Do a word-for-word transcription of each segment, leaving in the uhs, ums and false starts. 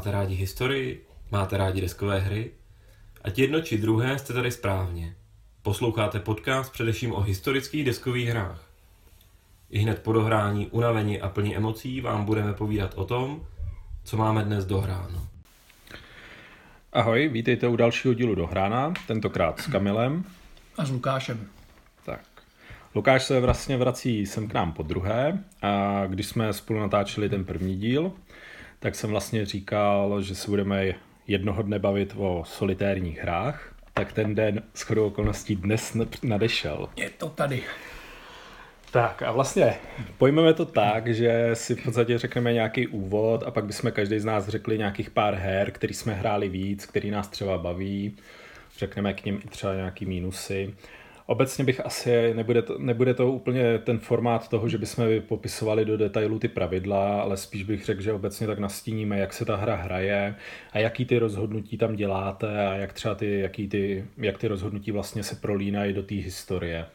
Máte rádi historii? Máte rádi deskové hry? Ať jedno či druhé jste tady správně. Posloucháte podcast především o historických deskových hrách. I hned po dohrání, unavení a plní emocí vám budeme povídat o tom, co máme dnes dohráno. Ahoj, vítejte u dalšího dílu Dohrána, tentokrát s Kamilem. A s Lukášem. Tak. Lukáš se vlastně vrací sem k nám po druhé a když jsme spolu natáčeli ten první díl, tak jsem vlastně říkal, že se budeme jednoho dne bavit o solitérních hrách, tak ten den shodou okolností dnes nadešel. Je to tady. Tak a vlastně pojmeme to tak, že si v podstatě řekneme nějaký úvod a pak bychom každý z nás řekli nějakých pár her, který jsme hráli víc, který nás třeba baví. Řekneme k nim i třeba nějaký mínusy. Obecně bych asi, nebude to, nebude to úplně ten formát toho, že bychom popisovali do detailu ty pravidla, ale spíš bych řekl, že obecně tak nastíníme, jak se ta hra hraje a jaký ty rozhodnutí tam děláte a jak třeba ty, jaký ty, jak ty rozhodnutí vlastně se prolínají do té historie.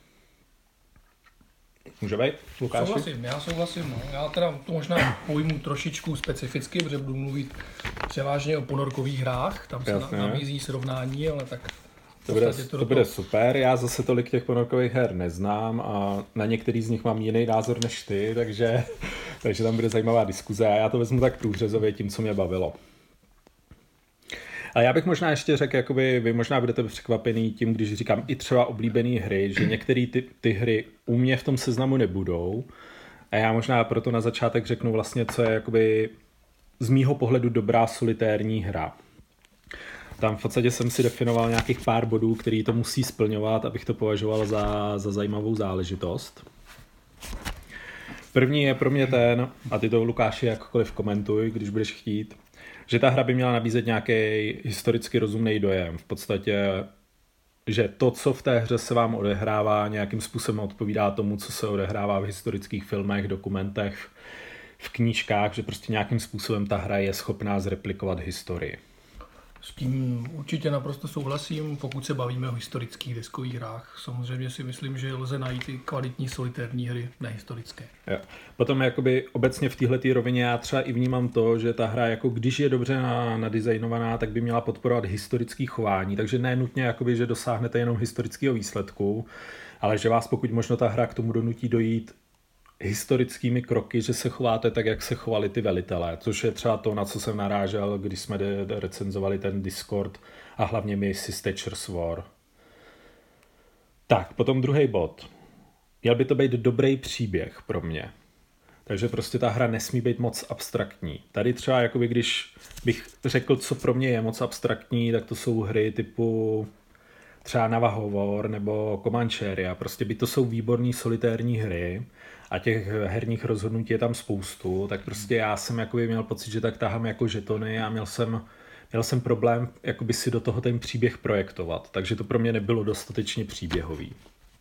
Může být, Lukáši? Souhlasím, já souhlasím. No. Já teda to možná pojmu trošičku specificky, protože budu mluvit převážně o ponorkových hrách, tam se Jasně. nabízí srovnání, ale tak... To bude, to, to bude super, já zase tolik těch ponorkových her neznám a na některý z nich mám jiný názor než ty, takže, takže tam bude zajímavá diskuze a já to vezmu tak průřezově tím, co mě bavilo. A já bych možná ještě řekl, jakoby vy možná budete překvapený tím, když říkám i třeba oblíbený hry, že některé ty, ty hry u mě v tom seznamu nebudou a já možná proto na začátek řeknu vlastně, co je jakoby z mýho pohledu dobrá solitérní hra. Tam v podstatě jsem si definoval nějakých pár bodů, který to musí splňovat, abych to považoval za, za zajímavou záležitost. První je pro mě ten, a ty to Lukáši jakkoliv komentuj, když budeš chtít, že ta hra by měla nabízet nějaký historicky rozumný dojem. V podstatě, že to, co v té hře se vám odehrává, nějakým způsobem odpovídá tomu, co se odehrává v historických filmech, dokumentech, v knížkách, že prostě nějakým způsobem ta hra je schopná zreplikovat historii. S tím určitě naprosto souhlasím, pokud se bavíme o historických deskových hrách. Samozřejmě si myslím, že lze najít i kvalitní solitérní hry nehistorické. Jo. Potom jakoby obecně v téhleté rovině já třeba i vnímám to, že ta hra, jako když je dobře nadizajnovaná, tak by měla podporovat historické chování, takže ne nutně, jakoby, že dosáhnete jenom historického výsledku, ale že vás pokud možno ta hra k tomu donutí dojít historickými kroky, že se chováte tak, jak se chovali ty velitelé, což je třeba to, na co jsem narážel, když jsme de- de- recenzovali ten Discord a hlavně Missy's Thatcher's War. Tak, potom druhý bod. Měl by to být dobrý příběh pro mě. Takže prostě ta hra nesmí být moc abstraktní. Tady třeba, jakoby, když bych řekl, co pro mě je moc abstraktní, tak to jsou hry typu třeba Navajo War nebo Comancheria. Prostě by to jsou výborný solitérní hry a těch herních rozhodnutí je tam spoustu, tak prostě já jsem jakoby měl pocit, že tak tahám jako žetony a měl jsem, měl jsem problém jakoby si do toho ten příběh projektovat, takže to pro mě nebylo dostatečně příběhový.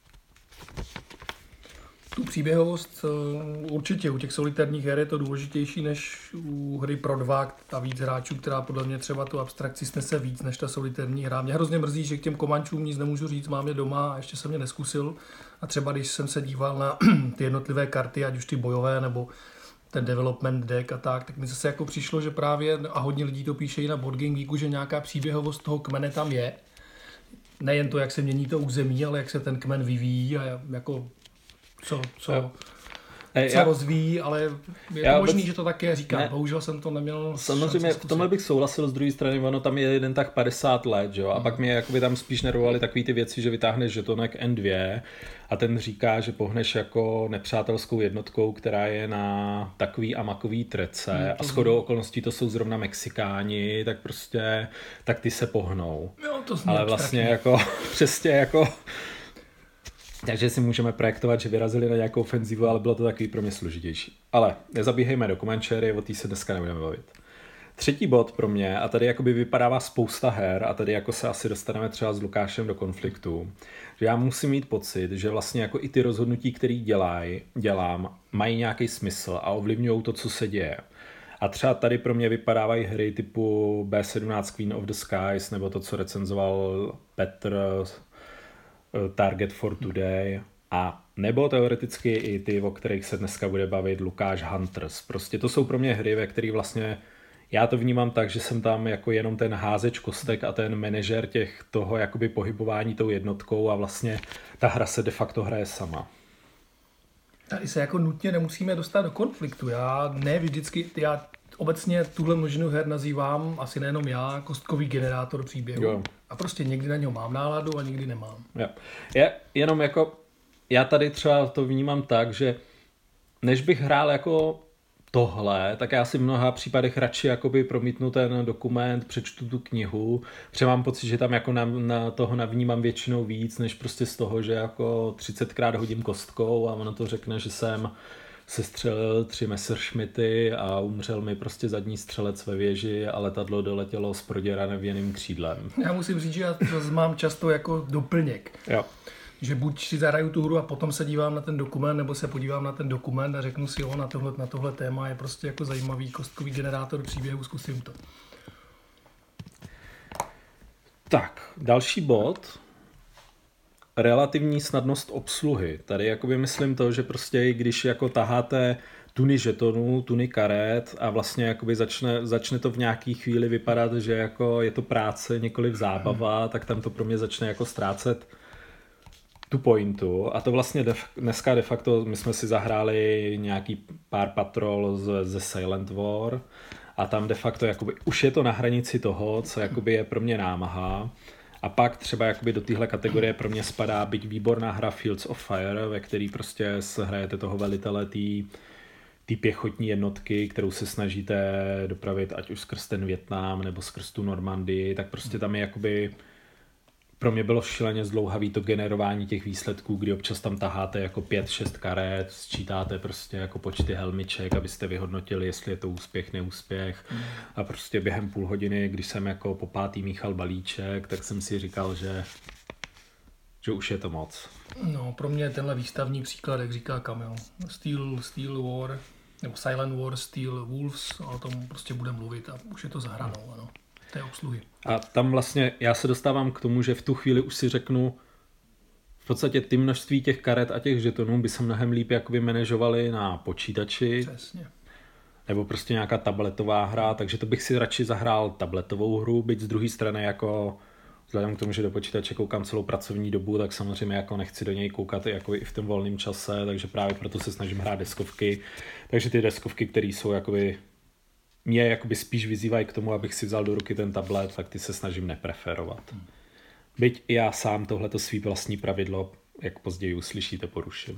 Tu příběhovost určitě u těch solitérních her je to důležitější než u hry pro dva a víc hráčů, která podle mě třeba tu abstrakci snese víc než ta solitérní hra. Mě hrozně mrzí, že k těm Komančům nic nemůžu říct, mám je doma a ještě jsem je neskusil. A třeba když jsem se díval na ty jednotlivé karty, ať už ty bojové nebo ten development deck a tak, tak mi zase jako přišlo, že právě, a hodně lidí to píše i na Board Game Geeku, že nějaká příběhovost toho kmene tam je. Nejen to, jak se mění to území, ale jak se ten kmen vyvíjí a jako co, co, Ej, co já, rozvíjí, ale je já to možný, vůbec, že to tak je, říkám. Ne, bohužel jsem to neměl. Samozřejmě v tomhle bych souhlasil, z druhé strany, ono tam je jeden tak padesát let, jo? A hmm. pak mě jakoby tam spíš nervovaly takový ty věci, že vytáhneš žetonek N dva a ten říká, že pohneš jako nepřátelskou jednotkou, která je na takový a makový trece hmm, a shodou okolností to jsou zrovna Mexikáni, tak prostě, tak ty se pohnou. Jo, to ale vlastně jako, přesně jako... Takže si můžeme projektovat, že vyrazili na nějakou ofenzivu, ale bylo to takový pro mě složitější. Ale nezabíhejme do Comanchery, o té se dneska nebudeme bavit. Třetí bod pro mě, a tady jakoby vypadává spousta her, a tady jako se asi dostaneme třeba s Lukášem do konfliktu, že já musím mít pocit, že vlastně jako i ty rozhodnutí, které dělaj, dělám, mají nějaký smysl a ovlivňují to, co se děje. A třeba tady pro mě vypadávají hry typu B sedmnáct Queen of the Skies, nebo to, co recenzoval Petr, Target for Today, a nebo teoreticky i ty, o kterých se dneska bude bavit Lukáš, Hunters. Prostě to jsou pro mě hry, ve kterých vlastně já to vnímám tak, že jsem tam jako jenom ten házeč kostek a ten manažer těch toho jakoby pohybování tou jednotkou a vlastně ta hra se de facto hraje sama. Tady se jako nutně nemusíme dostat do konfliktu. Já ne vždycky, já obecně tuhle množinu her nazývám, asi nejenom já, kostkový generátor příběhu. Jo. A prostě někdy na něho mám náladu a někdy nemám. Jo. Je, jenom jako, já tady třeba to vnímám tak, že než bych hrál jako tohle, tak já si v mnoha případech radši jakoby promítnu ten dokument, přečtu tu knihu, protože mám pocit, že tam jako na, na toho navnímám většinou víc, než prostě z toho, že jako třicetkrát hodím kostkou a ono to řekne, že jsem sestřelil tři Messerschmitty a umřel mi prostě zadní střelec ve věži a letadlo doletělo s proděraným křídlem. Já musím říct, že já to mám často jako doplněk. Jo. Že buď si zahraju tu hru a potom se dívám na ten dokument, nebo se podívám na ten dokument a řeknu si, jo, na tohle, na tohle téma je prostě jako zajímavý kostkový generátor příběhu, zkusím to. Tak, další bod. Relativní snadnost obsluhy. Tady jakoby myslím to, že prostě když jako taháte tuny žetonů, tuny karet a vlastně jakoby začne, začne to v nějaký chvíli vypadat, že jako je to práce, nikoliv zábava, tak tam to pro mě začne jako ztrácet tu pointu. A to vlastně def, dneska de facto my jsme si zahráli nějaký pár patrol ze, ze Silent War a tam de facto jakoby už je to na hranici toho, co jakoby je pro mě námaha. A pak třeba jakoby do téhle kategorie pro mě spadá byť výborná hra Fields of Fire, ve který prostě hrajete toho velitele té pěchotní jednotky, kterou se snažíte dopravit ať už skrz ten Vietnam nebo skrz tu Normandii, tak prostě tam je jakoby pro mě bylo šíleně zdlouhavý to generování těch výsledků, kdy občas tam taháte jako pět, šest karet, sčítáte prostě jako počty helmiček, abyste vyhodnotili, jestli je to úspěch, neúspěch. Mm. A prostě během půl hodiny, když jsem jako po pátý míchal balíček, tak jsem si říkal, že, že už je to moc. No, pro mě tenhle výstavní příklad, jak říká Kamil. Steel, Steel War, nebo Silent War, Steel Wolves, o tom prostě bude mluvit a už je to za hranou, ano. Té obsluhy. A tam vlastně já se dostávám k tomu, že v tu chvíli už si řeknu, v podstatě ty množství těch karet a těch žetonů by se mnohem líp jakoby manažovaly na počítači. Přesně. Nebo prostě nějaká tabletová hra, takže to bych si radši zahrál tabletovou hru, byť z druhé strany jako vzhledem k tomu, že do počítače koukám celou pracovní dobu, tak samozřejmě jako nechci do něj koukat jako i v tom volném čase, takže právě proto se snažím hrát deskovky. Takže ty deskovky, které jsou jakoby mě jakoby spíš vyzývají k tomu, abych si vzal do ruky ten tablet, tak ty se snažím nepreferovat. Byť i já sám tohleto svý vlastní pravidlo, jak později uslyšíte, poruším.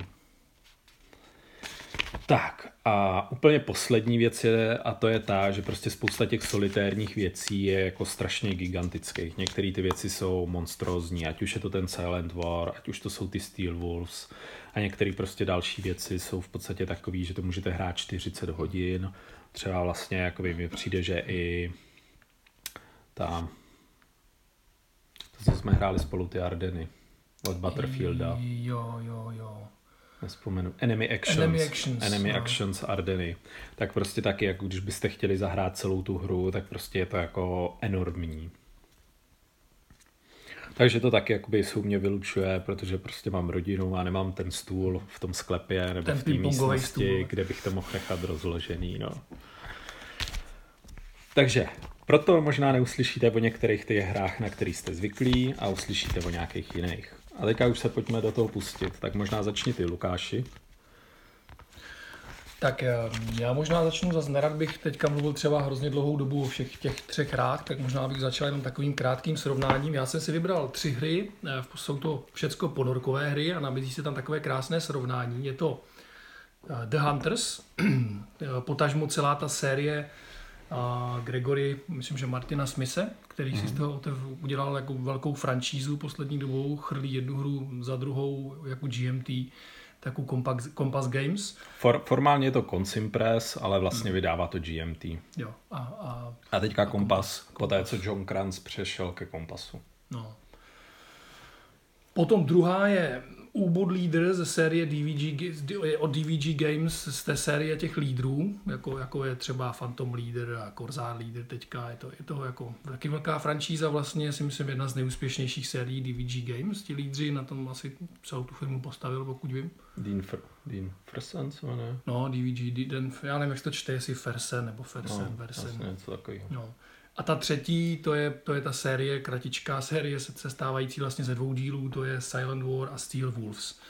Tak a úplně poslední věc je, a to je ta, že prostě spousta těch solitérních věcí je jako strašně gigantických. Některé ty věci jsou monstrózní, ať už je to ten Silent War, ať už to jsou ty Steel Wolves a některé prostě další věci jsou v podstatě takový, že to můžete hrát čtyřicet hodin. Třeba vlastně jakoby mi přijde, že i ta to, co jsme hráli spolu, ty Ardeny od Butterfielda. Jo, jo, jo. Nespomenu. Enemy Actions. Enemy Actions, Enemy no. Actions Ardeny. Tak prostě taky, jako když byste chtěli zahrát celou tu hru, tak prostě je to jako enormní. Takže to taky jakoby se u mě vylučuje, protože prostě mám rodinu a nemám ten stůl v tom sklepě nebo ten v té místnosti, stůl. kde bych to mohl nechat rozložený. No. Takže proto možná neuslyšíte o některých těch hrách, na kterých jste zvyklí, a uslyšíte o nějakých jiných. A teďka už se pojďme do toho pustit. Tak možná začni ty, Lukáši. Tak já možná začnu, zase nerad bych teďka mluvil třeba hrozně dlouhou dobu o všech těch třech hrách, tak možná bych začal jenom takovým krátkým srovnáním. Já jsem si vybral tři hry, jsou to všecko ponorkové hry a nabízí se tam takové krásné srovnání. Je to The Hunters, potažmo celá ta série Gregory, myslím, že Martina Smise, který si z toho udělal jako velkou franšízu poslední dobou, chrlí jednu hru za druhou jako G M T, takovou Compass, Compass Games. For, formálně je to Consimpress, ale vlastně vydává to G M T. Jo. A, a, a teďka a Compass, poté co John Kranz přešel ke Compassu. No. Potom druhá je U-Boot Leader ze série D V G, od D V G Games, z té série těch lídrů, jako, jako je třeba Phantom Leader a Corsair Leader teďka, je to, je to jako taky velká franšíza vlastně, si myslím, jedna z nejúspěšnějších sérií D V G Games, ti lídři, na tom asi celou tu firmu postavil, pokud vím. Dean, Fr- Dean Fersen, co ne? No, D V G, Den, já nevím, jak se to čte, jestli Fersen nebo Fersen, no, Versen. Něco takového. No. A ta třetí, to je, to je ta série, kratičká série, sestávající vlastně ze dvou dílů, to je Silent War a Steel Wolves.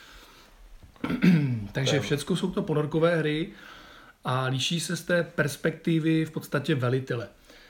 Takže všechno jsou to ponorkové hry a liší se z té perspektivy v podstatě velitele.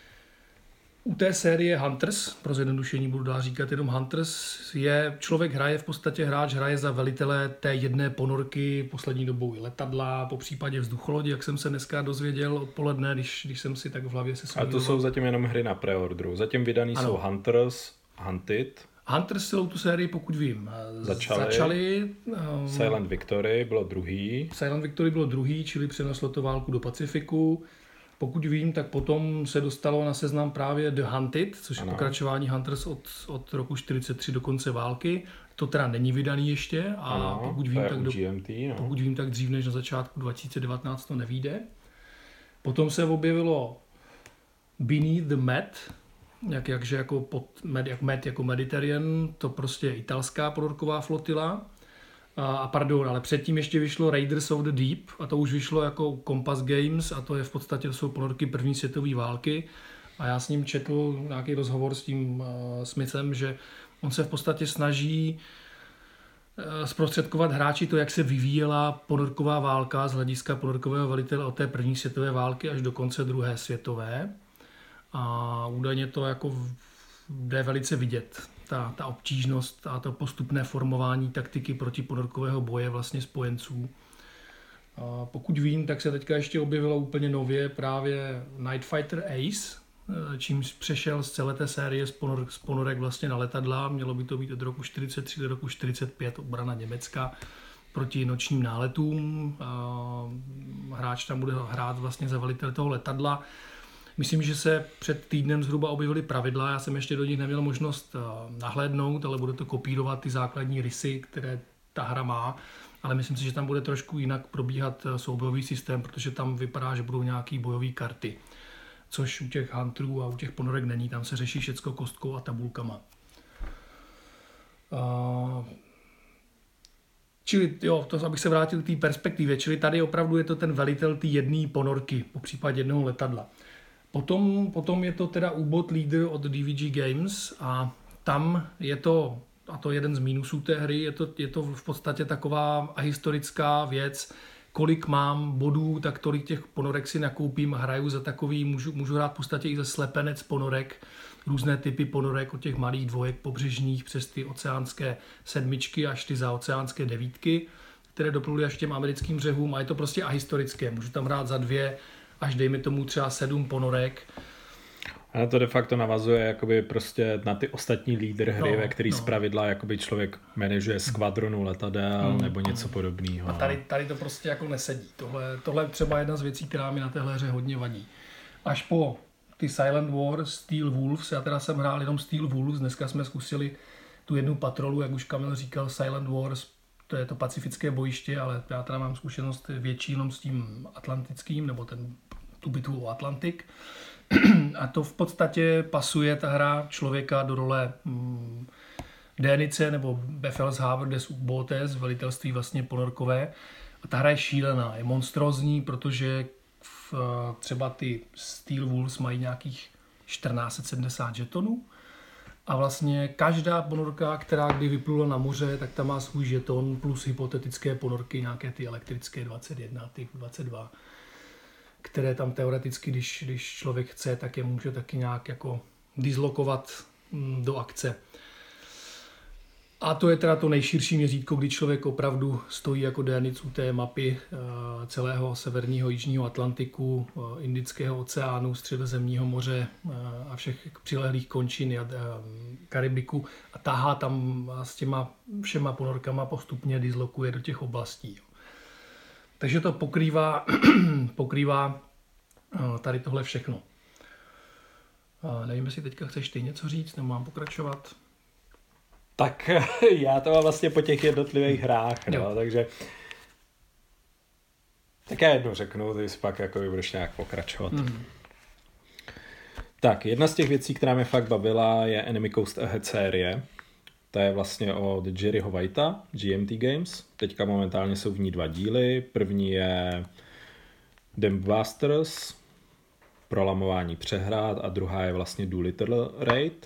U té série Hunters, pro zjednodušení budu dál říkat jenom Hunters, je člověk hraje v podstatě hráč, hraje za velitele té jedné ponorky, poslední dobou i letadla, po případě vzducholodi, jak jsem se dneska dozvěděl odpoledne, když, když jsem si tak v hlavě se A to jsou zatím jenom hry na preordru. Zatím vydaný ano. jsou Hunters, Hunted. Hunters celou tu sérii, pokud vím, začali. začali um, Silent Victory bylo druhý. Silent Victory bylo druhý, čili přeneslo to válku do Pacifiku. Pokud vím, tak potom se dostalo na seznam právě The Hunted, což je ano. pokračování Hunters od, od roku čtyřicet tři do konce války. To teda není vydaný ještě a ano, pokud, vím, tak do, G M T, no. pokud vím, tak dřív než na začátku dva tisíce devatenáct to nevyjde. Potom se objevilo Beneath the Med, jak, jakže jako, pod, jak Med jako Mediterranean, to prostě je italská ponorková flotila. A pardon, ale předtím ještě vyšlo Raiders of the Deep a to už vyšlo jako Compass Games a to je v podstatě, to jsou ponorky první světové války a já s ním četl nějaký rozhovor s tím uh, Smithem, že on se v podstatě snaží uh, zprostředkovat hráči to, jak se vyvíjela ponorková válka z hlediska ponorkového velitele od té první světové války až do konce druhé světové a údajně to jako jde velice vidět. Ta, ta obtížnost a to postupné formování taktiky protiponorkového boje vlastně spojenců. A pokud vím, tak se teďka ještě objevilo úplně nově právě Night Fighter Ace, čímž přešel z celé té série z, ponor, z ponorek vlastně na letadla. Mělo by to být od roku čtyřicet tři do roku čtyřicet pět obrana Německa proti nočním náletům. A hráč tam bude hrát vlastně za velitele toho letadla. Myslím, že se před týdnem zhruba objevily pravidla, já jsem ještě do nich neměl možnost nahlédnout, ale bude to kopírovat ty základní rysy, které ta hra má, ale myslím si, že tam bude trošku jinak probíhat soubojový systém, protože tam vypadá, že budou nějaký bojové karty, což u těch hunterů a u těch ponorek není, tam se řeší všecko kostkou a tabulkama. Uh... Čili, jo, to, abych se vrátil k té perspektivě, čili tady opravdu je to ten velitel té jedné ponorky, po případě jednoho letadla. Potom, potom je to teda U-Boot Leader od D V G Games a tam je to, a to je jeden z mínusů té hry, je to, je to v podstatě taková ahistorická věc, kolik mám bodů, tak tolik těch ponorek si nakoupím a hraju za takový, můžu, můžu hrát v podstatě i za slepenec ponorek, různé typy ponorek od těch malých dvojek pobřežních přes ty oceánské sedmičky až ty zaoceánské devítky, které dopluly až těm americkým břehům a je to prostě ahistorické, můžu tam hrát za dvě, až dejme tomu třeba sedm ponorek. A to de facto navazuje jakoby prostě na ty ostatní lídr hry, no, ve který no. zpravidla jakoby člověk manažuje skvadronu letadel mm. nebo něco podobného. A tady, tady to prostě jako nesedí. Tohle, tohle je třeba jedna z věcí, která mi na téhle hře hodně vadí. Až po ty Silent War, Steel Wolves, já teda jsem hrál jenom Steel Wolves, dneska jsme zkusili tu jednu patrolu, jak už Kamil říkal, Silent Wars, to je to pacifické bojiště, ale já teda mám zkušenost větší jenom s tím atlantickým, nebo ten, tu bitvu o Atlantik. A to v podstatě pasuje ta hra člověka do role mm, Dénice nebo Befehlshaber des U-Bootes, velitelství vlastně ponorkové. A ta hra je šílená, je monstrózní, protože v, třeba ty Steel Wolves mají nějakých čtrnáct set sedmdesát žetonů. A vlastně každá ponorka, která kdy vyplula na moře, tak tam má svůj žeton plus hypotetické ponorky, nějaké ty elektrické dvacet jedna, ty dvacet dva, které tam teoreticky, když, když člověk chce, tak je může taky nějak jako dislokovat do akce. A to je teda to nejširší měřítko, kdy člověk opravdu stojí jako dénic u té mapy celého severního jižního Atlantiku, Indického oceánu, Středozemního moře a všech přilehlých končin a Karibiku a tahá tam s těma všema ponorkama postupně dislokuje do těch oblastí. Takže to pokrývá, pokrývá tady tohle všechno. Nevím, jestli teďka chceš ty něco říct, nebo mám pokračovat? Tak já to mám vlastně po těch jednotlivých hrách, no, takže tak já jedno řeknu, ty si pak jako budeš nějak pokračovat. Mm. Tak, jedna z těch věcí, která mě fakt bavila, je Enemy Coast Ahead série. To je vlastně od Jerryho Whitea, G M T Games. Teďka momentálně jsou v ní dva díly. První je Dampbusters, prolamování přehrad, a druhá je vlastně Doolittle Raid.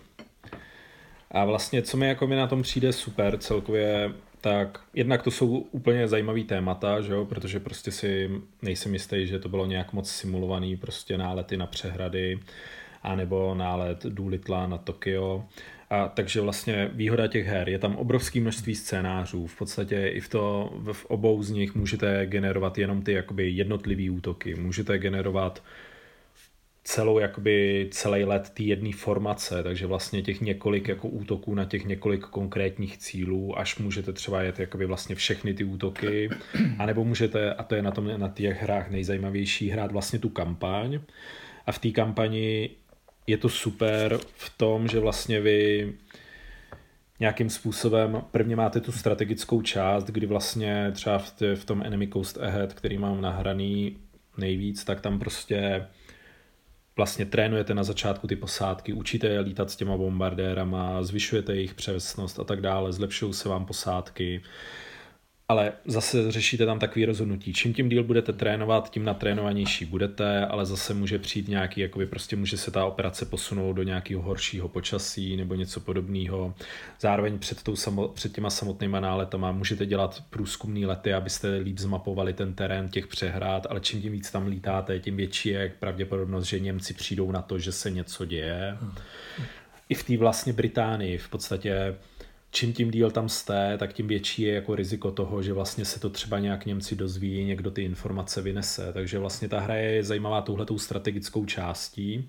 A vlastně, co mi jako mi na tom přijde super celkově, tak jednak to jsou úplně zajímavý témata, že jo? Protože prostě si nejsem jistý, že to bylo nějak moc simulovaný, prostě nálety na přehrady, anebo nálet Doolittla na Tokio. A takže vlastně výhoda těch her, je tam obrovské množství scénářů, v podstatě i v, to, v obou z nich můžete generovat jenom ty jakoby jednotlivý útoky, můžete generovat celou, jakoby celý let té jedné formace, takže vlastně těch několik jako útoků na těch několik konkrétních cílů, až můžete třeba jet jakoby vlastně všechny ty útoky, anebo můžete, a to je na tom na těch hrách nejzajímavější, hrát vlastně tu kampaň, a v té kampani je to super v tom, že vlastně vy nějakým způsobem prvně máte tu strategickou část, kdy vlastně třeba v, tě, v tom Enemy Coast Ahead, který mám nahraný nejvíc, tak tam prostě vlastně trénujete na začátku ty posádky, učíte je lítat s těma bombardérama, zvyšujete jejich přesnost a tak dále, zlepšují se vám posádky. Ale zase řešíte tam takový rozhodnutí. Čím tím díl budete trénovat, tím natrénovanější budete, ale zase může přijít nějaký, jakoby prostě může se ta operace posunout do nějakého horšího počasí nebo něco podobného. Zároveň před, tou samo, před těma samotnýma náletama můžete dělat průzkumný lety, abyste líp zmapovali ten terén těch přehrad, ale čím tím víc tam lítáte, tím větší je pravděpodobnost, že Němci přijdou na to, že se něco děje. Hmm. I v té vlastně Británii v podstatě čím tím díl tam jste, tak tím větší je jako riziko toho, že vlastně se to třeba nějak Němci dozví, někdo ty informace vynese. Takže vlastně ta hra je zajímavá touhletou strategickou částí.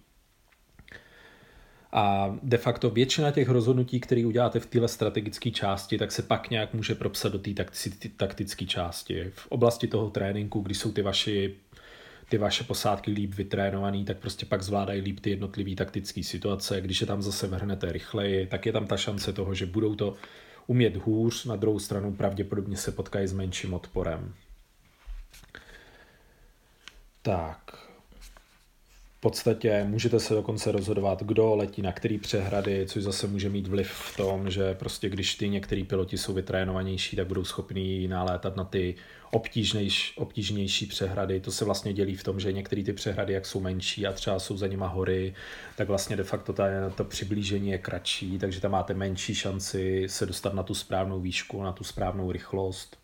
A de facto většina těch rozhodnutí, které uděláte v téhle strategické části, tak se pak nějak může propsat do té taktické části. V oblasti toho tréninku, kdy jsou ty vaši ty vaše posádky líp vytrénovaný, tak prostě pak zvládají líp ty jednotlivé taktické situace. Když je tam zase vrhnete rychleji, tak je tam ta šance toho, že budou to umět hůř, na druhou stranu pravděpodobně se potkají s menším odporem. Tak. V podstatě můžete se dokonce rozhodovat, kdo letí na který přehrady, což zase může mít vliv v tom, že prostě když ty některý piloti jsou vytrénovanější, tak budou schopní nalétat na ty obtížnější, obtížnější přehrady. To se vlastně dělí v tom, že některé ty přehrady, jak jsou menší a třeba jsou za nima hory, tak vlastně de facto ta, to přiblížení je kratší, takže tam máte menší šanci se dostat na tu správnou výšku, na tu správnou rychlost.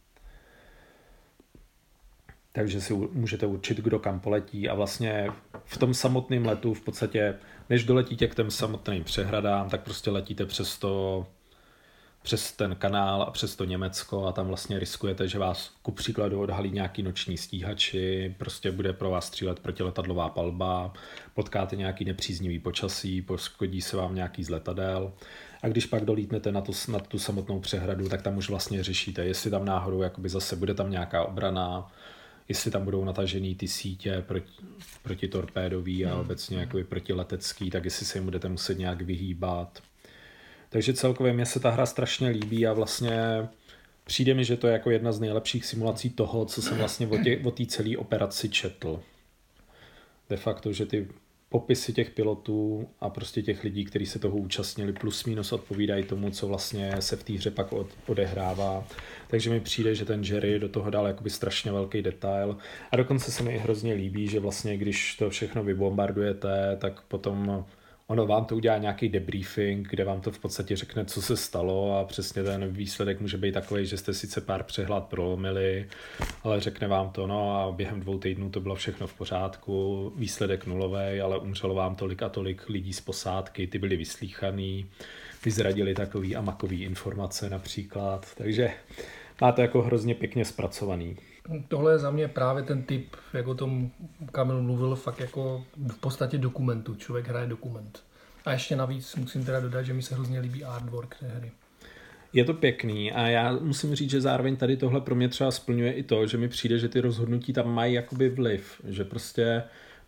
Takže si můžete určit, kdo kam poletí, a vlastně v tom samotném letu v podstatě, než doletíte k těm samotným přehradám, tak prostě letíte přes to, přes ten kanál a přes to Německo a tam vlastně riskujete, že vás ku příkladu odhalí nějaký noční stíhači, prostě bude pro vás střílet protiletadlová palba, potkáte nějaký nepříznivý počasí, poškodí se vám nějaký z letadel, a když pak dolítnete na tu, na tu samotnou přehradu, tak tam už vlastně řešíte, jestli tam náhodou jakoby zase bude tam nějaká obrana, jestli tam budou natažený ty sítě proti, proti torpédový a obecně jakoby protiletecký, tak jestli se jim budete muset nějak vyhýbat. Takže celkově mě se ta hra strašně líbí a vlastně přijde mi, že to je jako jedna z nejlepších simulací toho, co jsem vlastně o té celé operaci četl. De facto, že ty popisy těch pilotů a prostě těch lidí, kteří se toho účastnili, plus minus odpovídají tomu, co vlastně se v té hře pak odehrává. Takže mi přijde, že ten Jerry do toho dal jakoby strašně velký detail. A dokonce se mi i hrozně líbí, že vlastně když to všechno vybombardujete, tak potom ono vám to udělá nějaký debriefing, kde vám to v podstatě řekne, co se stalo, a přesně ten výsledek může být takový, že jste sice pár přehlad prolomili, ale řekne vám to, no a během dvou týdnů to bylo všechno v pořádku, výsledek nulový, ale umřelo vám tolik a tolik lidí z posádky, ty byli vyslíchaný, vyzradili takový a makový informace například, takže má to jako hrozně pěkně zpracovaný. Tohle je za mě právě ten typ, jak o tom Kamil mluvil, fakt jako v podstatě dokumentu. Člověk hraje dokument. A ještě navíc musím teda dodat, že mi se hrozně líbí artwork té hry. Je to pěkný a já musím říct, že zároveň tady tohle pro mě třeba splňuje i to, že mi přijde, že ty rozhodnutí tam mají jakoby vliv. Že prostě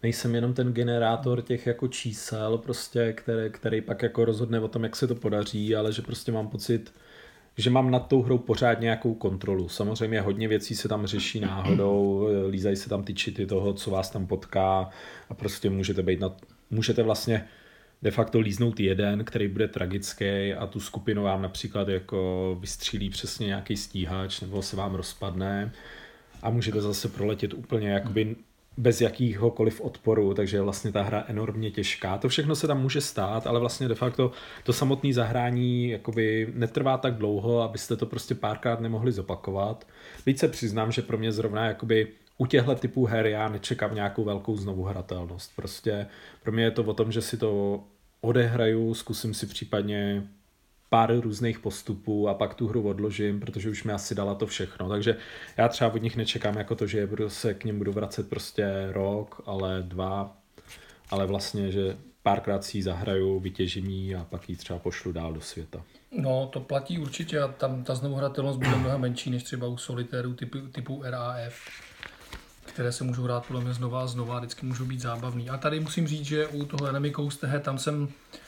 nejsem jenom ten generátor těch jako čísel, prostě, který, který pak jako rozhodne o tom, jak se to podaří, ale že prostě mám pocit, že mám nad tou hrou pořád nějakou kontrolu. Samozřejmě hodně věcí se tam řeší náhodou, lízají se tam ty čity toho, co vás tam potká a prostě můžete být na, můžete vlastně de facto líznout jeden, který bude tragický a tu skupinu vám například jako vystřílí přesně nějaký stíhač nebo se vám rozpadne a můžete zase proletět úplně jakoby bez jakýhokoliv odporu, takže vlastně ta hra enormně těžká. To všechno se tam může stát, ale vlastně de facto to samotné zahrání jakoby netrvá tak dlouho, abyste to prostě párkrát nemohli zopakovat. Víc se přiznám, že pro mě zrovna jakoby u těchto typů her já nečekám nějakou velkou znovuhratelnost. Prostě pro mě je to o tom, že si to odehraju, zkusím si případně pár různých postupů a pak tu hru odložím, protože už mi asi dala to všechno. Takže já třeba od nich nečekám jako to, že se k něm budu vracet prostě rok, ale dva, ale vlastně, že párkrát si ji zahraju, vytěžím ji a pak ji třeba pošlu dál do světa. No, to platí určitě a tam ta znovuhratelnost bude mnohem menší než třeba u solitérů typu, typu R A F, které se můžou hrát podle mě znova a znova, vždycky můžou být zábavný. A tady musím říct, že u toho Enemy Coast, tam jsem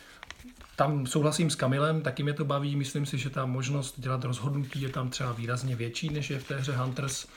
Tam souhlasím s Kamilem, taky mě to baví, myslím si, že ta možnost dělat rozhodnutí je tam třeba výrazně větší, než je v té hře Hunters.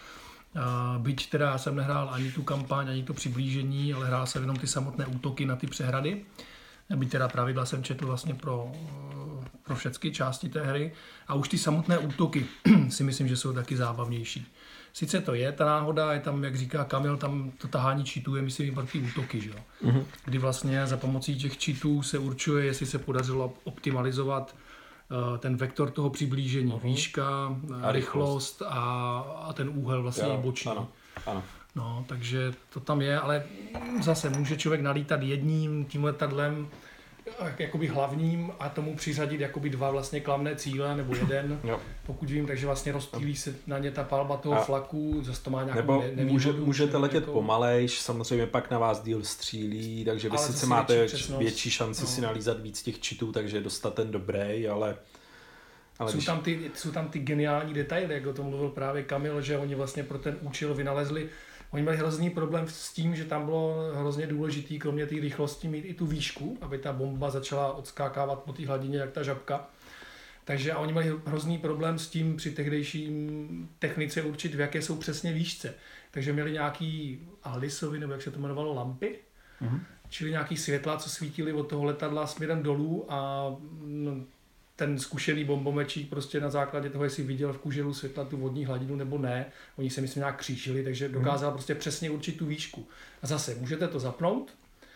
Byť teda jsem nehrál ani tu kampaň, ani to přiblížení, ale hrál jsem jenom ty samotné útoky na ty přehrady. Byť teda pravidla jsem četl vlastně pro, pro všechny části té hry. A už ty samotné útoky si myslím, že jsou taky zábavnější. Sice to je ta náhoda, je tam, jak říká Kamil, tam to tahání cheatů je, myslím, pro ty útoky, že jo? Mm-hmm. Kdy vlastně za pomocí těch cheatů se určuje, jestli se podařilo optimalizovat uh, ten vektor toho přiblížení, mm-hmm. výška, a rychlost a, a ten úhel vlastně jo, boční. Ano, ano. No, takže to tam je, ale zase může člověk nalítat jedním tím letadlem, jakoby hlavním a tomu přiřadit jakoby dva vlastně klamné cíle, nebo jeden, jo. Pokud vím, takže vlastně rozptýlí se na ně ta palba toho a flaku, zase to má nějakou nebo ne- může, můžete letět nějakou... pomalejš, samozřejmě pak na vás díl střílí, takže vy ale sice máte větší, větší šanci no. si nalízat víc těch cheatů, takže dostat ten dobrý, ale... ale jsou, když... tam ty, jsou tam ty geniální detaily, jak o tom mluvil právě Kamil, že oni vlastně pro ten účel vynalezli. Oni měli hrozný problém s tím, že tam bylo hrozně důležitý, kromě té rychlosti, mít i tu výšku, aby ta bomba začala odskákávat po té hladině, jak ta žabka. Takže oni měli hrozný problém s tím při tehdejším technice určit, v jaké jsou přesně výšce. Takže měli nějaký Aldisovy, nebo jak se to jmenovalo, lampy, mm-hmm. čili nějaký světla, co svítily od toho letadla směrem dolů a no, ten zkušený bombomečík prostě na základě toho, jestli viděl v kuželu světla tu vodní hladinu nebo ne, oni se myslím nějak křížili, takže dokázal prostě přesně určit tu výšku. A zase můžete to zapnout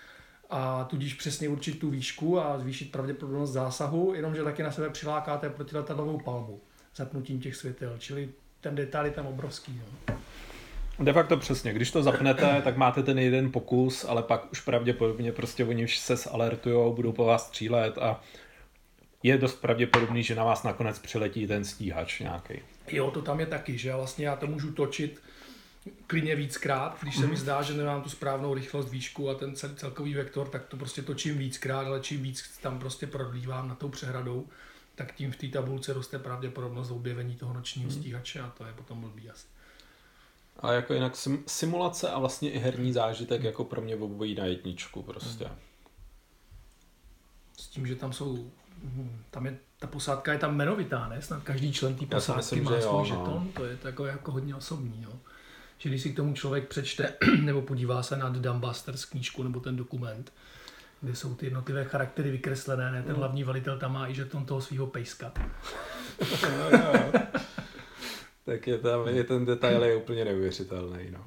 a tudíž přesně určit tu výšku a zvýšit pravděpodobnost zásahu, jenomže taky na sebe přilákáte protiletadlovou palbu zapnutím těch světel, čili ten detail je tam obrovský. No. De facto přesně, když to zapnete, tak máte ten jeden pokus, ale pak už pravděpodobně prostě oni už se zalertujou, budou po vás střílet a je dost pravděpodobný, že na vás nakonec přiletí ten stíhač nějaký. Jo, to tam je taky, že vlastně já to můžu točit klidně víckrát, když se mi zdá, že nemám tu správnou rychlost, výšku a ten celý celkový vektor, tak to prostě točím víckrát, ale čím víc tam prostě prodlívám na tou přehradou, tak tím v té tabulce roste pravděpodobnost objevení toho nočního stíhače a to je potom blbý asi. A jako jinak sim- simulace a vlastně i herní zážitek jako pro mě obojí na jedničku prostě. S tím, že tam jsou tam je, ta posádka je tam jmenovitá, ne? Snad každý člen té posádky myslím, má svůj žeton, to je takové jako hodně osobní, jo. Že když si k tomu člověk přečte nebo podívá se na The Dumbusters knížku nebo ten dokument, kde jsou ty jednotlivé charaktery vykreslené, ne? Ten hlavní velitel tam má i žeton toho svého pejska. no, no. Tak je tam, je ten detail je úplně neuvěřitelný, no.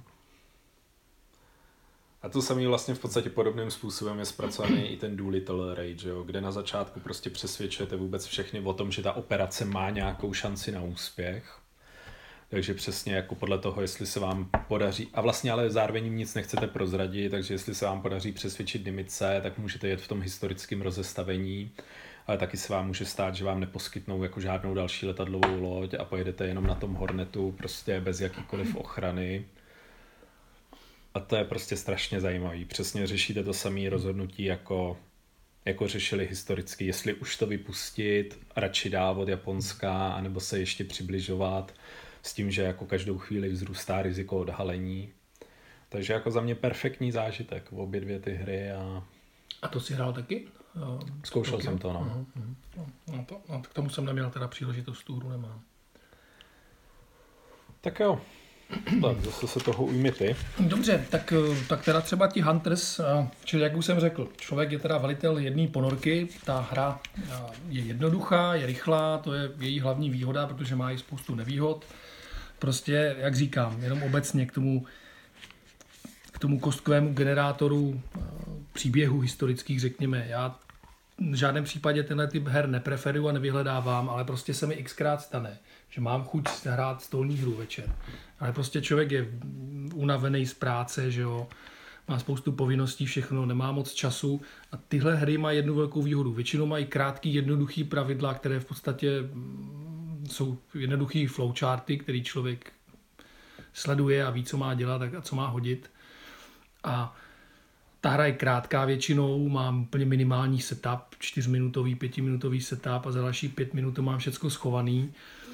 A to samý vlastně v podstatě podobným způsobem je zpracovaný i ten Doolittle Rage, jo, kde na začátku prostě přesvědčujete vůbec všechny o tom, že ta operace má nějakou šanci na úspěch. Takže přesně jako podle toho, jestli se vám podaří, a vlastně ale zároveň nic nechcete prozradit, takže jestli se vám podaří přesvědčit Nimitze, tak můžete jet v tom historickém rozestavení, ale taky se vám může stát, že vám neposkytnou jako žádnou další letadlovou loď a pojedete jenom na tom Hornetu prostě bez jakýkoliv ochrany. A to je prostě strašně zajímavý. Přesně řešíte to samé rozhodnutí, jako, jako řešili historicky, jestli už to vypustit, radši dál od Japonska, anebo se ještě přibližovat s tím, že jako každou chvíli vzrůstá riziko odhalení. Takže jako za mě perfektní zážitek, obě dvě ty hry a... A to si hrál taky? Zkoušel Tokyo? jsem to, no. Uh-huh, uh-huh. No, to, no, k tomu jsem neměl teda příležitost, tu hru nemám. Tak jo, tak zase se toho ujmi ty. Dobře, tak, tak teda třeba ti Hunters, čili jak už jsem řekl, člověk je teda velitel jedné ponorky, ta hra je jednoduchá, je rychlá, to je její hlavní výhoda, protože má i spoustu nevýhod. Prostě, jak říkám, jenom obecně k tomu, k tomu kostkovému generátoru příběhu historických, řekněme, já v žádném případě tenhle typ her nepreferuji a nevyhledávám, ale prostě se mi xkrát stane, že mám chuť hrát stolní hru večer. Ale prostě člověk je unavený z práce, že jo, má spoustu povinností, všechno, nemá moc času a tyhle hry mají jednu velkou výhodu. Většinou mají krátký, jednoduchý pravidla, které v podstatě jsou jednoduchý flowcharty, který člověk sleduje a ví, co má dělat a co má hodit. A ta hra je krátká většinou, mám úplně minimální setup, čtyřminutový, pětiminutový setup a za další pět minut to mám všecko schovaný.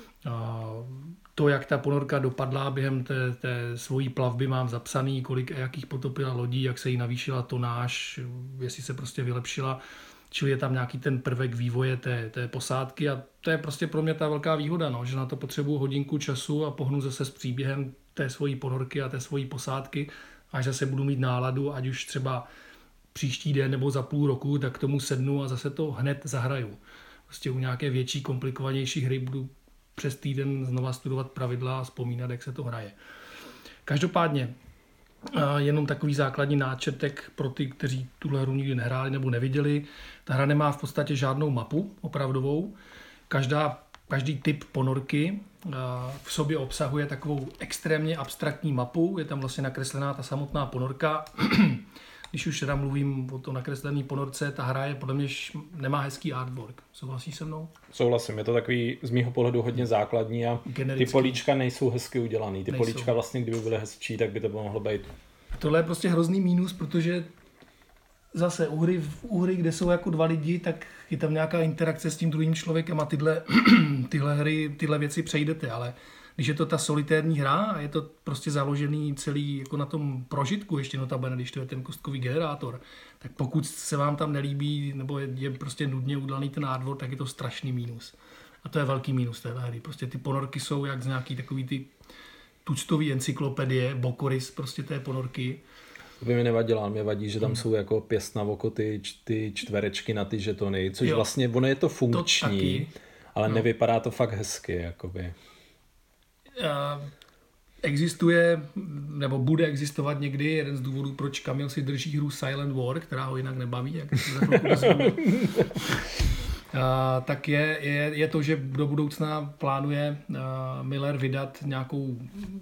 A to, jak ta ponorka dopadla během té, té svojí plavby, mám zapsaný, kolik a jakých potopila lodí, jak se jí navýšila tonáž, jestli se prostě vylepšila. Čili je tam nějaký ten prvek vývoje té, té posádky a to je prostě pro mě ta velká výhoda, no, že na to potřebuji hodinku času a pohnu zase s příběhem té svojí ponorky a té svojí posádky, až zase budu mít náladu, ať už třeba příští den nebo za půl roku, tak k tomu sednu a zase to hned zahraju. Prostě u nějaké větší, komplikovanější hry budu přes týden znova studovat pravidla a vzpomínat, jak se to hraje. Každopádně jenom takový základní náčrtek pro ty, kteří tuhle hru nikdy nehráli nebo neviděli. Ta hra nemá v podstatě žádnou mapu opravdovou. Každá, každý typ ponorky v sobě obsahuje takovou extrémně abstraktní mapu. Je tam vlastně nakreslená ta samotná ponorka. Když už teda mluvím o to nakreslené ponorce, ta hra je podle mě nemá hezký artwork. Souhlasíš se mnou? Souhlasím, je to takový z mýho pohledu hodně základní a generický. Ty políčka nejsou hezky udělaný. Ty nejsou. Políčka vlastně, kdyby byly hezčí, tak by to mohlo být. Tohle je prostě hrozný mínus, protože zase u hry, u hry, kde jsou jako dva lidi, tak je tam nějaká interakce s tím druhým člověkem a tyhle, tyhle hry, tyhle věci přejdete, ale když je to ta solitérní hra a je to prostě založený celý jako na tom prožitku, ještě notabene, když to je ten kostkový generátor, tak pokud se vám tam nelíbí nebo je, je prostě nudně udělaný ten artwork, tak je to strašný mínus. A to je velký mínus téhle hry. Prostě ty ponorky jsou jak z nějaký takový ty tuctový encyklopedie, bokorys prostě té ponorky. To by mi nevadilo, ale mě vadí, že tam hmm. jsou jako pěst na oko ty, ty čtverečky na ty žetony, což jo. Vlastně ono je to funkční, to ale no. Nevypadá to fakt hezky, jakoby. Uh, existuje, nebo bude existovat někdy jeden z důvodů, proč Kamil si drží hru Silent War, která ho jinak nebaví, jak se za chvilku dozvíme. Uh, tak je, je, je to, že do budoucna plánuje uh, Miller vydat nějakou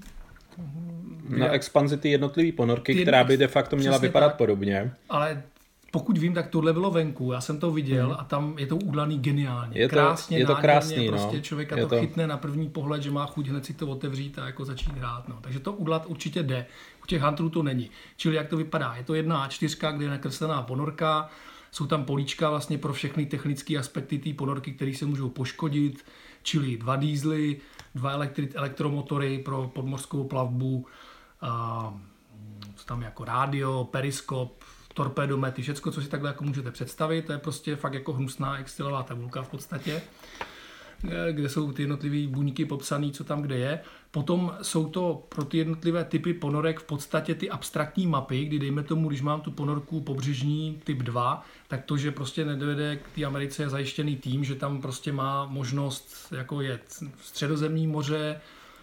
na expanzi ty jednotlivý ponorky, ty, která by de facto měla vypadat tak, podobně. Ale pokud vím, tak tohle bylo venku, já jsem to viděl hmm. a tam je to udělaný geniálně. Je to, krásně, je to krásný, no. Prostě člověka to, to chytne na první pohled, že má chuť hned si to otevřít a jako začít hrát. No. Takže to udělat určitě jde. U těch Hunterů to není. Čili jak to vypadá? Je to jedna á čtyři, kde je nakreslená ponorka, jsou tam políčka vlastně pro všechny technické aspekty té ponorky, které se můžou poškodit, čili dva dýzly, dva elektri- elektromotory pro podmořskou plavbu, a, co tam jako rádio, periskop, torpédomety, všecko, co si takhle jako můžete představit, to je prostě fakt jako hnusná excelová tabulka v podstatě, kde jsou ty jednotlivé buňky popsané, co tam kde je. Potom jsou to pro ty jednotlivé typy ponorek v podstatě ty abstraktní mapy, kdy dejme tomu, když mám tu ponorku pobřežní typ dva, tak to, že prostě nedojde k té Americe je zajištěný tým, že tam prostě má možnost jako jet Středozemní moře,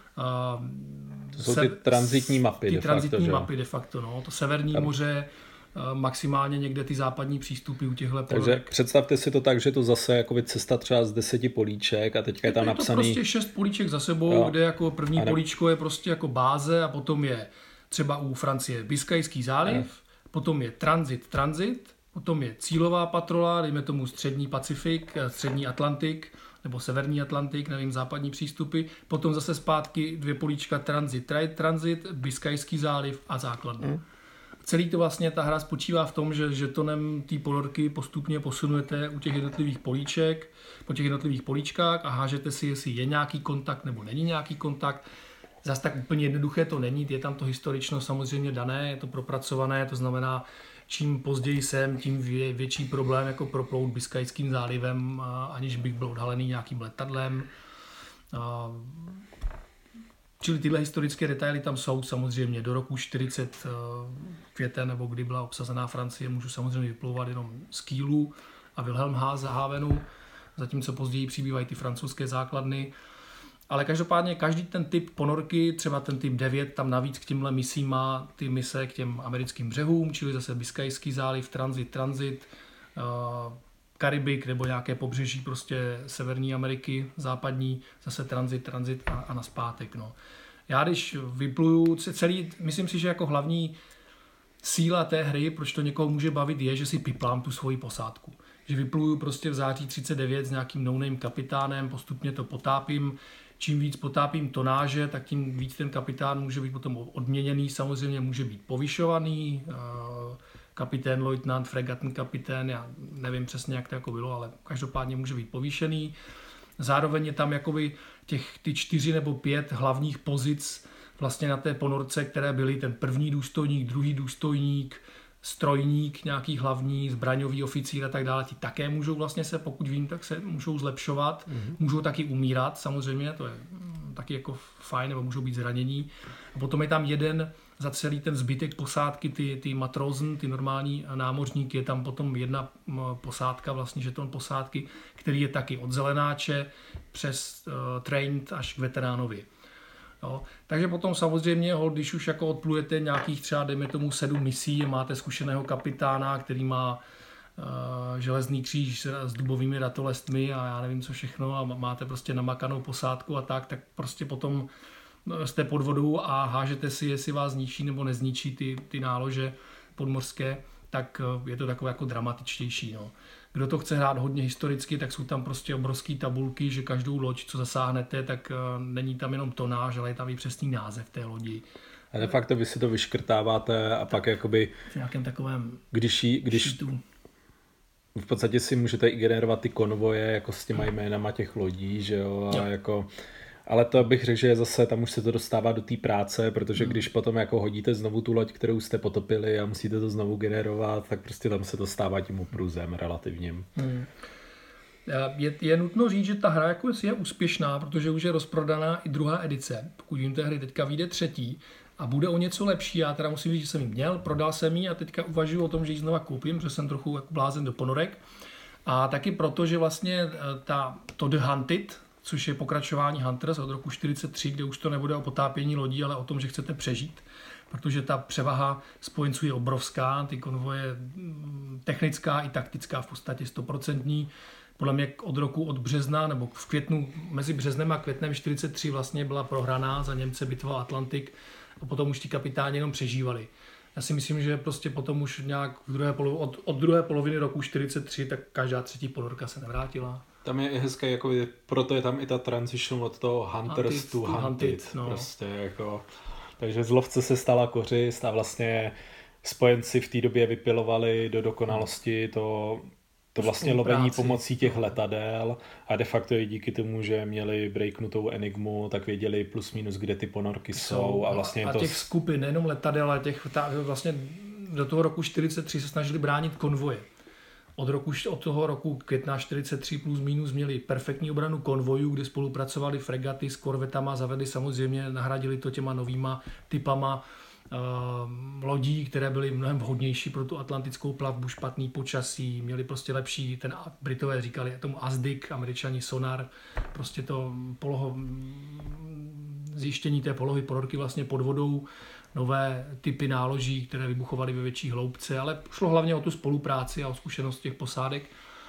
to jsou se, ty tranzitní mapy ty de tranzitní facto, mapy de facto, no, to Severní tam. moře, maximálně někde ty západní přístupy u těchto ponorek. Takže představte si to tak, že to zase jako cesta třeba z deseti políček a teďka je tam napsaný... Je to prostě šest políček za sebou, jo. Kde jako první ne... políčko je prostě jako báze a potom je třeba u Francie Biskajský záliv, ne. Potom je tranzit, tranzit, potom je cílová patrola, dejme tomu střední Pacifik, střední Atlantik, nebo severní Atlantik, nevím, západní přístupy, potom zase zpátky dvě políčka tranzit, tranzit, Biskajský záliv a základna. Hmm. Celý to vlastně ta hra spočívá v tom, že žetonem té ponorky postupně posunujete u těch jednotlivých políček, po těch jednotlivých políčkách a hážete si, jestli je nějaký kontakt nebo není nějaký kontakt. zas tak úplně jednoduché to není, je tam to historično samozřejmě dané, je to propracované, to znamená, čím později jsem, tím vě, větší problém jako proplout Biskajským zálivem, aniž bych byl odhalený nějakým letadlem. Čili tyhle historické detaily tam jsou samozřejmě. Do roku čtyřicet květen, nebo kdy byla obsazená Francie, můžu samozřejmě vyplouvat jenom z Kielu a Wilhelmshavenu, zatímco později přibývají ty francouzské základny. Ale každopádně každý ten typ ponorky, třeba ten typ devět, tam navíc k těmhle misím má ty mise k těm americkým břehům, čili zase Biskajský záliv, tranzit, tranzit, Karibik nebo nějaké pobřeží prostě Severní Ameriky, západní, zase tranzit, tranzit a, a naspátek. No. Já když vypluju celý, myslím si, že jako hlavní síla té hry, proč to někoho může bavit, je, že si piplám tu svoji posádku. Že vypluju prostě v září třicet devět s nějakým no-name kapitánem, postupně to potápím. Čím víc potápím tonáže, tak tím víc ten kapitán může být potom odměněný, samozřejmě může být povyšovaný, kapitán, leutnant, fregatní kapitán, já nevím přesně, jak to jako bylo, ale každopádně může být povýšený. Zároveň je tam jakoby těch, ty čtyři nebo pět hlavních pozic vlastně na té ponorce, které byly ten první důstojník, druhý důstojník, strojník, nějaký hlavní, zbraňový oficír a tak dále, ti také můžou vlastně se, pokud vím, tak se můžou zlepšovat, mm-hmm. můžou taky umírat, samozřejmě, to je taky jako fajn, nebo můžou být zranění. A potom je tam jeden za celý ten zbytek posádky, ty, ty matrozen, ty normální námořníky, je tam potom jedna posádka, vlastně žeton posádky, který je taky od zelenáče přes uh, trained až k veteránovi. Jo. Takže potom samozřejmě, když už jako odplujete nějakých třeba, dejme tomu sedm misí, máte zkušeného kapitána, který má uh, železný kříž s dubovými ratolestmi a já nevím co všechno a máte prostě namakanou posádku a tak, tak prostě potom jste pod vodou a hážete si, jestli vás zničí nebo nezničí ty, ty nálože podmořské, tak je to takové jako dramatičtější. No. Kdo to chce hrát hodně historicky, tak jsou tam prostě obrovské tabulky, že každou loď, co zasáhnete, tak není tam jenom tonáž, ale je tam i přesný název té lodi. A de facto vy si to vyškrtáváte a tak, pak jakoby... V nějakém takovém když, jí, když šítu. V podstatě si můžete i generovat ty konvoje jako s těma jménama těch lodí, že jo, a jo. jako... Ale to bych řekl, že zase tam už se to dostává do té práce, protože hmm. když potom jako hodíte znovu tu loď, kterou jste potopili a musíte to znovu generovat, tak prostě tam se to stává tím upruzem relativním. Hmm. Je, je nutno říct, že ta hra jako je úspěšná, protože už je rozprodaná i druhá edice. Pokud jim té hry teďka vyjde třetí a bude o něco lepší, já teda musím říct, že jsem ji měl, prodal jsem ji a teďka uvažuji o tom, že ji znova koupím, protože jsem trochu jako blázen do ponorek. A taky proto, že vlastně ta, to The Hunted, což je pokračování Hunters od roku čtyřicet tři, kde už to nebude o potápění lodí, ale o tom, že chcete přežít, protože ta převaha spojenců je obrovská, ty konvoje technická i taktická v podstatě stoprocentní. Podle mě od roku od března, nebo v květnu, mezi březnem a květnem čtyřicet tři vlastně byla prohraná za Němce bitva Atlantik a potom už ti kapitáni jenom přežívali. Já si myslím, že prostě potom už nějak v druhé polovi, od, od druhé poloviny roku čtyřicet tři, tak každá třetí ponorka se nevrátila. Tam je hezké, jako je, proto je tam i ta transition od toho Hunters hunted, to Hunted. hunted no. Prostě jako, takže z lovce se stala kořist a vlastně spojenci v té době vypilovali do dokonalosti to, to vlastně lovení pomocí těch letadel a de facto i díky tomu, že měli breaknutou enigmu, tak věděli plus minus, kde ty ponorky jsou. jsou a vlastně a to... těch skupin, nejenom letadel, ale těch, ta, vlastně do toho roku čtyřicet tři se snažili bránit konvoje. Od, roku, od toho roku května čtyřicet tři plus minus měli perfektní obranu konvojů, kde spolupracovali fregaty s korvetama, zavedli samozřejmě, nahradili to těma novýma typama uh, lodí, které byly mnohem vhodnější pro tu atlantickou plavbu, špatný počasí, měli prostě lepší, ten Britové říkali tomu A S D I C, Američani sonar, prostě to poloho, zjištění té polohy ponorky vlastně pod vodou, nové typy náloží, které vybuchovaly ve větší hloubce, ale šlo hlavně o tu spolupráci a o zkušenost těch posádek.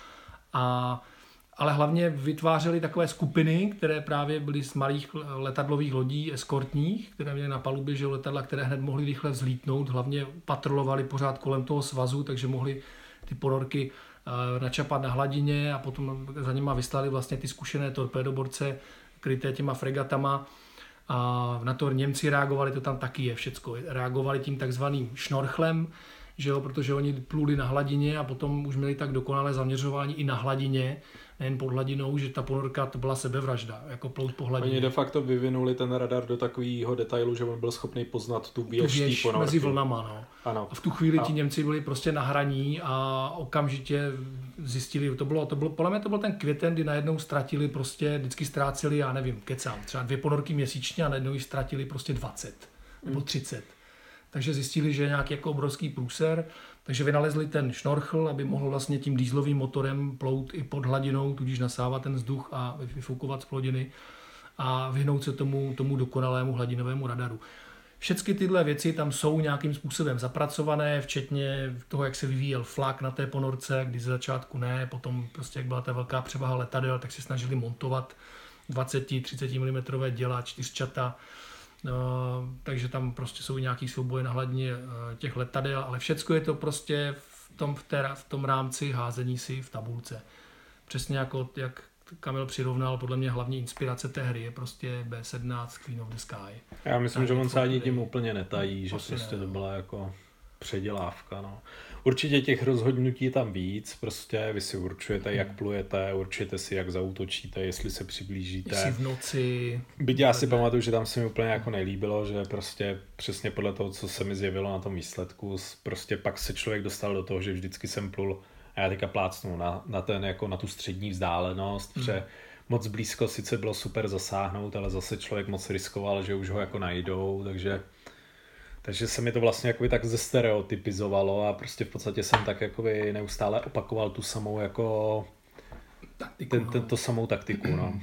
A, ale hlavně vytvářely takové skupiny, které právě byly z malých letadlových lodí eskortních, které měly na palubě, že letadla, které hned mohly rychle vzlítnout, hlavně patrolovali pořád kolem toho svazu, takže mohly ty ponorky uh, načapat na hladině a potom za nima vyslali vlastně ty zkušené torpédoborce kryté těma fregatama. A na to Němci reagovali, to tam taky je všecko. Reagovali tím takzvaným šnorchlem, že jo, protože oni pluli na hladině a potom už měli tak dokonalé zaměřování i na hladině, nejen pod hladinou, že ta ponorka to byla sebevražda, jako plout po hladině. Oni de facto vyvinuli ten radar do takového detailu, že on byl schopný poznat tu věž, tu věž ponorky. mezi vlnama. No. Ano. A v tu chvíli a... ti Němci byli prostě na hraní a okamžitě zjistili, to bylo, to bylo, podle mě to byl ten květen, kdy najednou ztratili prostě, vždycky ztráceli, já nevím, kecám, třeba dvě ponorky měsíčně a najednou ji ztratili prostě dvacet nebo třicet. Takže zjistili, že je nějaký jako obrovský průser, takže vynalezli ten šnorchl, aby mohl vlastně tím dýzlovým motorem plout i pod hladinou, tudíž nasávat ten vzduch a vyfoukovat z plodiny a vyhnout se tomu, tomu dokonalému hladinovému radaru. Všechny tyhle věci tam jsou nějakým způsobem zapracované, včetně toho, jak se vyvíjel flak na té ponorce, kdy ze začátku ne, potom prostě jak byla ta velká převaha letadel, tak se snažili montovat dvacet třicet milimetrové děla, čtyřčata, no, takže tam prostě jsou nějaký souboje na hladině těch letadel, ale všecko je to prostě v tom, v, té, v tom rámci házení si v tabulce. Přesně jako jak Kamil přirovnal, podle mě hlavní inspirace té hry je prostě bé sedmnáct Queen of the Sky. Já myslím, tak že on se ani tím úplně netají, že Asi prostě ne, to byla jako předělávka. No. Určitě těch rozhodnutí je tam víc, prostě vy si určujete, jak plujete, určujete si, jak zaútočíte, jestli se přiblížíte. Jestli v noci. Byť já si pamatuju, že tam se mi úplně jako nelíbilo, že prostě přesně podle toho, co se mi zjevilo na tom výsledku, prostě pak se člověk dostal do toho, že vždycky jsem plul a já teďka plácnu na, na, ten, jako na tu střední vzdálenost, hmm. protože moc blízko sice bylo super zasáhnout, ale zase člověk moc riskoval, že už ho jako najdou, takže takže se mi to vlastně jakoby tak zestereotypizovalo a prostě v podstatě jsem tak jakoby neustále opakoval tu samou jako taktiku, ten, no. ten, to samou taktiku, no.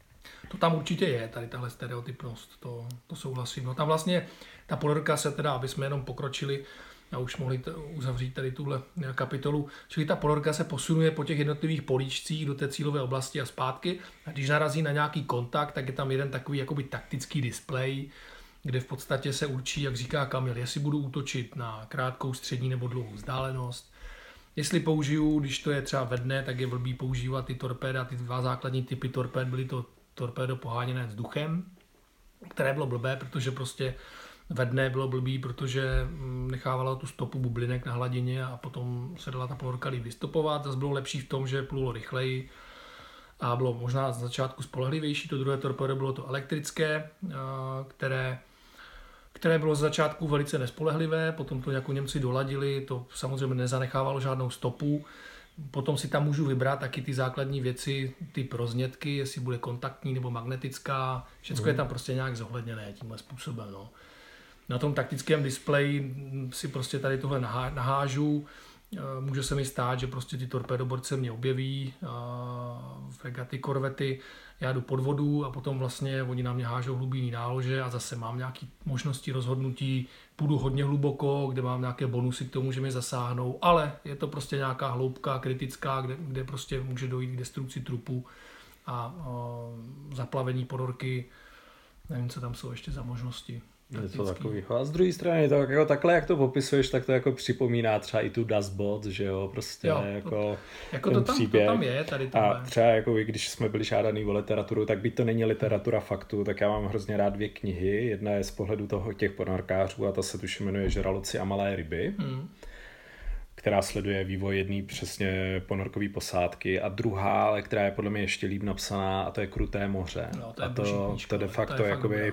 To tam určitě je, tady tahle stereotypnost, to, to souhlasím. No tam vlastně ta ponorka se teda, aby jsme jenom pokročili a už mohli t- uzavřít tady tuhle kapitolu, čili ta ponorka se posunuje po těch jednotlivých políčcích do té cílové oblasti a zpátky a když narazí na nějaký kontakt, tak je tam jeden takový jakoby taktický displej, kde v podstatě se určí, jak říká Kamil, jestli budu útočit na krátkou, střední nebo dlouhou vzdálenost. Jestli použiju, když to je třeba ve dne, tak je blbý používat ty torpéda, ty dva základní typy torpéd, byly to torpédo poháněné vzduchem, které bylo blbé, protože prostě ve dne bylo blbý, protože nechávala tu stopu bublinek na hladině a potom se dala ta ponorka líp vystopovat. Zase bylo lepší v tom, že plulo rychleji a bylo možná z začátku spolehlivější. To druhé torpédo bylo to elektrické, které které bylo z začátku velice nespolehlivé, potom to jako Němci doladili, to samozřejmě nezanechávalo žádnou stopu. Potom si tam můžu vybrat taky ty základní věci, typ roznětky, jestli bude kontaktní nebo magnetická, všechno mm. je tam prostě nějak zohledněné tímhle způsobem. No. Na tom taktickém displeji si prostě tady tohle nahážu, může se mi stát, že prostě ty torpédoborce mě objeví, fregaty, korvety, já jdu pod vodu a potom vlastně oni na mě hážou hlubinný nálože a zase mám nějaké možnosti rozhodnutí, půjdu hodně hluboko, kde mám nějaké bonusy k tomu, že mě zasáhnou, ale je to prostě nějaká hloubka kritická, kde, kde prostě může dojít k destrukci trupu a o, zaplavení ponorky, nevím, co tam jsou ještě za možnosti. Něco takového. A z druhé strany, to jako takhle, jak to popisuješ, tak to jako připomíná třeba i tu Dustbot, že jo, prostě jo, jako, to, jako to, tam, to tam je, tady tohle. A třeba jako když jsme byli žádaný o literaturu, tak byť to není literatura faktu, tak já mám hrozně rád dvě knihy. Jedna je z pohledu toho těch ponorkářů a ta se tuším jmenuje Žraloci a malé ryby, hmm. která sleduje vývoj jedné přesně ponorkové posádky a druhá, ale která je podle mě ještě líp napsaná a to je Kruté moře. No, to je a to, knížka, to de facto to je jakoby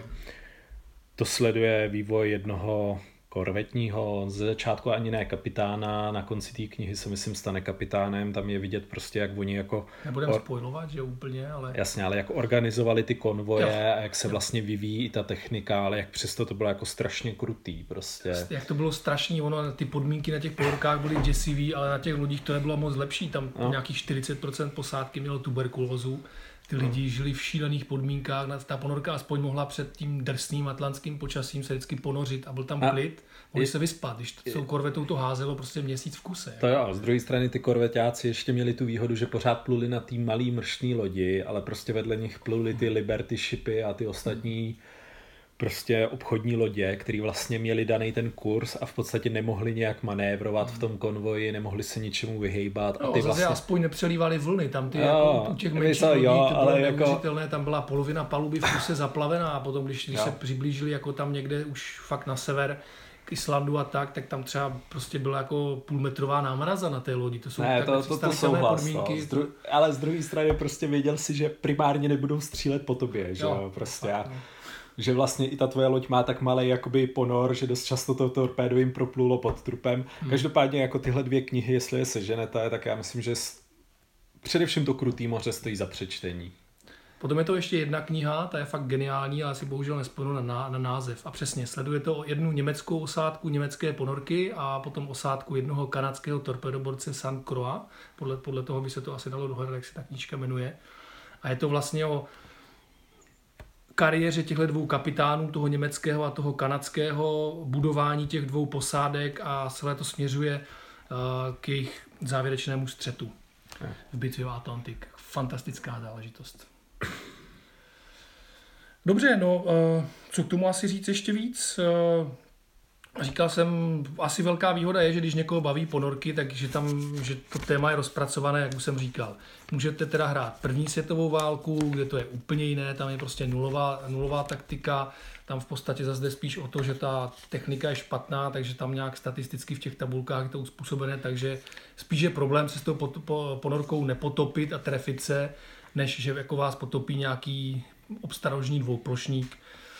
to sleduje vývoj jednoho korvetního, ze začátku ani ne kapitána, na konci té knihy se myslím stane kapitánem, tam je vidět prostě, jak oni jako... Nebudeme or... spoilovat, že úplně, ale... Jasně, ale jak organizovali ty konvoje jo. a jak se jo. vlastně vyvíjí i ta technika, ale jak přesto to bylo jako strašně krutý prostě. Jak to bylo strašný, ono, ty podmínky na těch ponorkách byly děsivý, ale na těch lodích to nebylo moc lepší, tam no. nějakých čtyřicet procent posádky mělo tuberkulózu. Ty lidi žili v šílených podmínkách, ta ponorka aspoň mohla před tím drsným atlantským počasím se vždycky ponořit a byl tam klid, mohli se vyspat, když tou korvetou to házelo prostě měsíc v kuse. To jo, z druhé strany ty korveťáci ještě měli tu výhodu, že pořád pluli na té malý mrštný lodi, ale prostě vedle nich pluli ty Liberty shipy a ty ostatní prostě obchodní lodě, který vlastně měli daný ten kurz a v podstatě nemohli nějak manévrovat v tom konvoji, nemohli se ničemu vyhejbat. No, a ty zase vlastně... aspoň nepřelívali vlny, tam ty jo, jako u těch menších lodí, jo, to ale bylo jako... neuvěřitelné, tam byla polovina paluby v kuse zaplavená a potom, když, když jo. se přiblížili jako tam někde už fakt na sever, k Islandu a tak, tak tam třeba prostě byla jako půlmetrová námraza na té lodi. To jsou ne, tak to, to, to souhlas, podmínky. No. Dru- ale z druhé strany prostě věděl si, že primárně nebudou střílet po tobě, že jo, prostě fakt, no. Že vlastně i ta tvoje loď má tak malý jakoby ponor, že dost často to torpédo jim proplulo pod trupem. Hmm. Každopádně jako tyhle dvě knihy, jestli je seženete, tak já myslím, že především to Krutý moře stojí za přečtení. Potom je to ještě jedna kniha, ta je fakt geniální, ale si bohužel nespomenu na, na název. A přesně, sleduje to jednu německou osádku německé ponorky a potom osádku jednoho kanadského torpedoborce Saint Croix. Podle, podle toho by se to asi dalo dohledat, jak se ta knížka jmenuje. A je to vlastně o kariéře těchto dvou kapitánů, toho německého a toho kanadského, budování těch dvou posádek a celé to směřuje uh, k jejich závěrečnému střetu v bitvě o Atlantik. Fantastická záležitost. Dobře, no, co k tomu asi říct ještě víc? Říkal jsem, asi velká výhoda je, že když někoho baví ponorky, takže tam, že to téma je rozpracované, jak už jsem říkal. Můžete teda hrát první světovou válku, kde to je úplně jiné, tam je prostě nulová, nulová taktika, tam v podstatě zase jde spíš o to, že ta technika je špatná, takže tam nějak statisticky v těch tabulkách je to uspůsobené, takže spíš je problém se s tou ponorkou nepotopit a trefit se, než že jako vás potopí nějaký obstarožní dvouplošník,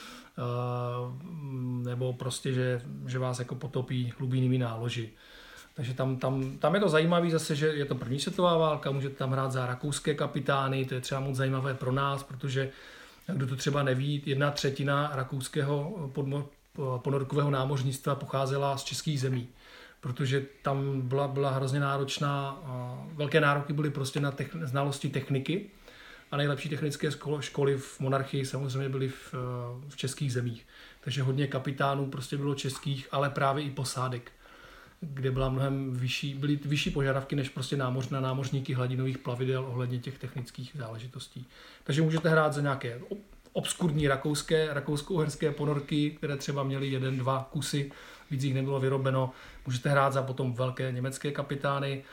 nebo prostě, že, že vás jako potopí hlubinnými náloži. Takže tam, tam, tam je to zajímavé zase, že je to první světová válka, můžete tam hrát za rakouské kapitány, to je třeba moc zajímavé pro nás, protože kdo to třeba neví, jedna třetina rakouského ponorkového námořnictva pocházela z českých zemí, protože tam byla, byla hrozně náročná, velké nároky byly prostě na techn- znalosti techniky, a nejlepší technické školy v monarchii samozřejmě byly v, v českých zemích. Takže hodně kapitánů prostě bylo českých, ale právě i posádek, kde byla mnohem vyšší, byly vyšší požadavky než prostě námoř, na námořníky hladinových plavidel ohledně těch technických záležitostí. Takže můžete hrát za nějaké obskurní rakouské, rakousko-uherské ponorky, které třeba měly jeden, dva kusy, víc jich nebylo vyrobeno. Můžete hrát za potom velké německé kapitány,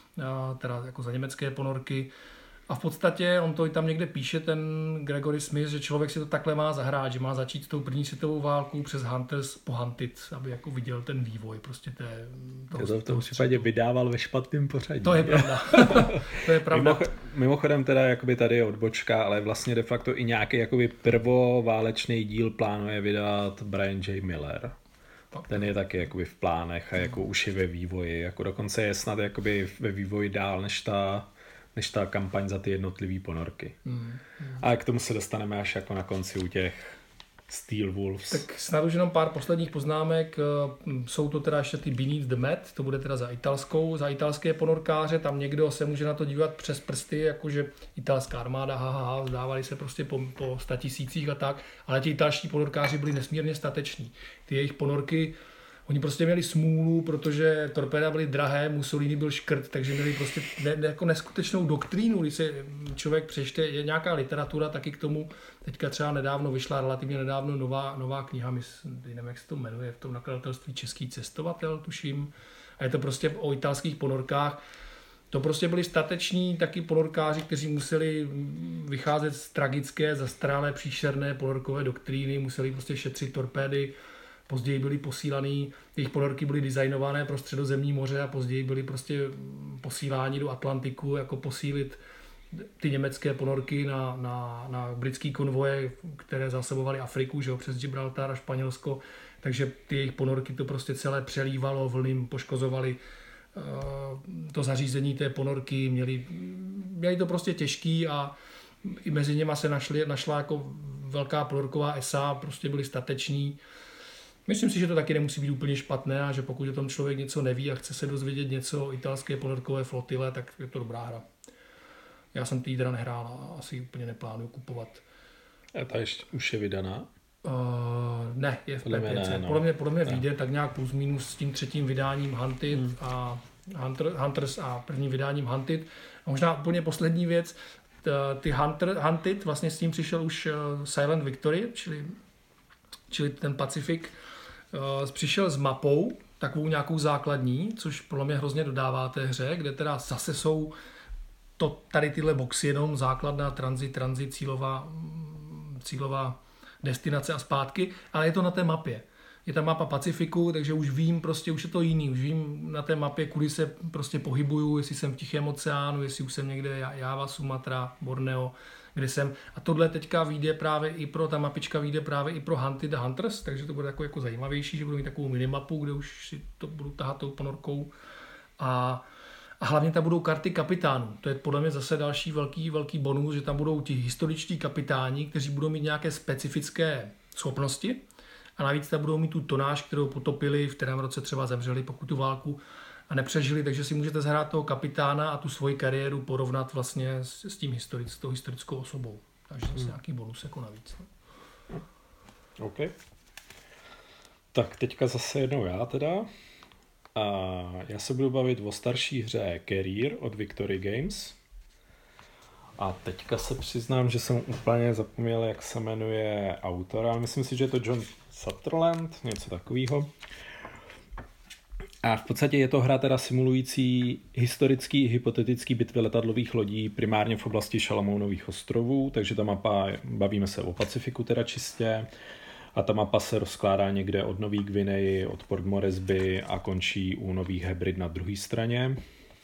teda jako za německé ponorky. A v podstatě on to i tam někde píše, ten Gregory Smith, že člověk si to takhle má zahrát, že má začít tou první světovou válku přes Hunters po Hunted, aby jako viděl ten vývoj prostě té... Toho, to v tom případě vydával ve špatném pořadí. To je pravda. To je pravda. Mimoch, mimochodem teda jakoby tady je odbočka, ale vlastně de facto i nějaký jakoby prvoválečný díl plánuje vydat Brian J. Miller. Ten je taky jakoby v plánech a jako už je ve vývoji. Jako dokonce je snad jakoby ve vývoji dál než ta než ta kampaň za ty jednotlivé ponorky. Mm, mm. A k tomu se dostaneme až jako na konci u těch Steel Wolves. Tak snad už jenom pár posledních poznámek. Jsou to teda ještě ty Beneath the Mat, to bude teda za italskou, za italské ponorkáře, tam někdo se může na to dívat přes prsty, jakože italská armáda, haha, vzdávali se prostě po, po statisících a tak, ale ti italští ponorkáři byli nesmírně stateční. Ty jejich ponorky, oni prostě měli smůlu, protože torpéda byly drahé, Mussolini byl škrt, takže měli prostě ne, ne, jako neskutečnou doktrínu. Když se člověk přečte, je nějaká literatura taky k tomu, teďka třeba nedávno vyšla relativně nedávno nová, nová kniha, myslím, nevím, jak se to jmenuje, v tom nakladatelství Český cestovatel, tuším. A je to prostě o italských ponorkách. To prostě byli stateční taky ponorkáři, kteří museli vycházet z tragické, zastaralé, příšerné ponorkové doktríny, museli prostě šetřit torpédy. Později byly posílaný, jejich ponorky byly designované pro středozemní moře a později byly prostě posíláni do Atlantiku, jako posílit ty německé ponorky na, na, na britský konvoje, které zásobovaly Afriku, že jo, přes Gibraltar a Španělsko. Takže ty jejich ponorky to prostě celé přelívalo, vlny poškozovaly to zařízení té ponorky, měli, měli to prostě těžký a i mezi něma se našli, našla jako velká ponorková esa, prostě byli stateční. Myslím si, že to taky nemusí být úplně špatné a že pokud o tom člověk něco neví a chce se dozvědět něco o italské ponorkové flotile, tak je to dobrá hra. Já jsem tý teda nehrál a asi úplně neplánuju kupovat. A ta ještě už je vydaná? Uh, ne, je v P pět. Ne, no. Podle mě, podle mě vyjde tak nějak plus minus s tím třetím vydáním Hunted hmm. a Hunter, Hunters a prvním vydáním Hunted. A možná úplně poslední věc, ty Hunter, Hunted, vlastně s tím přišel už Silent Victory, čili, čili ten Pacifik, uh, přišel s mapou, takovou nějakou základní, což podle mě hrozně dodává té hře, kde teda zase jsou to, tady tyhle boxy, jenom základná tranzit, tranzit, cílová, cílová destinace a zpátky, ale je to na té mapě. je ta mapa Pacifiku, takže už vím, prostě už je to jiný, už vím na té mapě, kudy se prostě pohybuju, jestli jsem v Tichém oceánu, jestli už jsem někde Java, Sumatra, Borneo, kde jsem. A tohle teďka vyjde právě i pro, ta mapička vyjde právě i pro Hunted the Hunters, takže to bude jako, jako zajímavější, že budu mít takovou minimapu, kde už si to budu tahat tou ponorkou. A, a hlavně tam budou karty kapitánů. To je podle mě zase další velký, velký bonus, že tam budou ti historičtí kapitáni, kteří budou mít nějaké specifické schopnosti. A navíc tam budou mít tu tonáž, kterou potopili, v kterém roce třeba zemřeli, pokud tu válku a nepřežili, takže si můžete zahrát toho kapitána a tu svoji kariéru porovnat vlastně s, s tím historic, s tou historickou osobou. Takže zase hmm. nějaký bonus jako navíc. No. OK. Tak teďka zase jednou já teda. A já se budu bavit o starší hře Career od Victory Games. A teďka se přiznám, že jsem úplně zapomněl, jak se jmenuje autora. Myslím si, že je to John Sutherland, něco takového. A v podstatě je to hra teda simulující historický hypotetický bitvy letadlových lodí primárně v oblasti Šalamounových ostrovů, takže ta mapa, bavíme se o Pacifiku teda čistě, a ta mapa se rozkládá někde od Nový Gvineji, od Port Moresby a končí u Nových Hebrid na druhé straně.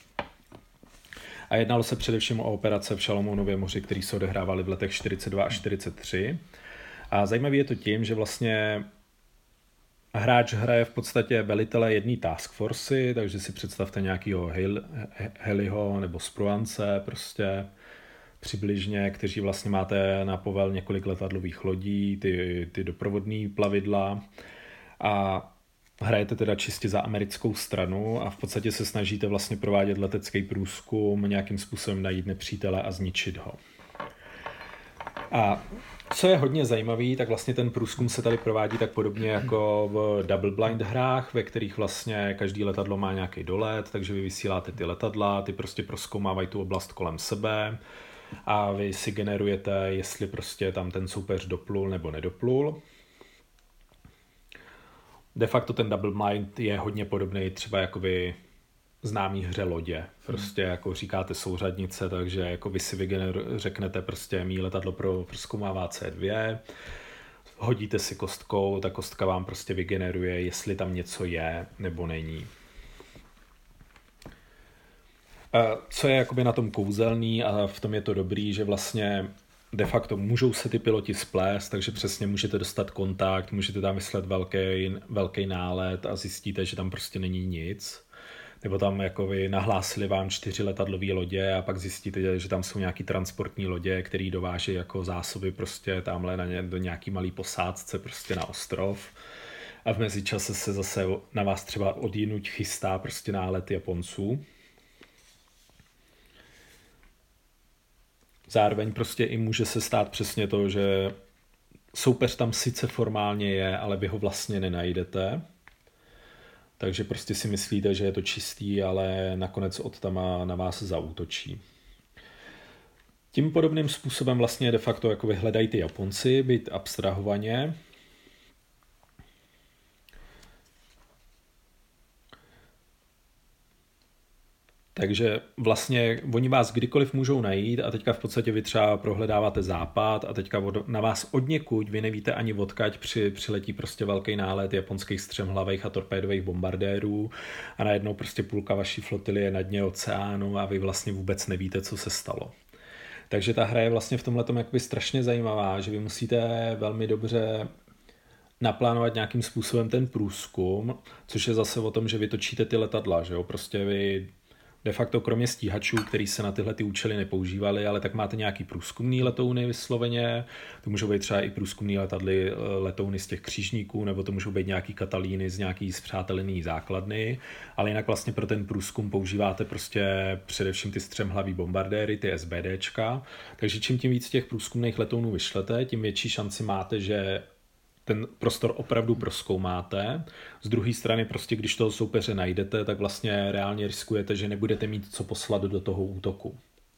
A jednalo se především o operace v Šalamounově moři, které se odehrávaly v letech čtyřicet dva až čtyřicet tři. A zajímavé je to tím, že vlastně hráč hraje v podstatě velitele jedné task force, takže si představte nějakého Heliho nebo Spruance prostě přibližně, kteří vlastně máte na povel několik letadlových lodí, ty, ty doprovodné plavidla a hrajete teda čistě za americkou stranu a v podstatě se snažíte vlastně provádět letecký průzkum, nějakým způsobem najít nepřítele a zničit ho. A co je hodně zajímavý, tak vlastně ten průzkum se tady provádí tak podobně jako v double blind hrách, ve kterých vlastně každý letadlo má nějaký dolet, takže vy vysíláte ty letadla, ty prostě prozkoumávají tu oblast kolem sebe a vy si generujete, jestli prostě tam ten soupeř doplul nebo nedoplul. De facto ten double blind je hodně podobný třeba jakoby známý hře lodě. Prostě jako říkáte souřadnice, takže jako vy si vygeneru- řeknete prostě mý letadlo pro prozkoumává C dva, hodíte si kostkou, ta kostka vám prostě vygeneruje, jestli tam něco je nebo není. Co je jakoby na tom kouzelný a v tom je to dobrý, že vlastně de facto můžou se ty piloti splést, takže přesně můžete dostat kontakt, můžete tam vyslat velký, velký nálet a zjistíte, že tam prostě není nic. Nebo tam jako vy nahlásili vám čtyři letadlové lodě a pak zjistíte, že tam jsou nějaký transportní lodě, které dováží jako zásoby prostě tamhle na ně, do nějaký malý posádce prostě na ostrov. A v mezičase se zase na vás třeba odjinuť chystá prostě nálet Japonců. Zároveň prostě i může se stát přesně to, že soupeř tam sice formálně je, ale vy ho vlastně nenajdete. Takže prostě si myslíte, že je to čistý, ale nakonec od tam na vás zaútočí. Tím podobným způsobem vlastně de facto jako vyhledají ty Japonci, být abstrahovaně. Takže vlastně oni vás kdykoliv můžou najít a teďka v podstatě vy třeba prohledáváte západ a teďka od, na vás odněkud, vy nevíte ani odkaď, při, přiletí prostě velký nálet japonských střemhlavých a torpédových bombardérů a najednou prostě půlka vaší flotily je na dně oceánu a vy vlastně vůbec nevíte, co se stalo. Takže ta hra je vlastně v tomhletom jakoby strašně zajímavá, že vy musíte velmi dobře naplánovat nějakým způsobem ten průzkum, což je zase o tom, že vy točíte ty letadla, že jo, prostě vy de facto kromě stíhačů, který se na tyhle ty účely nepoužívaly, ale tak máte nějaký průzkumný letouny vysloveně, to můžou být třeba i průzkumný letadly, letouny z těch křížníků, nebo to můžou být nějaký katalíny z nějaký spřátelený základny, ale jinak vlastně pro ten průzkum používáte prostě především ty střemhlavý bombardéry, ty SBDčka, takže čím tím víc těch průzkumných letounů vyšlete, tím větší šanci máte, že ten prostor opravdu prozkoumáte. Z druhé strany prostě, když toho soupeře najdete, tak vlastně reálně riskujete, že nebudete mít co poslat do toho útoku.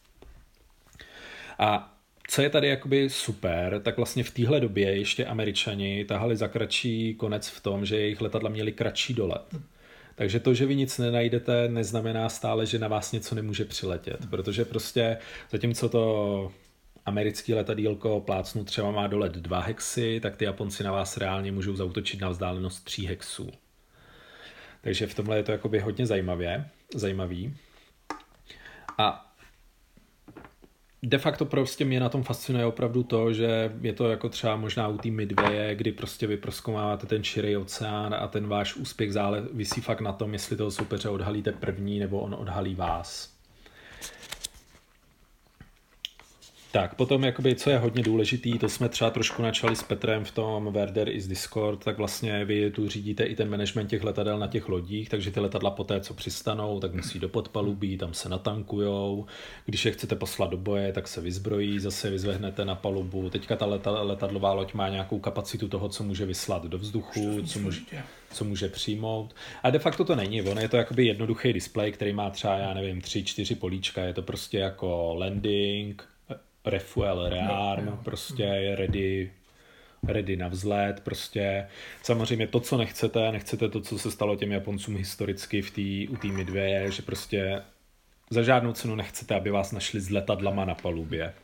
A co je tady jakoby super, tak vlastně v téhle době ještě Američani tahali za kratší konec v tom, že jejich letadla měly kratší dolet. Takže to, že vy nic nenajdete, neznamená stále, že na vás něco nemůže přiletět, protože prostě zatímco to americký letadýlko plácnu třeba má dolet dva hexy, tak ty Japonci na vás reálně můžou zaútočit na vzdálenost tří hexů. Takže v tomhle je to jakoby hodně zajímavě, zajímavý. A de facto prostě mě na tom fascinuje opravdu to, že je to jako třeba možná u té Midwaye, kdy prostě vy prozkoumáváte ten širý oceán a ten váš úspěch závisí fakt na tom, jestli toho soupeře odhalíte první nebo on odhalí vás. Tak, potom, jakoby, co je hodně důležitý, to jsme třeba trošku načali s Petrem v tom Where there is Discord, tak vlastně vy tu řídíte i ten management těch letadel na těch lodích, takže ty letadla poté, co přistanou, tak musí do podpalubí, tam se natankujou, když je chcete poslat do boje, tak se vyzbrojí, zase vyzvehnete na palubu. Teďka ta leta, letadlová loď má nějakou kapacitu toho, co může vyslat do vzduchu, co může, co může přijmout. A de facto to není, on je to jakoby jednoduchý displej, který má třeba, já nevím, tři, čtyři políčka, je to prostě jako landing, refuel, rearm, no, no. prostě je ready, ready na vzlet, prostě. Samozřejmě to, co nechcete, nechcete to, co se stalo těm Japoncům historicky v tý, u té Midwaye, že prostě za žádnou cenu nechcete, aby vás našli s letadlama na palubě.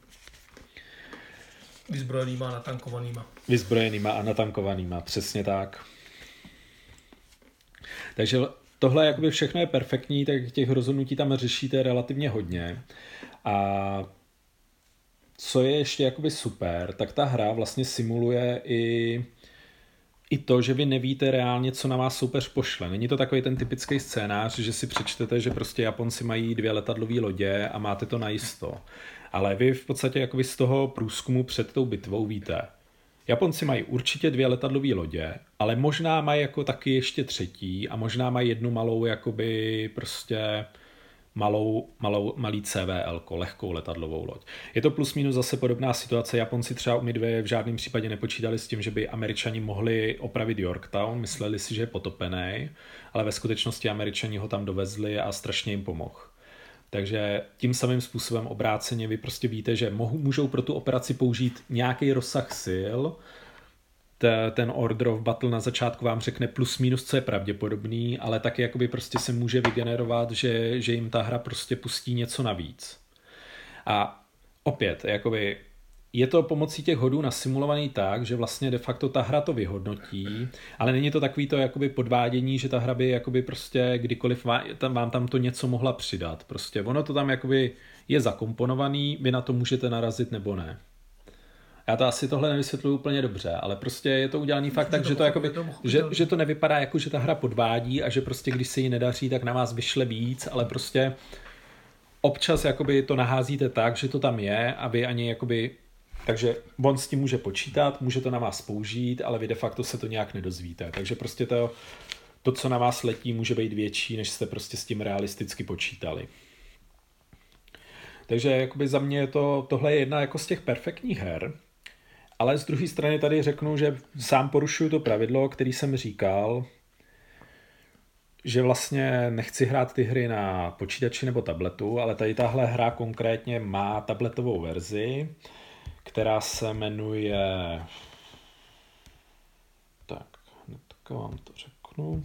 Vyzbrojenýma a natankovanýma. Vyzbrojenýma a natankovanýma, přesně tak. Takže tohle jakoby všechno je perfektní, tak těch rozhodnutí tam řešíte relativně hodně. A co je ještě jakoby super, tak ta hra vlastně simuluje i, i to, že vy nevíte reálně, co na vás soupeř pošle. Není to takový ten typický scénář, že si přečtete, že prostě Japonci mají dvě letadlové lodě a máte to najisto. Ale vy v podstatě jakoby z toho průzkumu před tou bitvou víte. Japonci mají určitě dvě letadlové lodě, ale možná mají jako taky ještě třetí a možná mají jednu malou jakoby prostě malou, malou, malý C V L, lehkou letadlovou loď. Je to plus minus zase podobná situace. Japonci třeba u Midwaye v žádném případě nepočítali s tím, že by Američani mohli opravit Yorktown, mysleli si, že je potopený, ale ve skutečnosti Američani ho tam dovezli a strašně jim pomohl. Takže tím samým způsobem obráceně vy prostě víte, že mohou, můžou pro tu operaci použít nějaký rozsah sil. Ten Order of Battle na začátku vám řekne plus minus, co je pravděpodobný, ale taky jakoby prostě se může vygenerovat, že, že jim ta hra prostě pustí něco navíc. A opět, jakoby je to pomocí těch hodů nasimulovaný tak, že vlastně de facto ta hra to vyhodnotí, ale není to takový to jakoby podvádění, že ta hra by jakoby prostě kdykoliv vám tam, vám tam to něco mohla přidat. Prostě ono to tam jakoby je zakomponovaný, vy na to můžete narazit nebo ne. Já to asi tohle nevysvětluji úplně dobře, ale prostě je to udělaný fakt tak, že to, jakoby, že, že to nevypadá jako, že ta hra podvádí a že prostě když se jí nedaří, tak na vás vyšle víc, ale prostě občas jakoby to naházíte tak, že to tam je a vy ani jakoby, takže on s tím může počítat, může to na vás použít, ale vy de facto se to nějak nedozvíte. Takže prostě to, to co na vás letí, může být větší, než jste prostě s tím realisticky počítali. Takže jakoby za mě je to, tohle je jedna jako z těch perfektních her. Ale z druhé strany tady řeknu, že sám porušuju to pravidlo, který jsem říkal, že vlastně nechci hrát ty hry na počítači nebo tabletu, ale tady tahle hra konkrétně má tabletovou verzi, která se jmenuje... Tak, hnedka vám to řeknu.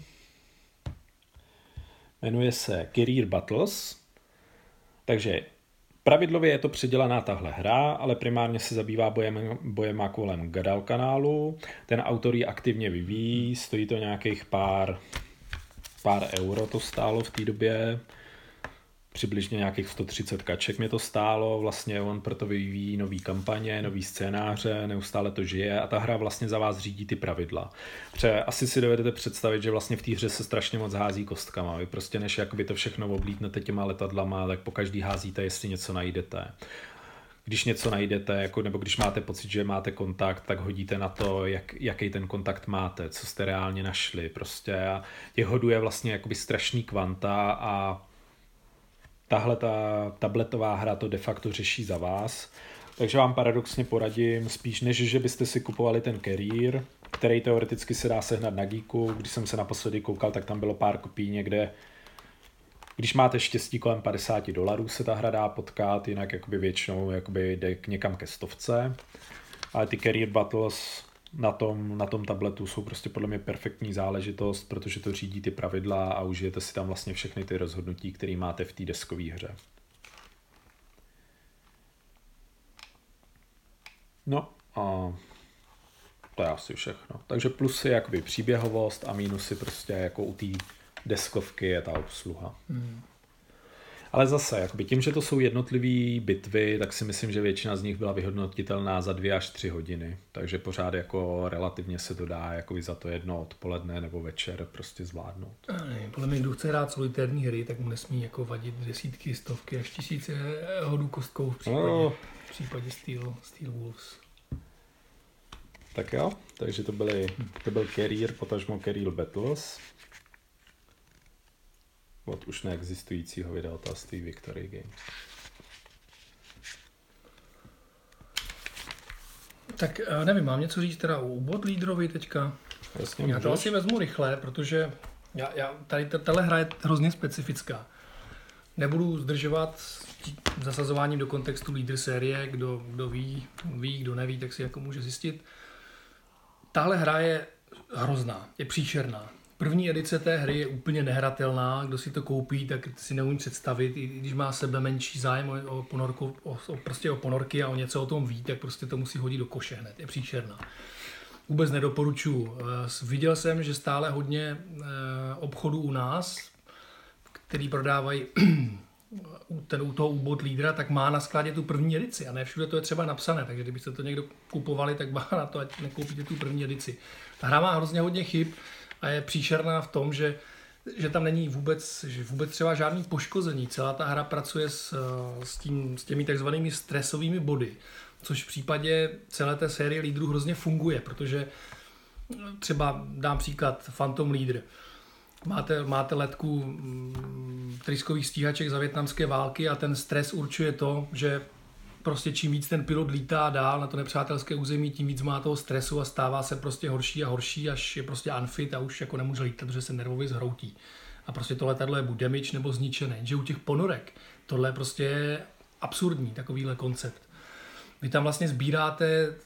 Jmenuje se Career Battles, takže pravidlově je to předělaná tahle hra, ale primárně se zabývá bojem, bojem kolem Guadalcanalu. Ten autor ji aktivně vyvíjí, stojí to nějakých pár, pár euro to stálo v té době. Přibližně nějakých sto třicet kaček mě to stálo, vlastně on proto vyvíjí nový kampaně, nový scénáře, neustále to žije a ta hra vlastně za vás řídí ty pravidla. Protože asi si dovedete představit, že vlastně v té hře se strašně moc hází kostkama. Vy prostě než jakoby to všechno oblítnete těma letadlama, tak po každý házíte, jestli něco najdete. Když něco najdete, jako, nebo když máte pocit, že máte kontakt, tak hodíte na to, jak, jaký ten kontakt máte, co jste reálně našli. Prostě a těch hodů je vlastně jakoby strašný kvanta a tahle ta tabletová hra to de facto řeší za vás. Takže vám paradoxně poradím, spíš než že byste si kupovali ten Career, který teoreticky se dá sehnat na Geeku. Když jsem se naposledy koukal, tak tam bylo pár kopií někde. Když máte štěstí, kolem padesát dolarů se ta hra dá potkat, jinak jakoby většinou jakoby jde někam ke stovce. Ale ty Career Battles na tom, na tom tabletu jsou prostě podle mě perfektní záležitost, protože to řídí ty pravidla a užijete si tam vlastně všechny ty rozhodnutí, které máte v té deskové hře. No a to je asi všechno. Takže plusy je jakoby příběhovost a mínusy prostě jako u té deskovky je ta obsluha. Hmm. Ale zase, jakoby tím, že to jsou jednotlivé bitvy, tak si myslím, že většina z nich byla vyhodnotitelná za dvě až tři hodiny. Takže pořád jako relativně se to dá jakoby za to jedno odpoledne nebo večer prostě zvládnout. Ne, podle mě, kdo chce hrát solitérní hry, tak mu nesmí jako vadit desítky, stovky až tisíce hodů kostkou v případě, no. v případě Steel, Steel Wolves. Tak jo, takže to, byly, to byl Career, potažmo Career Battles. Od už neexistujícího vydavatelství Victory Games. Tak nevím, mám něco říct teda u Bot Leaderovi teďka? Jasně, já to asi vezmu rychle, protože já, já, tady tato hra je hrozně specifická. Nebudu zdržovat zasazováním do kontextu Leader série, kdo, kdo ví, ví, kdo neví, tak si jako může zjistit. Tahle hra je hrozná, je příšerná. První edice té hry je úplně nehratelná, kdo si to koupí, tak si neumím představit, i když má sebe menší zájem o, o, ponorku, o, o, prostě o ponorky a o něco o tom ví, tak prostě to musí hodit do koše hned, je příšerná. Vůbec nedoporučuji. Viděl jsem, že stále hodně obchodů u nás, který prodávají ten, u toho Bot Leadera, tak má na skladě tu první edici a ne všude to je třeba napsané, takže kdybyste to někdo kupovali, tak má na to, ať nekoupíte tu první edici. Ta hra má hrozně hodně chyb a je příšerná v tom, že, že tam není vůbec, že vůbec třeba žádný poškození. Celá ta hra pracuje s, s, tím, s těmi takzvanými stresovými body, což v případě celé té série lídrů hrozně funguje, protože třeba dám příklad Phantom Leader. Máte, máte letku tryskových stíhaček za vietnamské války a ten stres určuje to, že prostě čím víc ten pilot lítá dál na to nepřátelské území, tím víc má toho stresu a stává se prostě horší a horší, až je prostě unfit a už jako nemůže lítat, protože se nervově zhroutí. A prostě to letadlo je buď damage nebo zničené. Že u těch ponorek tohle je prostě absurdní, takovýhle koncept. Vy tam vlastně sbíráte,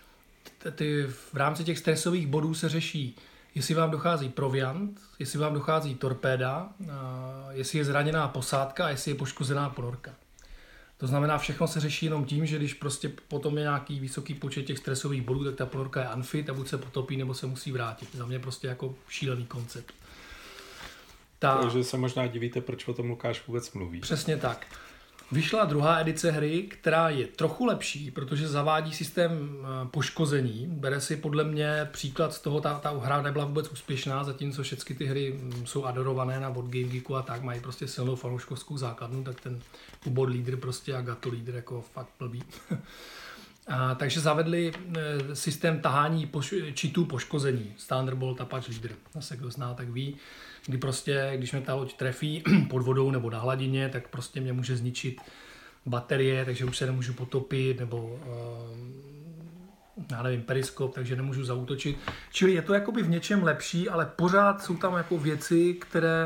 ty, v rámci těch stresových bodů se řeší, jestli vám dochází proviant, jestli vám dochází torpéda, jestli je zraněná posádka a jestli je poškozená ponorka. To znamená, všechno se řeší jenom tím, že když prostě potom je nějaký vysoký počet těch stresových bodů, tak ta ponorka je unfit a buď se potopí, nebo se musí vrátit. Za mě prostě jako šílený koncept. Ta... Takže se možná divíte, proč o tom Lukáš vůbec mluví. Přesně tak. Vyšla druhá edice hry, která je trochu lepší, protože zavádí systém poškození. Bere si podle mě příklad z toho, ta, ta hra nebyla vůbec úspěšná, zatímco všechny ty hry jsou adorované na Board Game Geeku a tak, mají prostě silnou fanouškovskou základnu, tak ten Board Leader prostě a Gato Leader jako fakt blbý. A, takže zavedli e, systém tahání poš- čitů poškození, Thunderbolt a Patch Leader. Zase kdo zná, tak ví. Kdy prostě, když mě ta loď trefí pod vodou nebo na hladině, tak prostě mě může zničit baterie, takže už se nemůžu potopit, nebo uh, já nevím, periskop, takže nemůžu zaútočit. Čili je to jakoby v něčem lepší, ale pořád jsou tam jako věci, které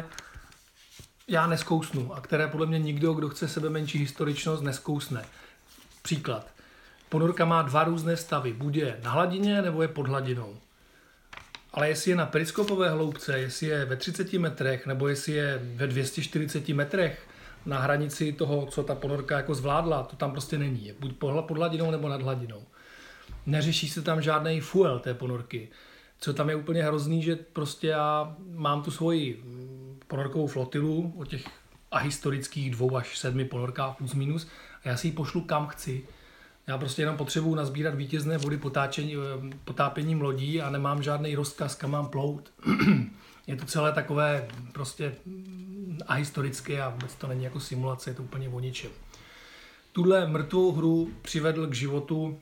já neskousnu a které podle mě nikdo, kdo chce sebe menší historičnost, neskousne. Příklad. Ponorka má dva různé stavy, buď je na hladině, nebo je pod hladinou. Ale jestli je na periskopové hloubce, jestli je ve třiceti metrech, nebo jestli je ve dvě stě čtyřicet metrech na hranici toho, co ta ponorka jako zvládla, to tam prostě není. Je buď pod hladinou, nebo nad hladinou. Neřeší se tam žádný fuel té ponorky. Co tam je úplně hrozný, že prostě já mám tu svoji ponorkovou flotilu o těch ahistorických dvou až sedmi ponorkách plus minus a já si ji pošlu kam chci. Já prostě jenom potřebuji nazbírat vítězné vody potápěním lodí a nemám žádný rozkaz, kam mám plout. Je to celé takové prostě ahistorické a vůbec to není jako simulace, je to úplně o ničem. Tuhle mrtvou hru přivedl k životu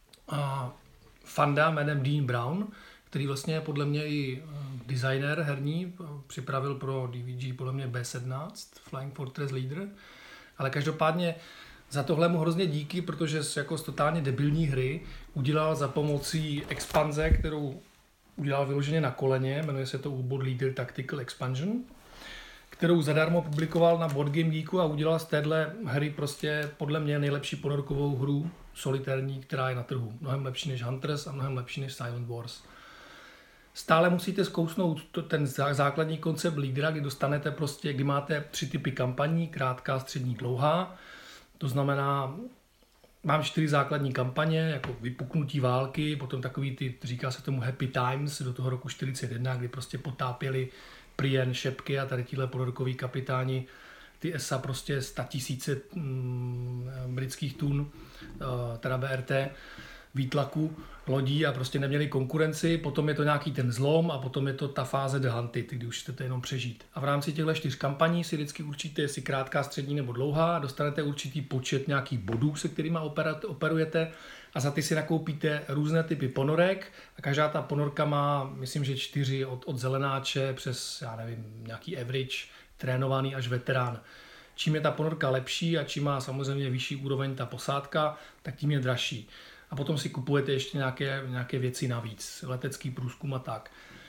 fanda jménem Dean Brown, který vlastně je podle mě i designer herní, připravil pro D V G podle mě B sedmnáct, Flying Fortress Leader, ale každopádně za tohle mu hrozně díky, protože z, jako z totálně debilní hry udělal za pomocí expanze, kterou udělal vyloženě na koleně, jmenuje se to Board Leader Tactical Expansion, kterou zadarmo publikoval na Board Game Geeku a udělal z téhle hry prostě podle mě nejlepší ponorkovou hru solitérní, která je na trhu. Mnohem lepší než Hunters a mnohem lepší než Silent Wars. Stále musíte zkousnout ten základní koncept lídra, kdy dostanete prostě, kdy máte tři typy kampaní, krátká, střední, dlouhá. To znamená, mám čtyři základní kampaně, jako vypuknutí války, potom takový ty, říká se tomu Happy Times do toho roku čtyřicet jedna, kdy prostě potápěli Prien, Šepky a tady tíhle podorkoví kapitáni ty esa prostě statisíce mm, britských tun, uh, teda B R T, výtlaku lodí a prostě neměli konkurenci, potom je to nějaký ten zlom a potom je to ta fáze The Hunted, kdy už chcete jenom přežít. A v rámci těchto čtyř kampaní si vždycky určíte, jestli krátká, střední nebo dlouhá, dostanete určitý počet nějakých bodů, se kterými operujete a za ty si nakoupíte různé typy ponorek a každá ta ponorka má, myslím, že čtyři od, od zelenáče přes, já nevím, nějaký average, trénovaný až veterán. Čím je ta ponorka lepší a čím má samozřejmě vyšší úroveň ta posádka, tak tím je dražší. A potom si kupujete ještě nějaké, nějaké věci navíc, letecký průzkum a tak.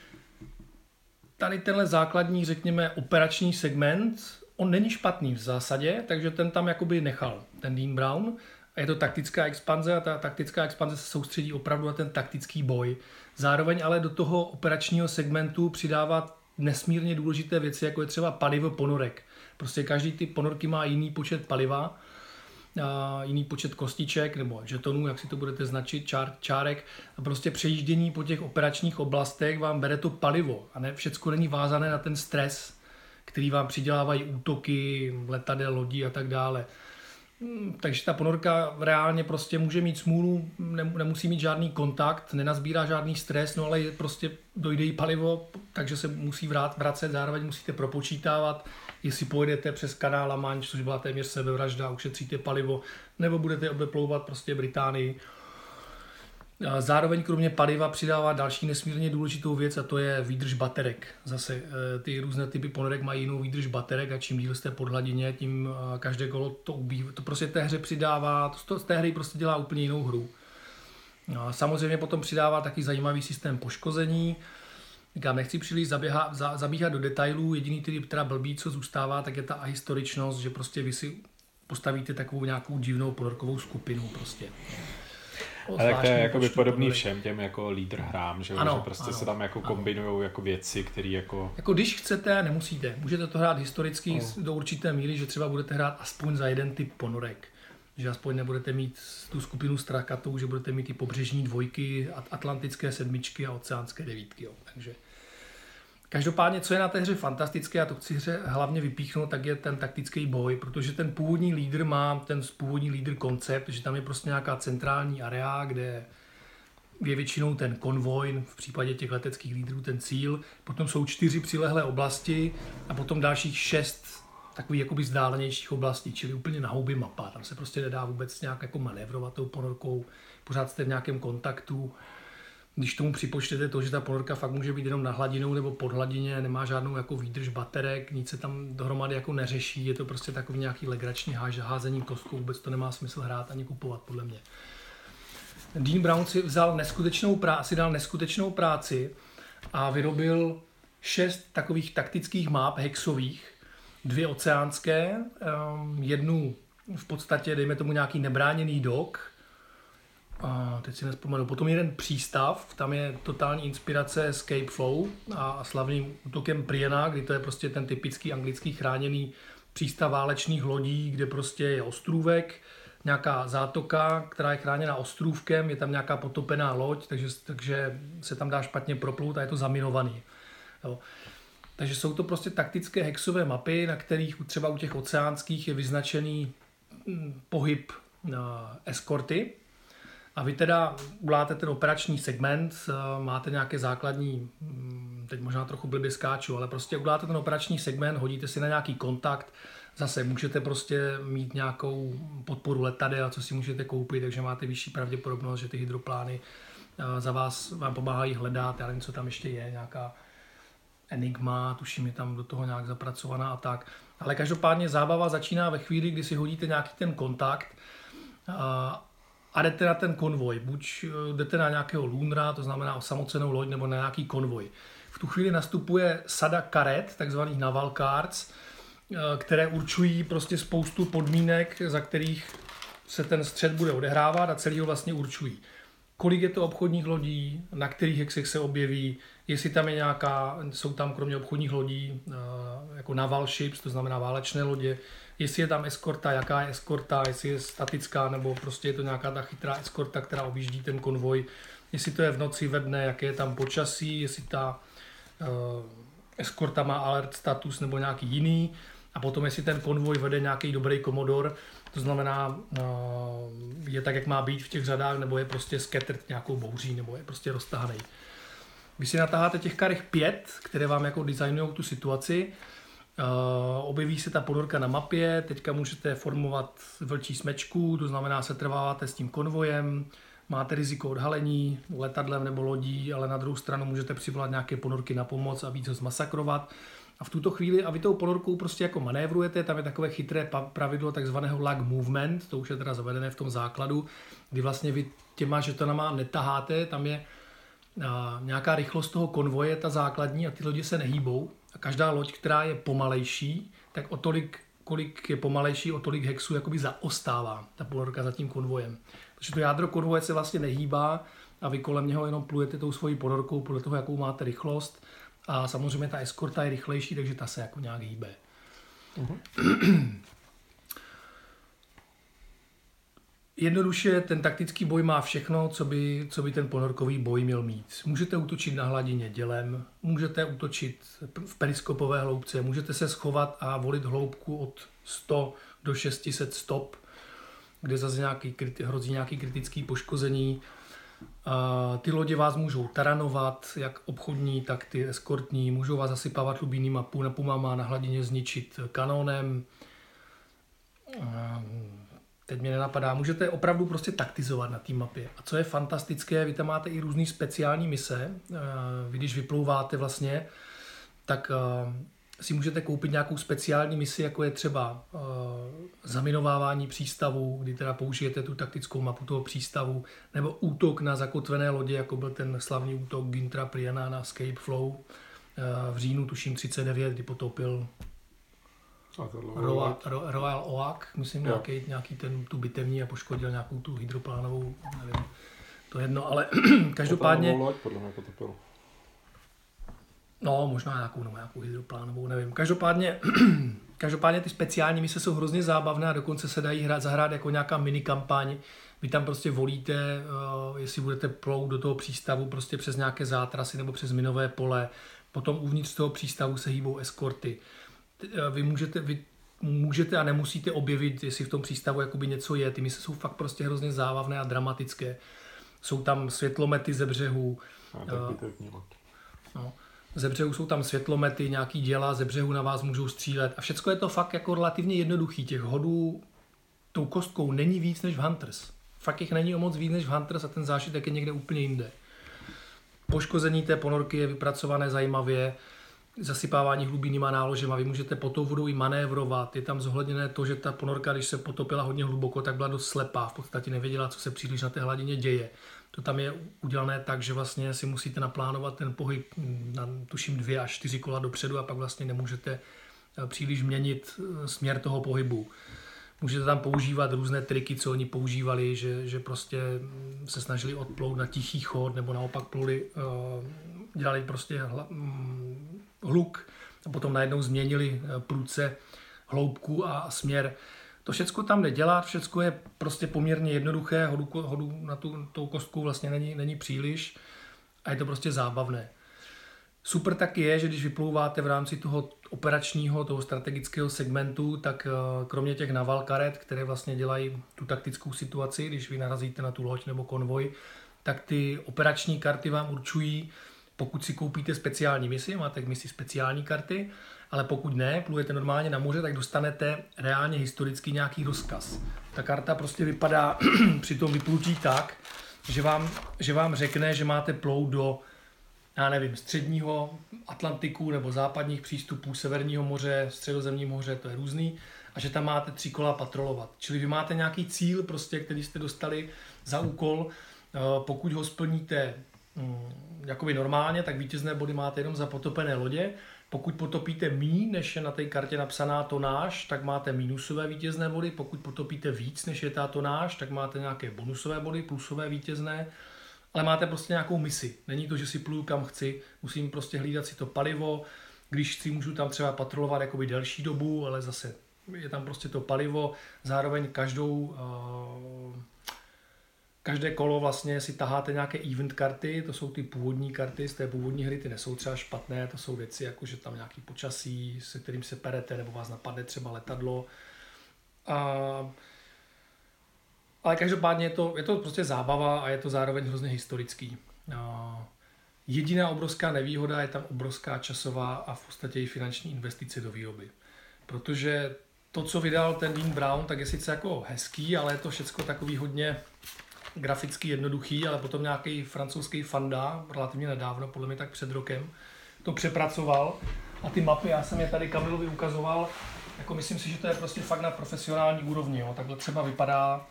Tady tenhle základní, řekněme, operační segment, on není špatný v zásadě, takže ten tam jakoby nechal, ten Dean Brown. A je to taktická expanze a ta taktická expanze se soustředí opravdu na ten taktický boj. Zároveň ale do toho operačního segmentu přidává nesmírně důležité věci, jako je třeba palivo ponorek. Prostě každý ty ponorky má jiný počet paliva, a jiný počet kostiček nebo žetonů, jak si to budete značit, čár, čárek a prostě přejíždění po těch operačních oblastech vám bere to palivo a ne všecko není vázané na ten stres, který vám přidělávají útoky, letadel, lodí a tak dále. Takže ta ponorka reálně prostě může mít smůlu, nemusí mít žádný kontakt, nenazbírá žádný stres, no ale prostě dojde jí palivo, takže se musí vrát, vracet, zároveň musíte propočítávat, jestli pojedete přes kanál La Manche, což byla téměř sebevražda, ušetříte palivo, nebo budete obeplouvat prostě Británii. Zároveň kromě paliva přidává další nesmírně důležitou věc a to je výdrž baterek. Zase ty různé typy ponorek mají jinou výdrž baterek a čím díl jste pod hladině, tím každé kolo to ubývá. To prostě té hře přidává, to z té hry prostě dělá úplně jinou hru. Samozřejmě potom přidává taky zajímavý systém poškození. Říkám, nechci příliš zaběha, za, zabíhat do detailů, jediný tedy teda blbý, co zůstává, tak je ta ahistoričnost, že prostě vy si postavíte takovou nějakou divnou ponorkovou skupinu prostě. Ale tak to je jakoby podobný všem těm jako lídr hrám, že, ano, že prostě ano, se tam jako kombinujou jako věci, které jako... Jako když chcete, nemusíte. Můžete to hrát historicky no. do určité míry, že třeba budete hrát aspoň za jeden typ ponorek. Že aspoň nebudete mít tu skupinu strakatou, že budete mít i pobřežní dvojky, atlantické sedmičky a oceánské devítky. Jo. Takže každopádně, co je na té hře fantastické, a to chci hře hlavně vypíchnout, tak je ten taktický boj, protože ten původní lídr má ten původní lídr koncept, že tam je prostě nějaká centrální area, kde je většinou ten konvoj, v případě těch leteckých lídrů ten cíl, potom jsou čtyři přilehlé oblasti a potom dalších šest takových jakoby vzdálenějších oblastí, čili úplně na houby mapa. Tam se prostě nedá vůbec nějak jako manévrovat tou ponorkou, pořád jste v nějakém kontaktu. Když tomu připočtete to, že ta ponorka fakt může být jenom na hladinou nebo pod hladině, nemá žádnou jako výdrž baterek, nic se tam dohromady jako neřeší, je to prostě takový nějaký legrační házení kostkou, vůbec to nemá smysl hrát ani kupovat podle mě. Dean Brown si vzal neskutečnou práci, dal neskutečnou práci a vyrobil šest takových taktických map hexových, dvě oceánské, jednu v podstatě, dejme tomu nějaký nebráněný dok, a teď si nespomenu. Potom jeden přístav, tam je totální inspirace Escape Flow a slavným útokem Priena, kdy to je prostě ten typický anglický chráněný přístav válečných lodí, kde prostě je ostrůvek, nějaká zátoka, která je chráněna ostrůvkem, je tam nějaká potopená loď, takže, takže se tam dá špatně proplout a je to zaminovaný. Jo. Takže jsou to prostě taktické hexové mapy, na kterých třeba u těch oceánských je vyznačený pohyb na eskorty. A vy teda uláte ten operační segment, máte nějaké základní, teď možná trochu blbě skáču, ale prostě uláte ten operační segment, hodíte si na nějaký kontakt, zase můžete prostě mít nějakou podporu letadel, co si můžete koupit, takže máte vyšší pravděpodobnost, že ty hydroplány za vás vám pomáhají hledat, já nevím, co tam ještě je, nějaká Enigma, tuším, je tam do toho nějak zapracovaná a tak. Ale každopádně zábava začíná ve chvíli, kdy si hodíte nějaký ten kontakt a, a jdete na ten konvoj. Buď jdete na nějakého lunra, to znamená osamocenou loď, nebo na nějaký konvoj. V tu chvíli nastupuje sada karet, takzvaných naval cards, které určují prostě spoustu podmínek, za kterých se ten střet bude odehrávat a celý ho vlastně určují. Kolik je to obchodních lodí, na kterých hexech se objeví, jestli tam je nějaká, jsou tam kromě obchodních lodí jako naval ships, to znamená válečné lodě, jestli je tam eskorta, jaká je eskorta, jestli je statická, nebo prostě je to nějaká ta chytrá eskorta, která objíždí ten konvoj, jestli to je v noci, ve dne, jaké je tam počasí, jestli ta uh, eskorta má alert status nebo nějaký jiný, a potom jestli ten konvoj vede nějaký dobrý komodor, to znamená, uh, je tak, jak má být v těch řadách, nebo je prostě scattered nějakou bouří, nebo je prostě roztahaný. Vy si natáháte těch karet pět, které vám jako designují tu situaci, uh, objeví se ta ponorka na mapě, teďka můžete formovat vlčí smečku, to znamená, se trváváte s tím konvojem, máte riziko odhalení letadlem nebo lodí, ale na druhou stranu můžete přivolat nějaké ponorky na pomoc a víc ho zmasakrovat. A v tuto chvíli, a vy tou ponorkou prostě jako manévrujete, tam je takové chytré pravidlo takzvaného lag movement, to už je teda zavedené v tom základu, kdy vlastně vy těma žetonama netaháte, tam je a, nějaká rychlost toho konvoje, ta základní, a ty lodi se nehýbou. A každá loď, která je pomalejší, tak o tolik, kolik je pomalejší, o tolik hexů jakoby zaostává ta ponorka za tím konvojem. Takže to jádro konvoje se vlastně nehýbá a vy kolem něho jenom plujete tou svojí ponorkou podle toho, jakou máte rychlost. A samozřejmě ta eskorta je rychlejší, takže ta se jako nějak hýbe. Uh-huh. Jednoduše ten taktický boj má všechno, co by, co by ten ponorkový boj měl mít. Můžete útočit na hladině dělem, můžete útočit v periskopové hloubce, můžete se schovat a volit hloubku od sto do šest set stop, kde zase nějaký, hrozí nějaký kritický poškození. Uh, ty lodě vás můžou taranovat, jak obchodní, tak ty eskortní, můžou vás zasypávat hlubinýma pumama, na hladině zničit kanónem. Uh, teď mě nenapadá, můžete opravdu prostě taktizovat na té mapě. A co je fantastické, vy tam máte i různý speciální mise. Uh, vy když vyplouváte vlastně, tak uh, si můžete koupit nějakou speciální misi, jako je třeba uh, zaminovávání přístavu, kdy teda použijete tu taktickou mapu toho přístavu, nebo útok na zakotvené lodě, jako byl ten slavný útok Gintra Priana na Escape Flow uh, v říjnu, tuším třicet devět, kdy potopil Royal, Royal Oak, myslím, nějaký, nějaký ten, tu bitevní a poškodil nějakou tu hydroplánovou, nevím, to jedno, ale každopádně... No, možná nějakou, no, nějakou hydroplánovou, nevím. Každopádně, každopádně ty speciální mise jsou hrozně zábavné a dokonce se dají hrát, zahrát jako nějaká minikampaň. Vy tam prostě volíte, uh, jestli budete plout do toho přístavu prostě přes nějaké zátrasy nebo přes minové pole. Potom uvnitř toho přístavu se hýbou eskorty. Vy můžete, vy můžete a nemusíte objevit, jestli v tom přístavu jakoby něco je. Ty mise jsou fakt prostě hrozně zábavné a dramatické. Jsou tam světlomety ze břehu. Uh, no. Ze břehu jsou tam světlomety, nějaký děla, ze břehu na vás můžou střílet a všecko je to fakt jako relativně jednoduchý. Těch hodů tou kostkou není víc než v Hunters. Fakt jich není o moc víc než v Hunters a ten zážitek je někde úplně jinde. Poškození té ponorky je vypracované zajímavě, zasypávání hlubinýma náložema, vy můžete pod tou vodou i manévrovat. Je tam zohledněné to, že ta ponorka, když se potopila hodně hluboko, tak byla dost slepá, v podstatě nevěděla, co se příliš na té hladině děje. To tam je udělané tak, že vlastně si musíte naplánovat ten pohyb na tuším dvě až čtyři kola dopředu a pak vlastně nemůžete příliš měnit směr toho pohybu. Můžete tam používat různé triky, co oni používali, že, že prostě se snažili odplout na tichý chod nebo naopak pluli, dělali prostě hluk a potom najednou změnili prudce hloubku a směr. To všecko tam jde dělat, všecko je prostě poměrně jednoduché, hodu, hodu na tu, tou kostku vlastně není, není příliš a je to prostě zábavné. Super taky je, že když vyplouváte v rámci toho operačního, toho strategického segmentu, tak kromě těch naval karet, které vlastně dělají tu taktickou situaci, když vy narazíte na tu loď nebo konvoj, tak ty operační karty vám určují, pokud si koupíte speciální misi, máte k misi speciální karty, ale pokud ne, plujete normálně na moře, tak dostanete reálně historicky nějaký rozkaz. Ta karta prostě vypadá při tom vyplutí tak, že vám, že vám řekne, že máte plout do, já nevím, středního Atlantiku nebo západních přístupů, severního moře, středozemního moře, to je různý, a že tam máte tři kola patrolovat. Čili vy máte nějaký cíl, prostě, který jste dostali za úkol, pokud ho splníte jakoby normálně, tak vítězné body máte jenom za potopené lodě. Pokud potopíte míň, než je na té kartě napsaná tonáž, tak máte minusové vítězné body. Pokud potopíte víc, než je ta tonáž, tak máte nějaké bonusové body, plusové vítězné. ale máte prostě nějakou misi. Není to, že si pluju kam chci, musím prostě hlídat si to palivo, když chci, můžu tam třeba patrolovat jakoby delší dobu, ale zase je tam prostě to palivo, zároveň každou, uh, každé kolo vlastně si taháte nějaké event karty, to jsou ty původní karty z té původní hry, ty nejsou třeba špatné, to jsou věci jako, že tam nějaký počasí, se kterým se perete, nebo vás napadne třeba letadlo. A ale každopádně je to, je to prostě zábava a je to zároveň hrozně historický. Jediná obrovská nevýhoda je tam obrovská časová a v podstatě i finanční investice do výroby. Protože to, co vydal ten Dean Brown, tak je sice jako hezký, ale je to všecko takový hodně graficky jednoduchý, ale potom nějaký francouzský fanda, relativně nedávno, podle mě tak před rokem, to přepracoval a ty mapy, já jsem je tady Kamilovi ukazoval, jako myslím si, že to je prostě fakt na profesionální úrovni. Jo. Takhle třeba vypadá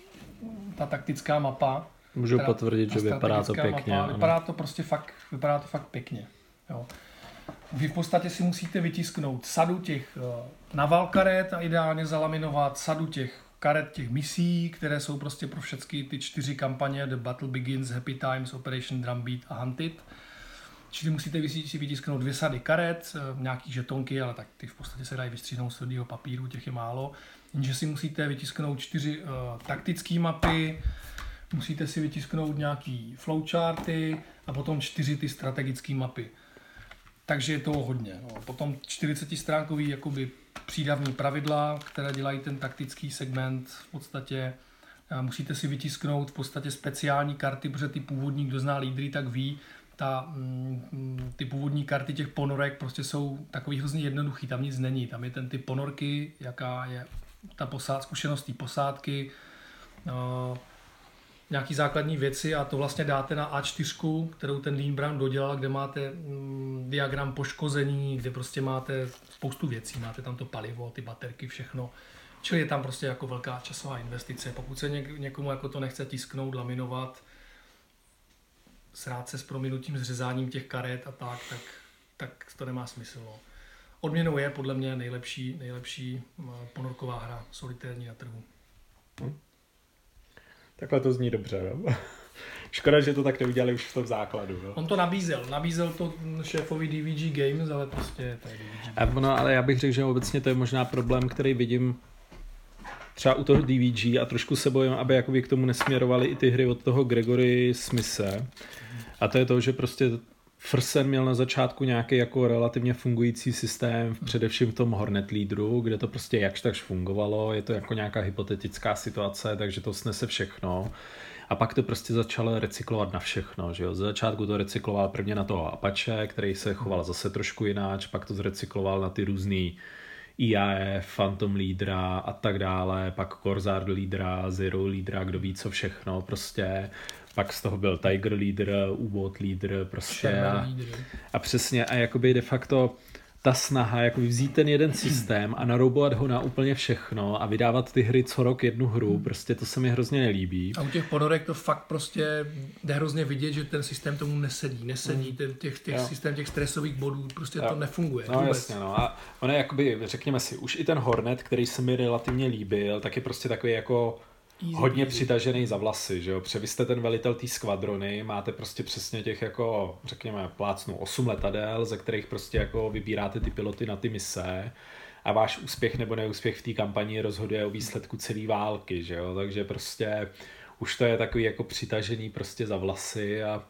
ta taktická mapa. Můžu potvrdit, že vypadá to pěkně. Mapa, vypadá to prostě fakt, vypadá to fakt pěkně. Jo. Vy v podstatě si musíte vytisknout sadu těch naval karet a ideálně zalaminovat sadu těch karet těch misí, které jsou prostě pro všechny ty čtyři kampaně The Battle Begins, Happy Times, Operation Drumbeat a Hunted. Čili musíte si vytisknout dvě sady karet, nějaký žetonky, ale tak ty v podstatě se dají vystříhnout z tvrdého papíru, těch je málo. Jenže si musíte vytisknout čtyři uh, taktické mapy, musíte si vytisknout nějaký flowcharty a potom čtyři ty strategické mapy. Takže je toho hodně. No. Potom čtyřicetistránkový jakoby přídavní pravidla, které dělají ten taktický segment v podstatě. Musíte si vytisknout v podstatě speciální karty, protože ty původní, kdo zná lídry, tak ví, ta, ty původní karty těch ponorek prostě jsou takový hrozně jednoduchý, tam nic není. Tam je ten typ ponorky, jaká je ta posád, zkušenost té posádky, no, nějaký základní věci a to vlastně dáte na á čtyři, kterou ten Dean Brown dodělal, kde máte mm, diagram poškození, kde prostě máte spoustu věcí, máte tam to palivo, ty baterky, všechno. Čili je tam prostě jako velká časová investice. Pokud se něk, někomu jako to nechce tisknout, laminovat, srát se s prominutím, s řezáním těch karet a tak, tak, tak to nemá smysl. No. Odměnou je podle mě nejlepší, nejlepší ponorková hra solitérní na trhu. Hmm. Takhle to zní dobře, no? Škoda, že to tak neudělali už v tom základu. No? On to nabízel, nabízel to šéfovi D V G Games, ale prostě to je D V G Games. No, ale já bych řekl, že obecně to je možná problém, který vidím třeba u toho D V G a trošku se bojím, aby jakoby k tomu nesměrovali i ty hry od toho Gregory Smithe. A to je to, že prostě Frsen měl na začátku nějaký jako relativně fungující systém, především v tom Hornet Leaderu, kde to prostě jakž takž fungovalo, je to jako nějaká hypotetická situace, takže to snese všechno. A pak to prostě začalo recyklovat na všechno, že jo. Z začátku to recykloval prvně na toho Apache, který se choval zase trošku jináč, pak to zrecykloval na ty různý I A F, Phantom Leadera a tak dále, pak Corsair Leadera, Zero Leadera, kdo ví co všechno, prostě. Pak z toho byl Tiger Leader, U-Boat Leader, prostě. A, a přesně, a jakoby de facto ta snaha jakoby vzít ten jeden systém a naroubovat ho na úplně všechno a vydávat ty hry co rok jednu hru, hmm. prostě to se mi hrozně nelíbí. A u těch ponorek to fakt prostě jde hrozně vidět, že ten systém tomu nesedí, nesedí, hmm. ten, těch, těch systém těch stresových bodů, prostě jo. to nefunguje. No vůbec. Jasně, no a ono je jakoby, řekněme si, už i ten Hornet, který se mi relativně líbil, tak je prostě takový jako easy, hodně easy. Přitažený za vlasy, že jo, protože vy jste ten velitel té skvadrony, máte prostě přesně těch jako, řekněme, plácnu osm letadel, ze kterých prostě jako vybíráte ty piloty na ty mise a váš úspěch nebo neúspěch v té kampani rozhoduje o výsledku celé války, že jo, takže prostě už to je takový jako přitažený prostě za vlasy a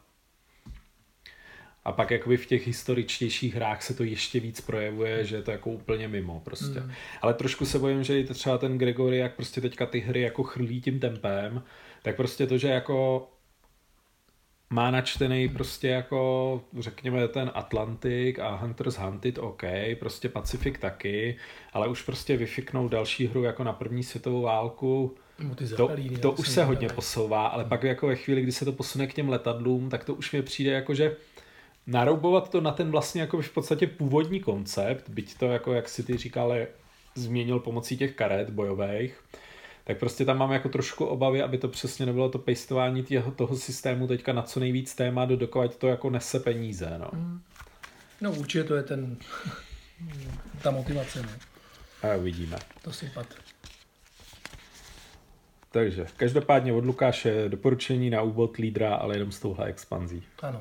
A pak jakoby v těch historičtějších hrách se to ještě víc projevuje, že je to jako úplně mimo prostě. Mm. Ale trošku se bojím, že i třeba ten Gregory, jak prostě teďka ty hry jako chrlí tím tempem, tak prostě to, že jako má načtený prostě jako, řekněme, ten Atlantic a Hunters Hunted, OK, prostě Pacific taky, ale už prostě vyfiknout další hru jako na první světovou válku, to, to už se hodně posouvá, ale pak jako ve chvíli, kdy se to posune k těm letadlům, tak to už mi přijde jako, že naroubovat to na ten vlastně jako v podstatě původní koncept, byť to jako, jak si ty říkal, změnil pomocí těch karet bojových, tak prostě tam mám jako trošku obavy, aby to přesně nebylo to pejstování těho, toho systému teďka na co nejvíc témat, dokud to jako nese peníze, no. No určitě to je ten ta motivace, ne? A uvidíme. To si pat. Takže každopádně od Lukáše doporučení na úvod lídra, ale jenom s touhle expanzí. Ano.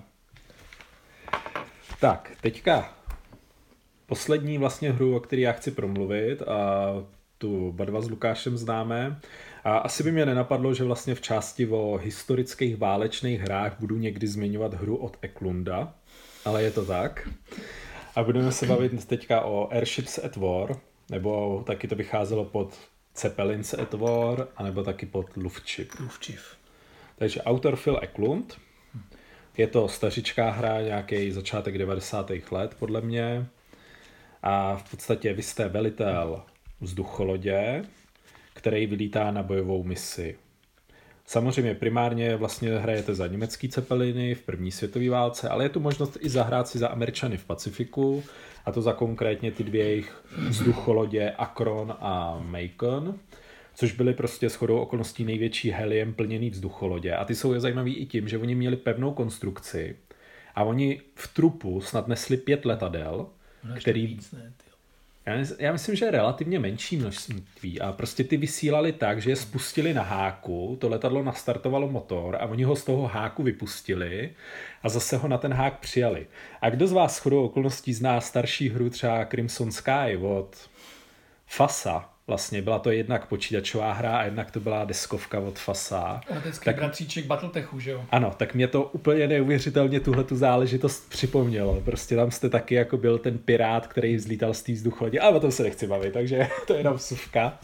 Tak, teďka poslední vlastně hru, o které já chci promluvit a tu oba dva s Lukášem známe. A asi by mě nenapadlo, že vlastně v části o historických válečných hrách budu někdy zmiňovat hru od Eklunda, ale je to tak. A budeme se bavit teďka o Airships at War, nebo taky to vycházelo pod Zeppelins at War, anebo taky pod Luftschiff. Luftschiff. Takže autor Phil Eklund. Je to stařičká hra, nějaký začátek devadesátých let, podle mě. A v podstatě vy jste velitel vzducholodě, který vylítá na bojovou misi. Samozřejmě primárně vlastně hrajete za německý Zeppeliny v první světové válce, ale je tu možnost i zahrát si za Američany v Pacifiku, a to za konkrétně ty dvě jejich vzducholodě Akron a Macon, což byly prostě shodou okolností největší heliem plněný vzducholodě. A ty jsou zajímavý i tím, že oni měli pevnou konstrukci a oni v trupu snad nesli pět letadel, No, který... Víc, ne, Já, já myslím, že je relativně menší množství a prostě ty vysílali tak, že je spustili na háku, to letadlo nastartovalo motor a oni ho z toho háku vypustili a zase ho na ten hák přijali. A kdo z vás shodou okolností zná starší hru třeba Crimson Sky od Fasa, vlastně byla to jednak počítačová hra a jednak to byla deskovka od Fasa. Letecký tak, bratříček Battletechu, že jo? ano, tak mě to úplně neuvěřitelně tuhletu záležitost připomnělo. Prostě tam jste taky jako byl ten pirát, který vzlítal z té vzducholodě, ale o tom se nechci bavit, takže to je jenom vsuvka.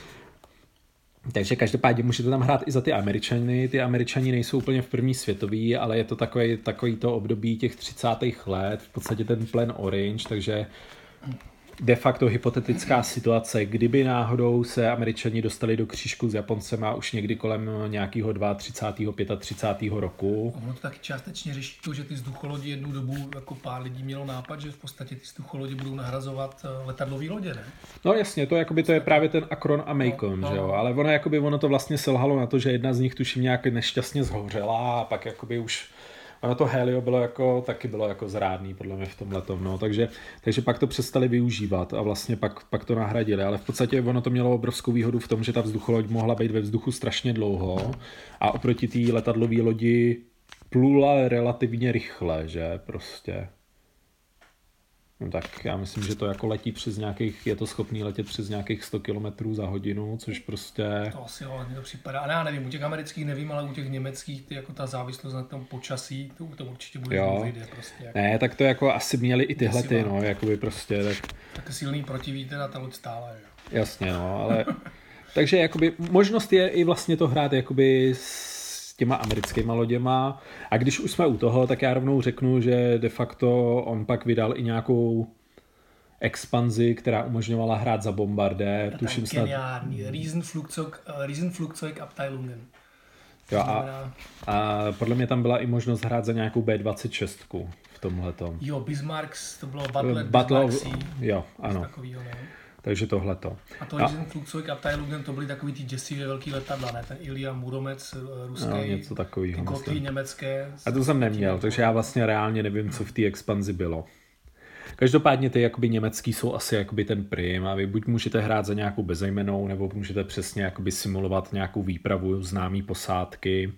Takže každopádně můžete tam hrát i za ty Američany. Ty Američani nejsou úplně v první světový, ale je to takový, takový to období těch třicátých let, v podstatě ten Plan Orange, takže de facto hypotetická situace, kdyby náhodou se Američani dostali do křížku s Japoncema už někdy kolem nějakého třicátého druhého, třicátého pátého roku. Ono to taky částečně řeší to, že ty vzducholodi jednu dobu jako pár lidí mělo nápad, že v podstatě ty vzducholodi budou nahrazovat letadlový lodě, ne? No jasně, to, jakoby, to je právě ten Akron a Macon, no, no. Že jo? Ale ono, jakoby, ono to vlastně selhalo na to, že jedna z nich tuším nějak nešťastně zhořela a pak jakoby už ono to helio bylo jako, taky bylo jako zrádný podle mě v tomhletom, no, takže, takže pak to přestali využívat a vlastně pak, pak to nahradili, ale v podstatě ono to mělo obrovskou výhodu v tom, že ta vzducholoď mohla být ve vzduchu strašně dlouho a oproti té letadlové lodi plula relativně rychle, že prostě. No tak já myslím, že to jako letí přes nějakých, je to schopný letět přes nějakých sto kilometrů za hodinu, což prostě... To asi jo, mi to připadá. A já nevím, u těch amerických nevím, ale u těch německých, ty jako ta závislost na tom počasí, to, to určitě bude vyjde prostě. Jako... Ne, tak to jako asi měli i tyhle ty, no, jakoby prostě... Tak... tak silný protivítr a ta loď stála, jo. Jasně, no, ale... Takže jakoby možnost je i vlastně to hrát jakoby s těma americkýma loděma. A když už jsme u toho, tak já rovnou řeknu, že de facto on pak vydal i nějakou expanzi, která umožňovala hrát za bombardé. Tuším snad... Geniální. Riesenflugzeug, Riesenflugzeug Abteilungen. Jo, a, a podle mě tam byla i možnost hrát za nějakou bé dvacet šest v tomhletom. Jo, Bismarcks, to bylo Battle, Battle of... Bismarck, jo, ano. Takovýho, ne? Takže tohleto. A to Riesenflugzeug Abteilungen, to byly takový ty děsivě velký letadla, ne? Ten Ilja Muromec ruský, no, něco takového. Goty německé. A to jsem neměl, takže já vlastně reálně nevím, co v té expanzi bylo. Každopádně ty jakoby německý jsou asi jakoby ten prim a vy buď můžete hrát za nějakou bezejmennou, nebo můžete přesně jakoby simulovat nějakou výpravu známý posádky.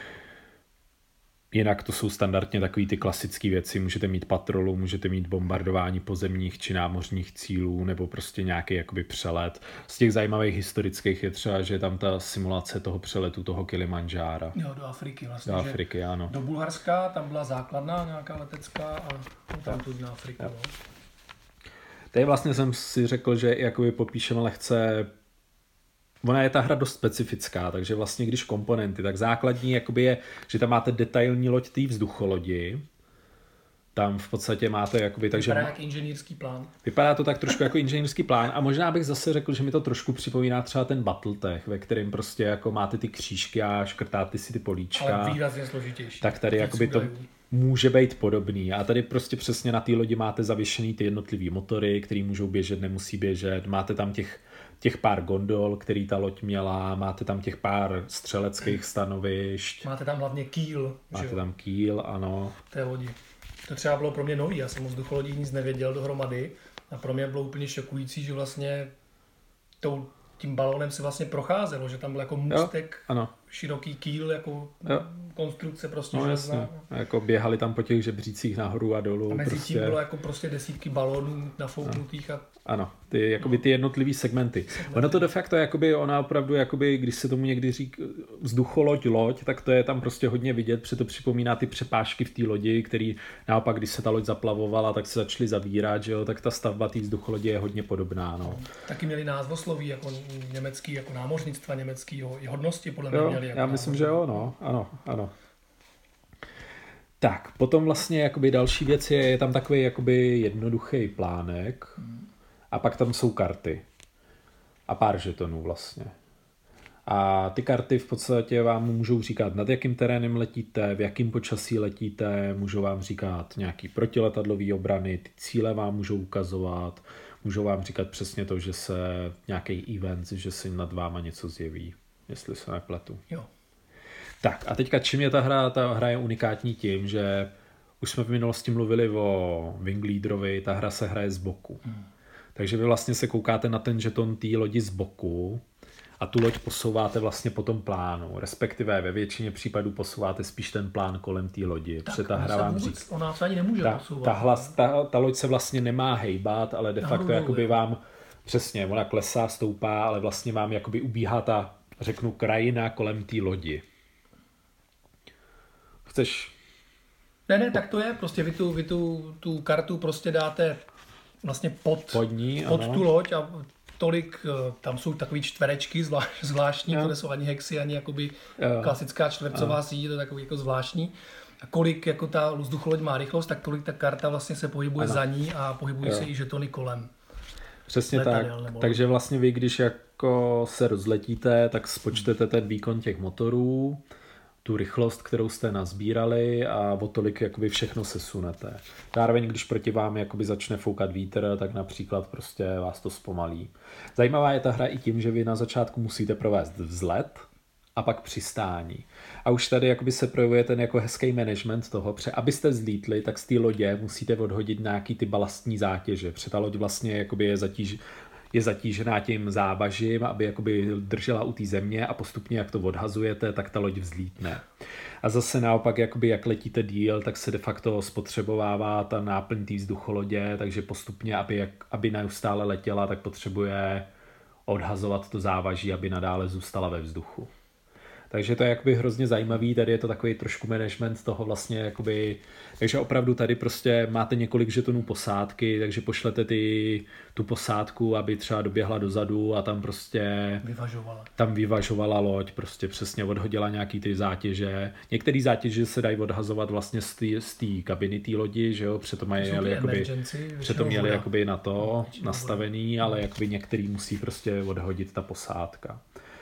Jinak to jsou standardně takový ty klasické věci, můžete mít patrolu, můžete mít bombardování pozemních či námořních cílů, nebo prostě nějaký jakoby přelet. Z těch zajímavých historických je třeba, že je tam ta simulace toho přeletu, toho Kilimanjára. Jo, do Afriky vlastně. Do Afriky, ano. Do Bulharska, tam byla základna nějaká letecká a tam tu na Afriku. No. Tady vlastně jsem si řekl, že jakoby popíšeme lehce. Ona je ta hra dost specifická, takže vlastně když komponenty, tak základní jakoby je, že tam máte detailní loď té vzducholodi, tam v podstatě máte jakoby... Takže vypadá jak inženýrský plán. Vypadá to tak trošku jako inženýrský plán a možná bych zase řekl, že mi to trošku připomíná třeba ten Battletech, ve kterém prostě jako máte ty křížky a škrtáte si ty políčka. Ale výrazně složitější. Tak tady jakoby to může být podobný a tady prostě přesně na té lodi máte zavěšený ty jednotlivý motory, který můžou běžet, nemusí běžet, máte tam těch těch pár gondol, který ta loď měla, máte tam těch pár střeleckých stanovišť. Máte tam hlavně kýl. Máte tam kýl, ano. Té lodi. To třeba bylo pro mě nový, já jsem o vzducholodích nic nevěděl dohromady a pro mě bylo úplně šokující, že vlastně tou tím balónem se vlastně procházelo, že tam byl jako můstek, ano. široký kýl, jako jo. konstrukce prostě no, železná. Jako běhali tam po těch žebřících nahoru a dolů. A mezi prostě... tím bylo jako prostě desítky balónů nafouknutých. A... Ano, ty, jakoby ty jednotlivý segmenty. segmenty. Ono to de facto, jakoby, ona opravdu, jakoby, když se tomu někdy říká vzducholoď, loď, tak to je tam prostě hodně vidět, protože to připomíná ty přepážky v té lodi, který naopak, když se ta loď zaplavovala, tak se začaly zavírat, že jo, tak ta stavba té vzducholodě je hodně podobná. No. Taky měli názvosloví, jako německý, jako námořnictva německého, i hodnosti podle mě měli. Jako já myslím, že jo, no, ano, ano. Tak, potom vlastně jakoby další věc je, je tam takový jakoby jednoduchý plánek hmm. a pak tam jsou karty a pár žetonů vlastně. A ty karty v podstatě vám můžou říkat, nad jakým terénem letíte, v jakým počasí letíte, můžou vám říkat nějaký protiletadlový obrany, ty cíle vám můžou ukazovat, můžou vám říkat přesně to, že se nějaký event, že se nad váma něco zjeví, jestli se nepletu. Jo. Tak a teďka čím je ta hra? Ta hra je unikátní tím, že už jsme v minulosti mluvili o Wing Leaderovi, ta hra se hraje z boku. Hmm. Takže vy vlastně se koukáte na ten žeton té lodi z boku a tu loď posouváte vlastně po tom plánu, respektive ve většině případů posouváte spíš ten plán kolem té lodi. Tak, ta hra vám vůbec, říká, ona se ani nemůže ta, posouvat. Ta, hlas, ta, ta loď se vlastně nemá hejbat, ale de facto jakoby vám, přesně, ona klesá, stoupá, ale vlastně vám jakoby ubíhá ta, řeknu, krajina kolem té lodi. Chceš... Ne, ne, tak to je, prostě vy tu, vy tu, tu kartu prostě dáte vlastně pod, pod, ní, pod tu loď a tolik, tam jsou takový čtverečky zvlášť, zvláštní, jo. Které jsou ani hexy, ani jakoby jo. Klasická čtvercová síť, to je takový jako zvláštní. A kolik jako ta vzducholoď má rychlost, tak tolik ta karta vlastně se pohybuje ano. za ní a pohybují jo. se i žetony kolem. Přesně tak, takže vlastně vy, když jako se rozletíte, tak spočtete ten výkon těch motorů, tu rychlost, kterou jste nazbírali a o tolik jakoby všechno sesunete. Zároveň, když proti vám jakoby začne foukat vítr, tak například prostě vás to zpomalí. Zajímavá je ta hra i tím, že vy na začátku musíte provést vzlet a pak přistání. A už tady jakoby se projevuje ten jako hezký management toho, protože abyste vzlítli, tak z té lodě musíte odhodit nějaký ty balastní zátěže, protože ta loď vlastně jakoby je zatíž je zatížená tím závažím, aby jakoby držela u té země a postupně, jak to odhazujete, tak ta loď vzlítne. A zase naopak, jakoby, jak letíte díl, tak se de facto spotřebovává ta náplň té vzducholodě, takže postupně, aby, jak, aby neustále letěla, tak potřebuje odhazovat to závaží, aby nadále zůstala ve vzduchu. Takže to je jakoby hrozně zajímavý, tady je to takový trošku management toho vlastně jakoby, takže opravdu tady prostě máte několik žetonů posádky, takže pošlete ty, tu posádku, aby třeba doběhla dozadu a tam prostě vyvažovala. Tam vyvažovala loď, prostě přesně odhodila nějaký ty zátěže. Některé zátěže se dají odhazovat vlastně z té kabiny té lodi, že jo, přeto mají jeli, jakoby, přeto měli jakoby na to no, nastavený, ale jakoby některý musí prostě odhodit ta posádka.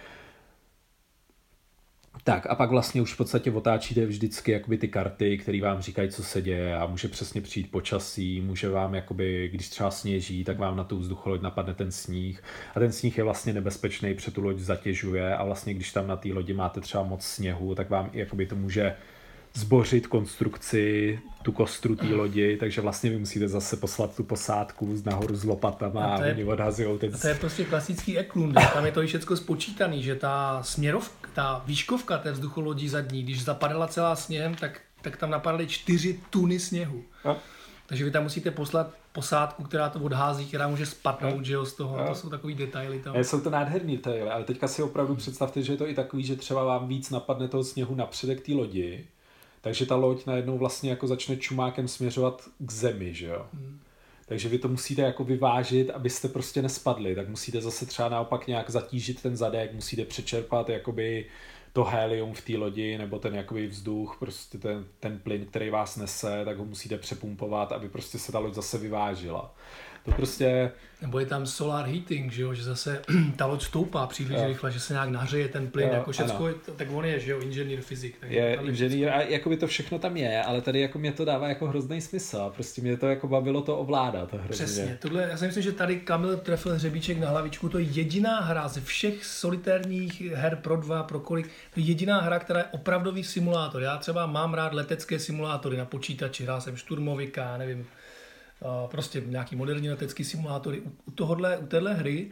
Tak a pak vlastně už v podstatě otáčíte vždycky jakoby ty karty, které vám říkají, co se děje a může přesně přijít počasí, může vám jakoby, když třeba sněží, tak vám na tu vzducholoď napadne ten sníh a ten sníh je vlastně nebezpečný, protože tu loď zatěžuje a vlastně když tam na té lodi máte třeba moc sněhu, tak vám jakoby to může zbořit konstrukci, tu kostru té lodi, takže vlastně vy musíte zase poslat tu posádku nahoru s lopatama a, a oni odhazujou ten... A to je prostě klasický eklund, tam je to i všechno spočítaný, že ta směrovka, ta výškovka té vzducholodí zadní, když zapadala celá sněhem, tak, tak tam napadaly čtyři tuny sněhu. A? Takže vy tam musíte poslat posádku, která to odhází, která může spadnout, a? Že jo, z toho, a? To jsou takový detaily tam. Jsou to nádherný detaily, ale teďka si opravdu představte, že je to i takový, že třeba vám víc napadne toho sněhu na předek té lodi, takže ta loď najednou vlastně jako začne čumákem směřovat k zemi, že jo. Hmm. Takže vy to musíte jako vyvážit, abyste prostě nespadli, tak musíte zase třeba naopak nějak zatížit ten zadek, musíte přečerpat jakoby to helium v té lodi, nebo ten jakoby vzduch, prostě ten, ten plyn, který vás nese, tak ho musíte přepumpovat, aby prostě se ta loď zase vyvážila. To prostě... Nebo je tam solar heating, že jo, že zase ta loď stoupá příliš jo. rychle, že se nějak nahřeje ten plyn, jo, jako všecko, je, tak on je, že jo, inženýr, fyzik. Tak je inženýr a jakoby to všechno tam je, ale tady jako mě to dává jako hrozný smysl, prostě mě to jako bavilo to ovládat. Hrozně. Přesně, tohle, já si myslím, že tady Kamil trefil hřebíček na hlavičku, to je jediná hra ze všech solitérních her pro dva, pro kolik, to je jediná hra, která je opravdový simulátor. Já třeba mám rád letecké simulátory na počítači, hrál jsem Šturmovika, nevím, prostě nějaký moderní letecký simulátory. U, tohohle, u téhle hry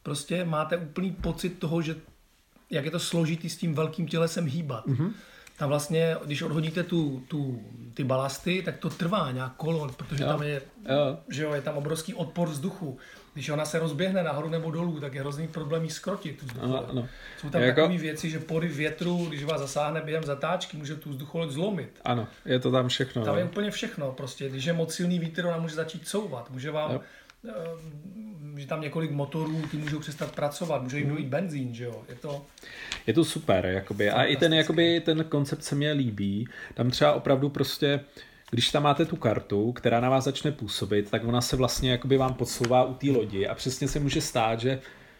prostě máte úplný pocit toho, že jak je to složitý s tím velkým tělesem hýbat. Mm-hmm. Tam vlastně, když odhodíte tu, tu, ty balasty, tak to trvá nějak kolo, protože jo. tam je, jo. Že jo, je tam obrovský odpor vzduchu. Když ona se rozběhne nahoru nebo dolů, tak je hrozný problém jí zkrotit tu vzducholoď. Ano, ano. Jsou tam jako... takové věci, že poryv větru, když vás zasáhne během zatáčky, může tu vzducholoď zlomit. Ano, je to tam všechno. Tam ne? je úplně všechno. Prostě. Když je moc silný vítr, ona může začít couvat. Může vám, jo. že tam několik motorů, ty můžou přestat pracovat, může jim dojít benzín, že jo. Je to... Je to super, jakoby. A i ten, jakoby, ten koncept se mě líbí. Tam třeba opravdu prostě, když tam máte tu kartu, která na vás začne působit, tak ona se vlastně jakoby vám podsouvá u té lodi a přesně se může stát, že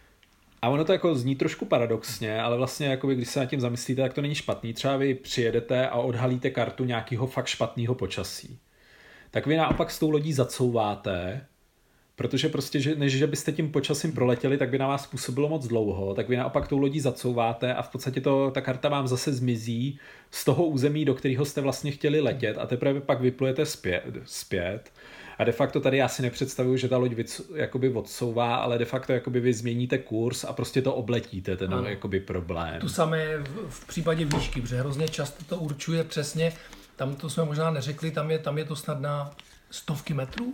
a ono to jako zní trošku paradoxně, ale vlastně jakoby, když se nad tím zamyslíte, tak to není špatný. Třeba vy přijedete a odhalíte kartu nějakého fakt špatného počasí. Tak vy naopak s tou lodí zacouváte, protože prostě, že, než že byste tím počasím proletěli, tak by na vás působilo moc dlouho, tak vy naopak tou lodí zacouváte a v podstatě to, ta karta vám zase zmizí z toho území, do kterého jste vlastně chtěli letět a teprve pak vyplujete zpět. zpět. A de facto tady já si nepředstavuju, že ta loď vyc, jakoby odsouvá, ale de facto jakoby vy změníte kurz a prostě to obletíte, ten ano. jakoby problém. To samé v, v případě výšky, protože hrozně často to určuje přesně, tam to jsme možná neřekli, tam je, tam je to snad na stovky metrů.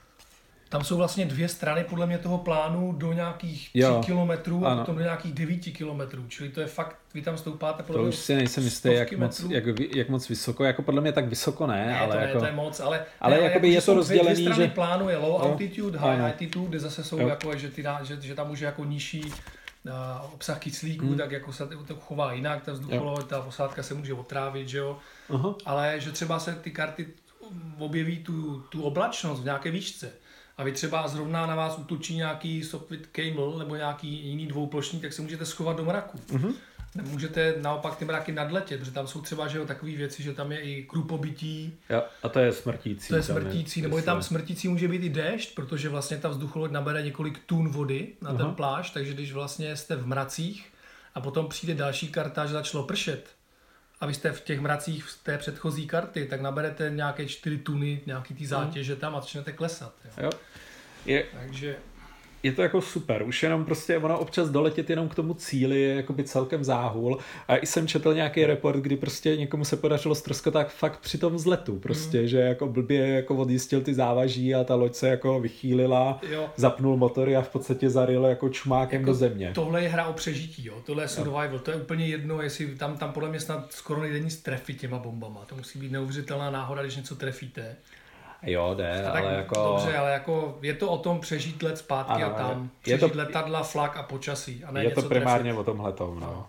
Tam jsou vlastně dvě strany podle mě toho plánu do nějakých tři kilometrů a potom do nějakých devíti kilometrů. Čili to je fakt, vy tam stoupáte podle mě. To už si nejsem jistý, jak moc, jak, jak moc vysoko, jako podle mě tak vysoko ne, ne ale to jako... ne, to je moc, ale, ale ne, jakoby jako, je to rozdělený, dvě strany že... plánu je low jo. altitude, high ano. altitude, kde zase jsou jo. jako, že, ty, že, že tam může jako nižší uh, obsah kyslíku, hmm. tak jako se to chová jinak, ta vzducholoď, ta posádka se může otrávit, že jo. Uh-huh. Ale že třeba se ty karty objeví tu, tu oblačnost v nějaké výšce. A vy třeba zrovna na vás útočí nějaký Sopwith Camel nebo nějaký jiný dvouplošník, tak se můžete schovat do mraku. Mm-hmm. Můžete naopak ty mraky nadletět, protože tam jsou třeba že jo, takové věci, že tam je i krupobytí. Jo, a to je smrtící. To je smrtící, je, nebo je tam smrtící může být i déšť, protože vlastně ta vzducholoď nabere několik tun vody na uh-huh. ten pláž, takže když vlastně jste v mracích a potom přijde další karta, že začalo pršet, a vy jste v těch mracích z té předchozí karty, tak naberete nějaké čtyři tuny, nějaký ty zátěže tam a začnete klesat. Jo. Jo. Je, Takže... je to jako super, už jenom prostě ono občas doletět jenom k tomu cíli je jakoby celkem záhul a i jsem četl nějaký report, kdy prostě někomu se podařilo ztroskotat fakt při tom vzletu, prostě, mm. že jako blbě jako odjistil ty závaží a ta loď se jako vychýlila, jo. zapnul motory a v podstatě zaryl jako čumákem jako do země. Tohle je hra o přežití, jo? Tohle je survival, jo. To je úplně jedno, jestli tam, tam podle mě snad skoro nejde nic trefit těma bombama, to musí být neuvěřitelná náhoda, když něco trefíte. Jo, jde, tak, ale jako... Dobře, ale jako je to o tom přežít let zpátky ano, a tam. Přežít je to... letadla, flak a počasí. A ne je něco to primárně trefit. o tomhletom, no. no.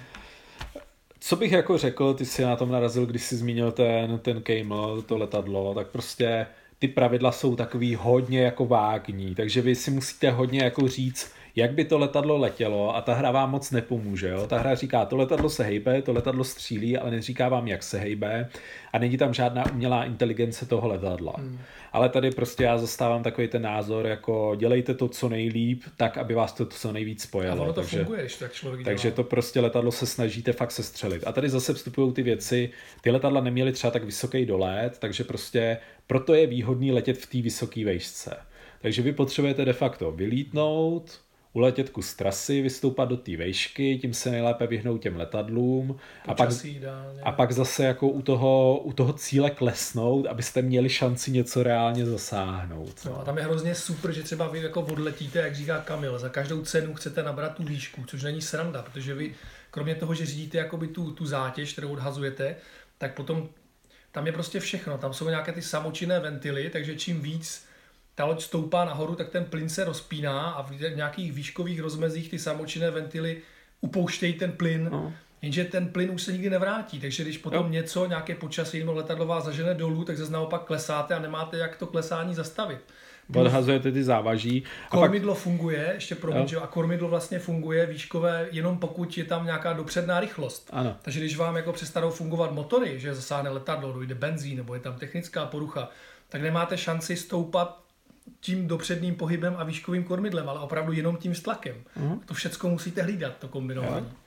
Co bych jako řekl, ty jsi na tom narazil, když jsi zmínil ten, ten Camel, to letadlo, tak prostě ty pravidla jsou takový hodně jako vágní, takže vy si musíte hodně jako říct, jak by to letadlo letělo a ta hra vám moc nepomůže. Jo? Ta hra říká, to letadlo se hejbe, to letadlo střílí, ale neříká vám, jak se hejbe a není tam žádná umělá inteligence toho letadla. Hmm. Ale tady prostě já zastávám takový ten názor, jako dělejte to co nejlíp, tak, aby vás to co nejvíc spojilo. A ono to takže, funguje, když tak člověk Takže dělá. to prostě letadlo se snažíte fakt sestřelit. A tady zase vstupují ty věci, ty letadla neměly třeba tak vysoký dolet, takže prostě proto je výhodný letět v té vysoké výšce. Takže vy potřebujete de facto vylítnout, uletět kus trasy, vystoupat do té vejšky, tím se nejlépe vyhnout těm letadlům a pak, a pak zase jako u toho, u toho cíle klesnout, abyste měli šanci něco reálně zasáhnout. No a tam je hrozně super, že třeba vy jako odletíte, jak říká Kamil, za každou cenu chcete nabrat tu výšku, což není sranda, protože vy kromě toho, že řídíte jakoby tu, tu zátěž, kterou odhazujete, tak potom tam je prostě všechno. Tam jsou nějaké ty samočinné ventily, takže čím víc ta loď stoupá nahoru, tak ten plyn se rozpíná a v nějakých výškových rozmezích ty samočinné ventily upouštějí ten plyn, no. Jenže ten plyn už se nikdy nevrátí, takže když potom jo. něco, nějaké počasí nebo letadlo vás zažene dolů, tak zase naopak klesáte a nemáte jak to klesání zastavit. Odhazujete ty závaží. Kormidlo pak... funguje, ještě promiň, a kormidlo vlastně funguje výškové jenom pokud je tam nějaká dopředná rychlost. Ano. Takže když vám jako přestanou fungovat motory, že zasáhne letadlo, dojde benzín nebo je tam technická porucha, tak nemáte šanci stoupat tím dopředným pohybem a výškovým kormidlem, ale opravdu jenom tím tlakem. Uh-huh. To všecko musíte hlídat, to kombinování.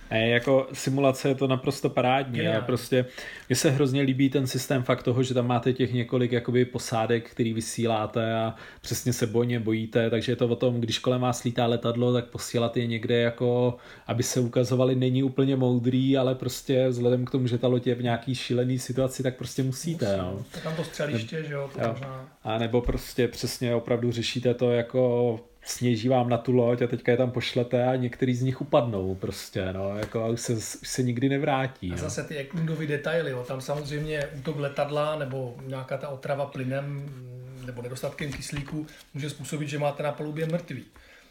Ne, jako simulace je to naprosto parádní a prostě mně se hrozně líbí ten systém fakt toho, že tam máte těch několik jakoby posádek, který vysíláte a přesně se bojně bojíte, takže je to o tom, když kolem vás lítá letadlo, tak posílat je někde jako, aby se ukazovali, není úplně moudrý, ale prostě vzhledem k tomu, že ta loď je v nějaký šílený situaci, tak prostě musíte. Musí. No. Tak tam to střeliště, že jo, to jo. možná... A nebo prostě přesně opravdu řešíte to jako sněží vám na tu loď a teďka je tam pošlete a některý z nich upadnou prostě, no, jako a už se, už se nikdy nevrátí. A no. zase ty Eklundovy detaily, jo, tam samozřejmě útok letadla nebo nějaká ta otrava plynem nebo nedostatkem kyslíku může způsobit, že máte na palubě mrtvý.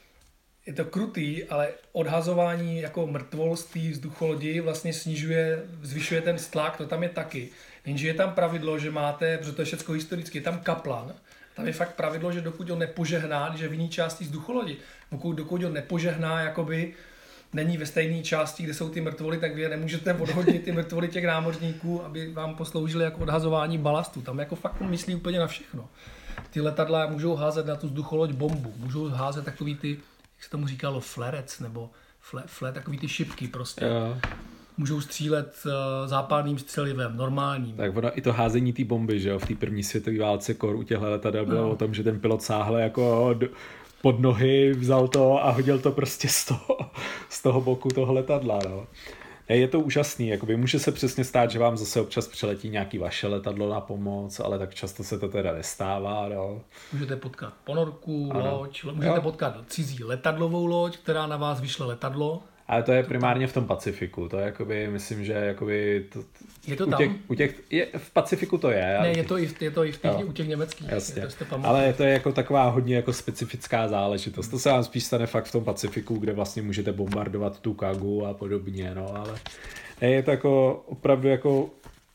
Je to krutý, ale odhazování jako mrtvol z té vzducholodi vlastně snižuje, zvyšuje ten tlak, to tam je taky. Jenže je tam pravidlo, že máte, protože to je všechno historicky, je tam kaplan. Tam je fakt pravidlo, že dokud ho nepožehná, když je v jiný části vzducholodi, dokud, dokud ho nepožehná, jakoby není ve stejné části, kde jsou ty mrtvoly, tak vy nemůžete odhodit ty mrtvoly těch námořníků, aby vám posloužily jako odhazování balastu. Tam jako fakt myslí úplně na všechno. Ty letadla můžou házet na tu vzducholoď bombu, můžou házet takový ty, jak se tomu říkalo, flerec, nebo fle, fle, takový ty šipky prostě. Jo. Můžou střílet uh, západným střelivem, normálním. Tak ono i to házení té bomby, že jo, v té první světové válce kor u těchto letadel bylo no. o tom, že ten pilot sáhl jako do, pod nohy, vzal to a hodil to prostě z toho, z toho boku toho letadla, no. Je to úžasný, jakoby může se přesně stát, že vám zase občas přiletí nějaký vaše letadlo na pomoc, ale tak často se to teda nestává, no. Můžete potkat ponorku, ano. loď, můžete jo. potkat cizí letadlovou loď, která na vás vyšle letadlo. Ale to je primárně v tom Pacifiku, to je jakoby, myslím, že jakoby to, je to u tam? těch, u těch, je, v Pacifiku to je. Ne, je to i v, je to i v těch, u těch německých. Jasně. Je to ale to je jako taková hodně jako specifická záležitost. To se vám spíš stane fakt v tom Pacifiku, kde vlastně můžete bombardovat tu Kagu a podobně, no, ale je to jako opravdu jako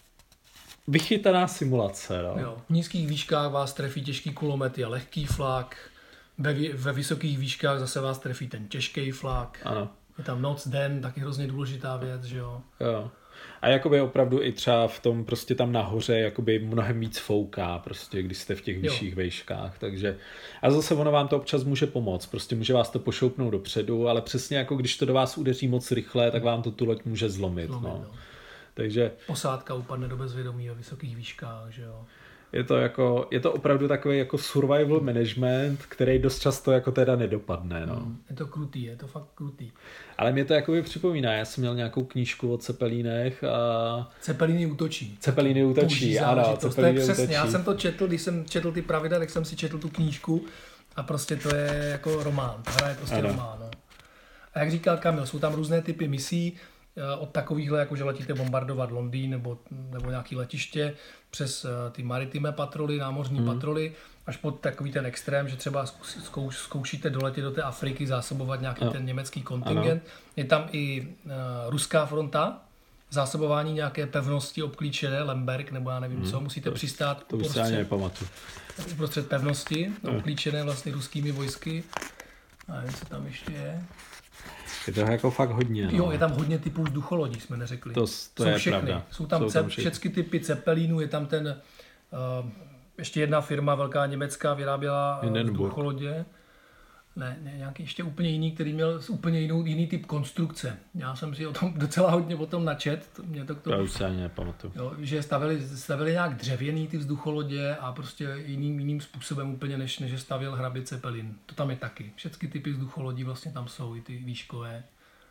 vychytaná simulace, no. Jo. V nízkých výškách vás trefí těžký kulomety a lehký flak, ve, ve vysokých výškách zase vás trefí ten těžký flak. Ano. Je tam noc, den, taky hrozně důležitá věc, že jo. Jo. A jakoby opravdu i třeba v tom prostě tam nahoře jakoby mnohem víc fouká prostě, když jste v těch vyšších výškách, takže a zase ono vám to občas může pomoct, prostě může vás to pošoupnout dopředu, ale přesně jako když to do vás udeří moc rychle, tak vám to tu loď může zlomit, zlomit no. no. Takže posádka upadne do bezvědomí ve vysokých výškách, že jo. Je to, jako, je to opravdu takový jako survival management, který dost často jako teda nedopadne. No. Mm, je to krutý, je to fakt krutý. Ale mě to jakoby připomíná, já jsem měl nějakou knížku o Cepelínech a... Cepelíny útočí. Cepelíny útočí, ano. To je přesně, útočí. Já jsem to četl, když jsem četl ty pravidla, tak jsem si četl tu knížku a prostě to je jako román, ta hra je prostě ano. román. No. A jak říkal Kamil, jsou tam různé typy misí, od takovýchhle, jako že letíte bombardovat Londýn nebo, nebo nějaké letiště, přes ty maritime patroly, námořní hmm. patroly, až pod takový ten extrém, že třeba zkouš, zkoušíte doletět do té Afriky, zásobovat nějaký no. ten německý kontingent. Ano. Je tam i uh, ruská fronta, zásobování nějaké pevnosti obklíčené, Lemberg nebo já nevím hmm. co, musíte to, přistát to uprostřed, uprostřed pevnosti, no. obklíčené vlastně ruskými vojsky. A nevím, co tam ještě je. Je to jako fakt hodně. No. Jo, je tam hodně typů vzducholodí, jsme neřekli. To, to jsou je všechny. pravda. Jsou tam, jsou ce- tam všechny typy cepelínů, je tam ten, uh, ještě jedna firma, velká německá, vyráběla uh, vzducholodě. Ne, ne, nějaký ještě úplně jiný, který měl úplně jinou, jiný typ konstrukce. Já jsem si o tom docela hodně o tom načet. Mě to k tomu, já už se ani nepamatuju. Jo, že stavili, stavili nějak dřevěný ty vzducholodě a prostě jiným, jiným způsobem úplně, než, než stavěl hrabě Cepelin. To tam je taky. Všechny typy vzducholodí vlastně tam jsou, i ty výškové.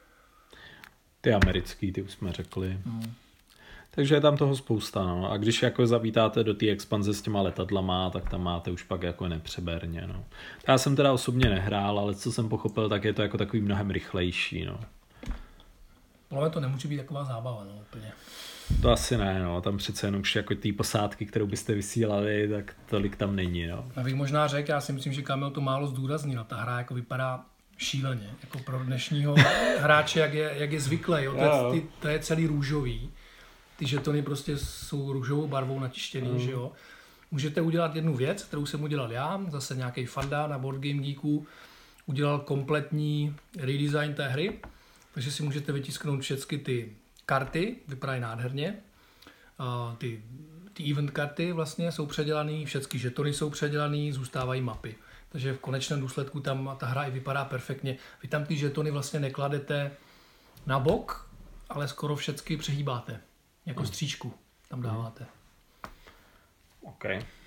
Ty americký, ty už jsme řekli. Hmm. Takže je tam toho spousta, no. A když jako zavítáte do té expanze s těma letadlama, tak tam máte už pak jako nepřeberně, no. Já jsem teda osobně nehrál, ale co jsem pochopil, tak je to jako takový mnohem rychlejší, no. Ale to nemůže být taková zábava, no, úplně. To asi ne, no. Tam přece jenom už jako té posádky, kterou byste vysílali, tak tolik tam není, no. Já bych možná řekl, já si myslím, že Kamil to málo zdůraznil. Ta hra jako vypadá šíleně, jako pro dnešního hráče, jak je, jak je zvyklý, jo. To, je, ty, to je celý růžový. Ty žetony prostě jsou růžovou barvou natištěný, mm. že jo. Můžete udělat jednu věc, kterou jsem udělal já, zase nějaký fanda na Board Game Geeku, udělal kompletní redesign té hry, takže si můžete vytisknout všechny ty karty, vypadají nádherně. A ty, ty event karty vlastně jsou předělaný, všechny žetony jsou předělaný, zůstávají mapy. Takže v konečném důsledku tam ta hra i vypadá perfektně. Vy tam ty žetony vlastně nekladete na bok, ale skoro všechny přehýbáte. Jako Hmm. stříčku tam dáváte. OK.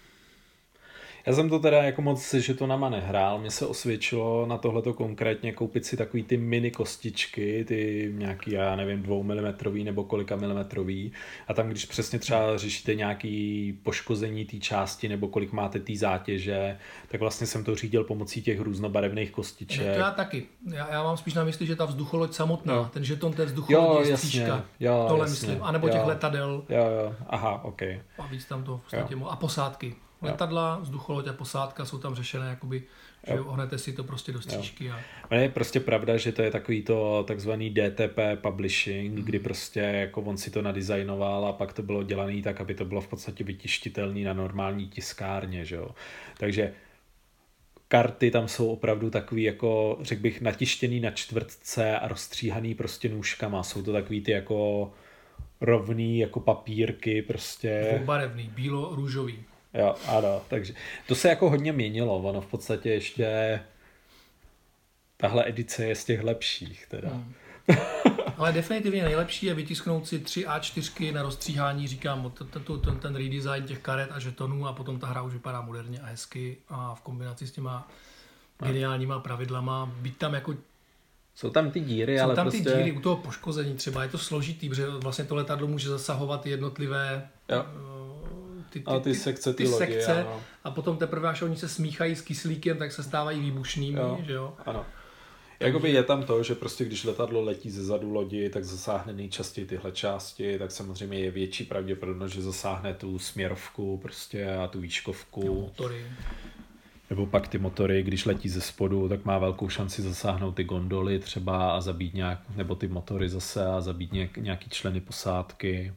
Já jsem to teda jako moc se žetonama nehrál, mně se osvědčilo na tohleto konkrétně koupit si takový ty mini kostičky, ty nějaký, já nevím, dvoumilimetrový nebo kolika milimetrový a tam, když přesně třeba řešíte nějaký poškození té části nebo kolik máte té zátěže, tak vlastně jsem to řídil pomocí těch různobarevných kostiček. Ne, to já taky. Já, já mám spíš na mysli, že ta vzducholoď samotná, Jo. ten žeton té Jo, vzducholodi je jasně, stříčka. jo, Tohle jasně, myslím. A nebo těch jo. letadel Jo, jo, aha, OK. a víc tam to v podstatě mo- a posádky. Letadla, vzducholoď a posádka jsou tam řešené, jakoby, že Jo. ohnete si to prostě do stříčky. A... Ale je prostě pravda, že to je takový to takzvaný D T P publishing, mm. kdy prostě jako on si to nadizajnoval a pak to bylo dělané tak, aby to bylo v podstatě vytištitelné na normální tiskárně, že jo. Takže karty tam jsou opravdu takový jako, řekl bych, natištěný na čtvrtce a rozstříhaný prostě nůžkama. Jsou to takový ty jako rovný jako papírky prostě. Dvoubarevný, bílo-růžový. Jo, ano, takže to se jako hodně měnilo, ono v podstatě ještě tahle edice je z těch lepších teda. Hmm. Ale definitivně nejlepší je vytisknout si tři A čtyři na rozstříhání, říkám, ten, ten redesign těch karet a žetonů a potom ta hra už vypadá moderně a hezky a v kombinaci s těma geniálníma pravidlama, být tam jako Jsou tam ty díry, jsou ale tam prostě... ty díry u toho poškození třeba, je to složitý, protože vlastně to letadlo může zasahovat jednotlivé Jo. ty, ty, A ty sekce, ty, ty lodi, sekce ano. a potom teprve, až oni se smíchají s kyslíkem, tak se stávají výbušnými, Jo. že jo? Ano. Jakoby je tam to, že prostě když letadlo letí ze zadu lodi, tak zasáhne nejčastěji tyhle části, tak samozřejmě je větší pravděpodobnost, že zasáhne tu směrovku prostě a tu výškovku. Motory. Nebo pak ty motory, když letí ze spodu, tak má velkou šanci zasáhnout ty gondoly třeba a zabít nějak, nebo ty motory zase a zabít nějak, nějaký členy posádky.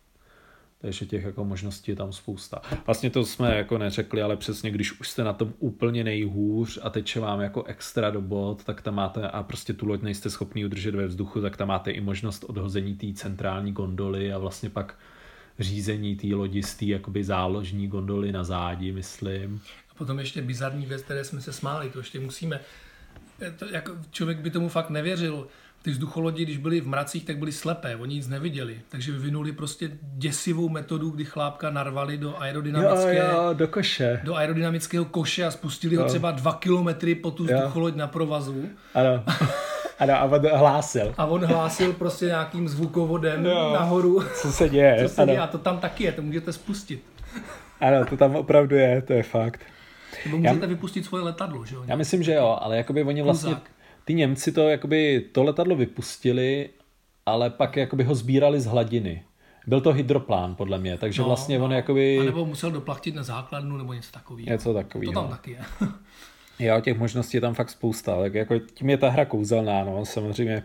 Takže těch jako možností je tam spousta. Vlastně to jsme jako neřekli, ale přesně když už jste na tom úplně nejhůř a teče vám jako extra do bod, tak tam máte a prostě tu loď nejste schopný udržet ve vzduchu, tak tam máte i možnost odhození té centrální gondoly a vlastně pak řízení té lodi z té jakoby záložní gondoly na zádi, myslím. A potom ještě bizarní věc, které jsme se smáli, to ještě musíme. To, jako člověk by tomu fakt nevěřil. Ty vzducholodi, když byly v mracích, tak byly slepé, oni nic neviděli. Takže vyvinuli prostě děsivou metodu, kdy chlápka narvali do aerodynamické, Jo, jo, do koše. do aerodynamického koše a spustili jo. ho třeba dva kilometry po tu vzducholoď na provazu. Ano. Ano, a on hlásil. A on hlásil prostě nějakým zvukovodem jo. nahoru. Co se děje? Co se děje? A to tam taky je, to můžete spustit. Ano, to tam opravdu je, to je fakt. Nebo můžete já, vypustit svoje letadlo, že jo? Já myslím, že jo, ale jakoby oni vlastně, Kluzák. ty Němci to jakoby, to letadlo vypustili, ale pak jakoby ho sbírali z hladiny. Byl to hydroplán, podle mě, takže no, vlastně no. on jakoby... A nebo musel doplachtit na základnu, nebo něco takového. Něco takového. To tam taky je. Jo, těch možností je tam fakt spousta, tak jako tím je ta hra kouzelná, no, samozřejmě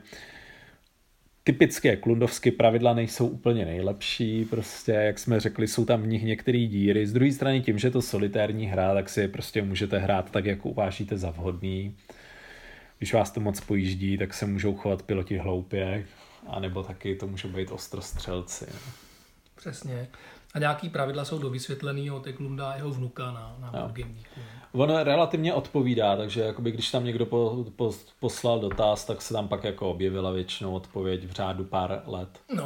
typické klundovské pravidla nejsou úplně nejlepší, prostě, jak jsme řekli, jsou tam v nich některé díry. Z druhé strany tím, že je to solitérní hra, tak si prostě můžete hrát tak, jak uvážíte za vhodný. Když vás to moc pojíždí, tak se můžou chovat piloti hloupě, anebo taky to můžou být ostrostřelci. Přesně. A nějaký pravidla jsou dovysvětlený od Eklunda a jeho vnuka na, na Wargamingku. On relativně odpovídá, takže jakoby, když tam někdo po, po, poslal dotaz, tak se tam pak jako objevila většinou odpověď v řádu pár let. No.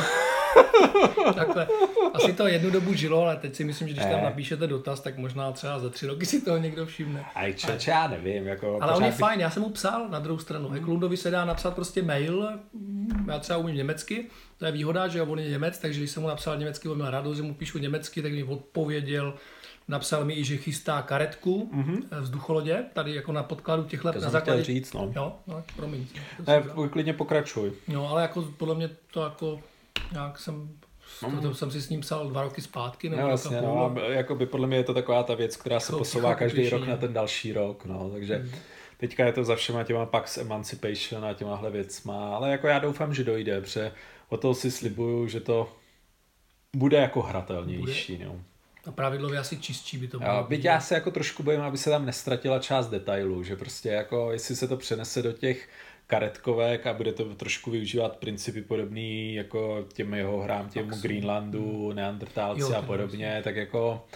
Takhle. Asi to jednu dobu žilo, ale teď si myslím, že když tam napíšete dotaz, tak možná třeba za tři roky si toho někdo všimne. Aj čeče, já nevím. Jako ale on je bych... fajn, já jsem mu psal na druhou stranu. Eklundovi se dá napsat prostě mail, já třeba umím německy, to je výhoda, že on je Němec, takže když jsem mu napsal německy, on měl radost, že mu píšu německy, tak mi odpověděl. Napsal mi i, že chystá karetku mm-hmm. vzducholodě, tady jako na podkladu těch let. To na základě říct, no. Jo, no, promiň. Ne, klidně pokračuj. No, ale jako podle mě to jako nějak jsem, to, to jsem si s ním psal dva roky zpátky. Nebo no, vlastně, no, jako by podle mě je to taková ta věc, která se posouvá každý rok na ten další rok, no, takže mm. teďka je to za všema těma Pax Emancipation a těmahle věcma, ale jako já doufám, že dojde, protože o toho si slibuju, že to bude jako hratelnější, bude. No. A pravidlově asi čistší by to bylo. Byť já se jako trošku bojím, aby se tam nestratila část detailů, že prostě jako jestli se to přenese do těch karetkovek a bude to trošku využívat principy podobný jako těm jeho hrám, těmu Greenlandu, hmm. Neandertálci jo, a podobně, tak jako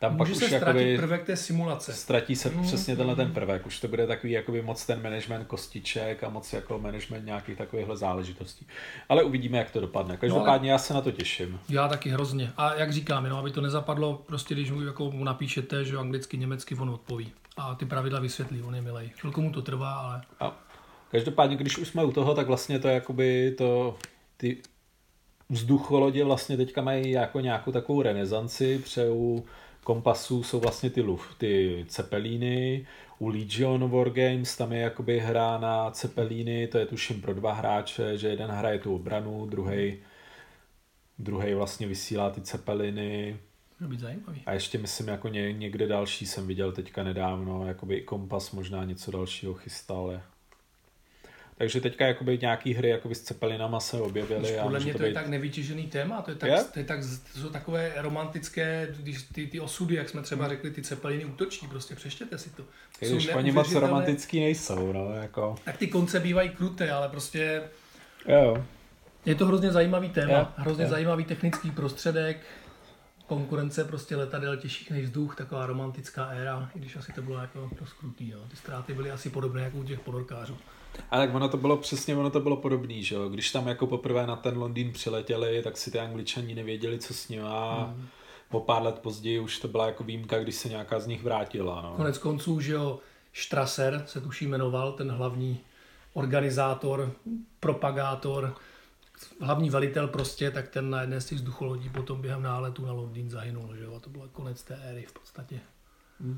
Tam Může pak se už ztratit jakoby prvek té simulace. ztratí se Mm, přesně tenhle ten mm. prvek. Už to bude takový jakoby moc ten management kostiček a moc jako management nějakých takovýchhle záležitostí. Ale uvidíme, jak to dopadne. Každopádně já se na to těším. Já taky hrozně. A jak říkám, jenom aby to nezapadlo, prostě když mu, jako mu napíšete, že anglicky, německy, on odpoví. A ty pravidla vysvětlí, on je milej. Chvilku mu to trvá, ale... A každopádně, když už jsme u toho, tak vlastně to je jakoby to... Ty vzducholodě vlastně teďka mají jako nějakou takovou renesanci, pře u kompasů jsou vlastně ty, luf, ty cepelíny, u Legion Wargames tam je jakoby hra na cepelíny, to je tuším pro dva hráče, že jeden hraje tu obranu, druhý druhý vlastně vysílá ty cepeliny. To být zajímavý. A ještě myslím jako ně, někde další jsem viděl teďka nedávno, jakoby i kompas možná něco dalšího chystal. Takže teďka jakoby nějaký hry jakoby s cepelinama se objevily. Podle mě to, to je být... tak nevytěžený téma, to je tak, je? to je tak, to jsou takové romantické, když ty, ty osudy, jak jsme třeba řekli, ty cepeliny útočí, prostě přečtěte si to. Když oni moc romantický nejsou, no, jako. Tak ty konce bývají kruté, ale prostě jo. je to hrozně zajímavý téma, jo. hrozně jo. zajímavý technický prostředek, konkurence prostě letadel těžších než vzduch, taková romantická éra, i když asi to bylo jako dost krutý, jo. Ty ztráty byly asi podobné jako u těch ponorkářů. A tak ono to bylo přesně, ono to bylo podobný, že jo. Když tam jako poprvé na ten Londýn přiletěli, tak si ty Angličani nevěděli, co s ním a mm. o pár let později už to byla jako výjimka, když se nějaká z nich vrátila, no. Konec konců, že jo, Strasser se tuší jmenoval, ten hlavní organizátor, propagátor, hlavní velitel prostě, tak ten na jedné z těch vzducholodí potom během náletu na Londýn zahynul, že jo, a to byl konec té éry v podstatě. Mm.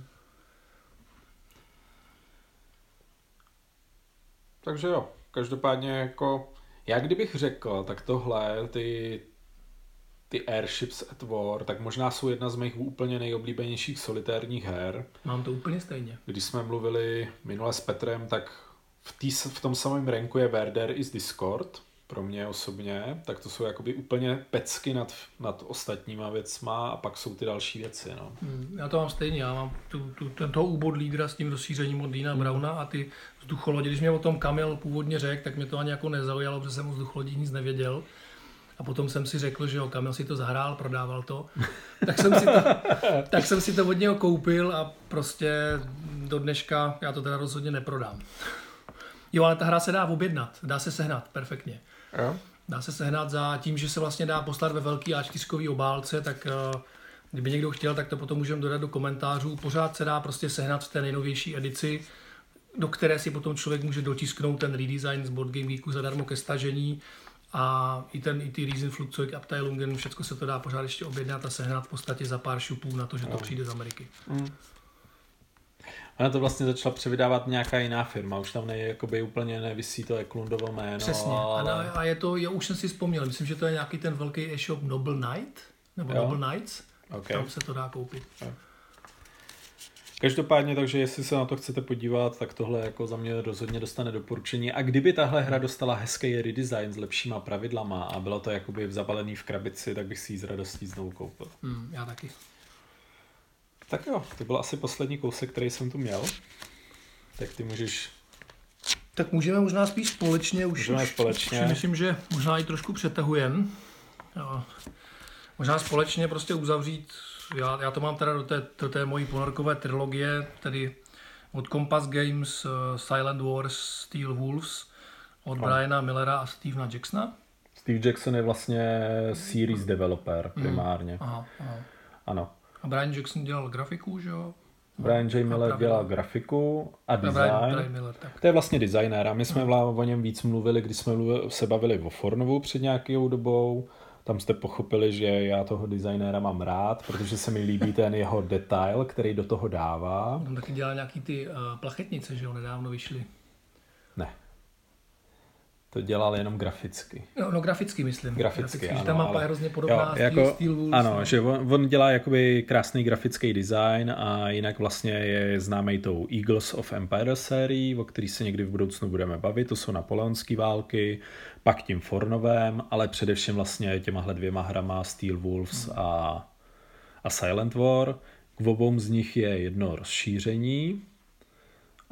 Takže jo, každopádně jako, já kdybych řekl, tak tohle, ty, ty Airships at War, tak možná jsou jedna z mých úplně nejoblíbenějších solitérních her. Mám to úplně stejně. Když jsme mluvili minule s Petrem, tak v, tý, v tom samém ranku je Where There is Discord, pro mě osobně, tak to jsou jakoby úplně pecky nad, nad ostatníma věcma a pak jsou ty další věci, no. Hmm, já to mám stejně, já mám tu, tu, tento úbod lídra s tím rozšířením od Deana Browna a ty vzducholodě. Když mě o tom Kamil původně řekl, tak mě to ani jako nezaujalo, protože jsem o vzducholodích nic nevěděl. A potom jsem si řekl, že jo, Kamil si to zahrál, prodával to. Tak jsem si to, tak jsem si to od něho koupil a prostě do dneška já to teda rozhodně neprodám. Jo, ale ta hra se dá objednat, dá se sehnat perfektně. Jo? Dá se sehnat za tím, že se vlastně dá poslat ve velký á čtyřkový obálce, tak uh, kdyby někdo chtěl, tak to potom můžeme dodat do komentářů. Pořád se dá prostě sehnat v té nejnovější edici, do které si potom člověk může dotisknout ten redesign z Board Game Geeku zadarmo ke stažení a i, ten, i ty Riesenflugzeug, Abteilungen, všechno se to dá pořád ještě objednat a sehnat v podstatě za pár šupů na to, že to no. přijde z Ameriky. Mm. Ona to vlastně začala převydávat nějaká jiná firma, už tam ne, jakoby úplně nevisí to Eklundovo jméno. Přesně, ale... a, na, a je to, já už jsem si vzpomněl, myslím, že to je nějaký ten velký e-shop Noble Knight, nebo jo. Noble Knights, Okay. tam se to dá koupit. Jo. Každopádně, takže jestli se na to chcete podívat, tak tohle jako za mě rozhodně dostane doporučení. A kdyby tahle hra dostala hezký redesign s lepšíma pravidlama a bylo to jakoby zabalený v krabici, tak bych si ji s radostí znovu koupil. Hmm, já taky. Tak jo, to byl asi poslední kousek, který jsem tu měl. Tak ty můžeš... Tak můžeme možná spíš společně, už, Můžeme už, společně. už myslím, že možná i trošku přetahujeme. Možná společně prostě uzavřít, já, já to mám teda do té, do té mojí ponorkové trilogie, tedy od Compass Games, uh, Silent Wars, Steel Wolves, od no. Briana Millera a Stevena Jacksona. Steve Jackson je vlastně series developer primárně. Mm. Aha, aha. Ano. A Brian Jackson dělal grafiku, že jo? Brian J. Miller dělal grafiku a design. Brian, Brian Miller, tak. To je vlastně designér a my jsme no. o něm víc mluvili, když jsme mluvili, se bavili o Fornovu před nějakou dobou. Tam jste pochopili, že já toho designéra mám rád, protože se mi líbí ten jeho detail, který do toho dává. On taky dělal nějaký ty uh, plachetnice, že jo, nedávno vyšly. Ne. To dělal jenom graficky. No, no graficky myslím. Graficky, graficky ano. Že tam má ale... hrozně podobná jo, jako, Steel Wolves. ano, no. že on, on dělá jakoby krásný grafický design a jinak vlastně je známej tou Eagles of Empire sérii, o který se někdy v budoucnu budeme bavit. To jsou napoleonské války, pak tím Fornovém, ale především vlastně těmahle dvěma hrama Steel Wolves hmm. a, a Silent War. K obou z nich je jedno rozšíření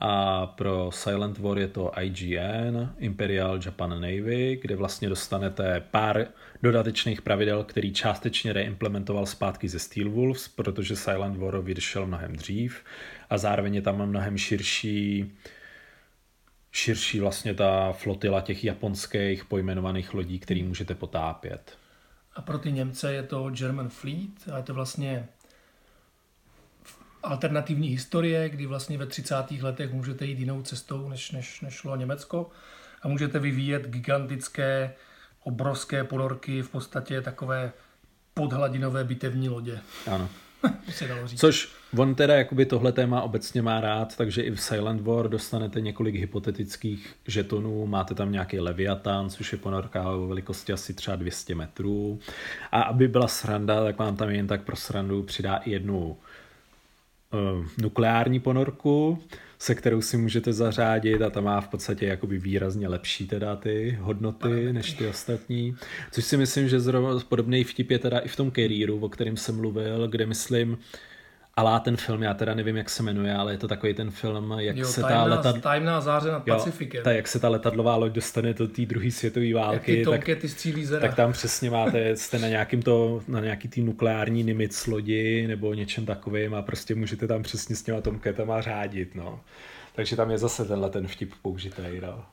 a pro Silent War je to I G N, Imperial Japan Navy, kde vlastně dostanete pár dodatečných pravidel, který částečně reimplementoval zpátky ze Steel Wolves, protože Silent War vyšel mnohem dřív a zároveň je tam mnohem širší širší vlastně ta flotila těch japonských pojmenovaných lodí, který můžete potápět. A pro ty Němce je to German Fleet a je to vlastně alternativní historie, kdy vlastně ve třicátých letech můžete jít jinou cestou, než, než, než šlo Německo a můžete vyvíjet gigantické, obrovské ponorky, v podstatě takové podhladinové bitevní lodě. Ano. Se dalo říct. Což on teda jakoby tohle téma obecně má rád, takže i v Silent War dostanete několik hypotetických žetonů, máte tam nějaký Leviathan, což je ponorka o velikosti asi třeba dvě stě metrů a aby byla sranda, tak vám tam jen tak pro srandu přidá i jednu uh, nukleární ponorku, se kterou si můžete zařádit a ta má v podstatě jakoby výrazně lepší teda ty hodnoty než ty ostatní. Což si myslím, že zrovna podobný vtip je teda i v tom Carrieru, o kterém jsem mluvil, kde myslím, alá ten film, já teda nevím, jak se jmenuje, ale je to takový ten film, jak jo, se ta letadlo... Tajemná záře nad jo, Pacifikem. Ta, jak se ta letadlová loď dostane do té druhé světové války, tak, tak tam přesně máte, jste na nějakým to, na nějaký tý nukleární Nimitz lodi nebo něčem takovým a prostě můžete tam přesně s těma tomketama řádit, no. Takže tam je zase tenhle ten vtip použitý, no.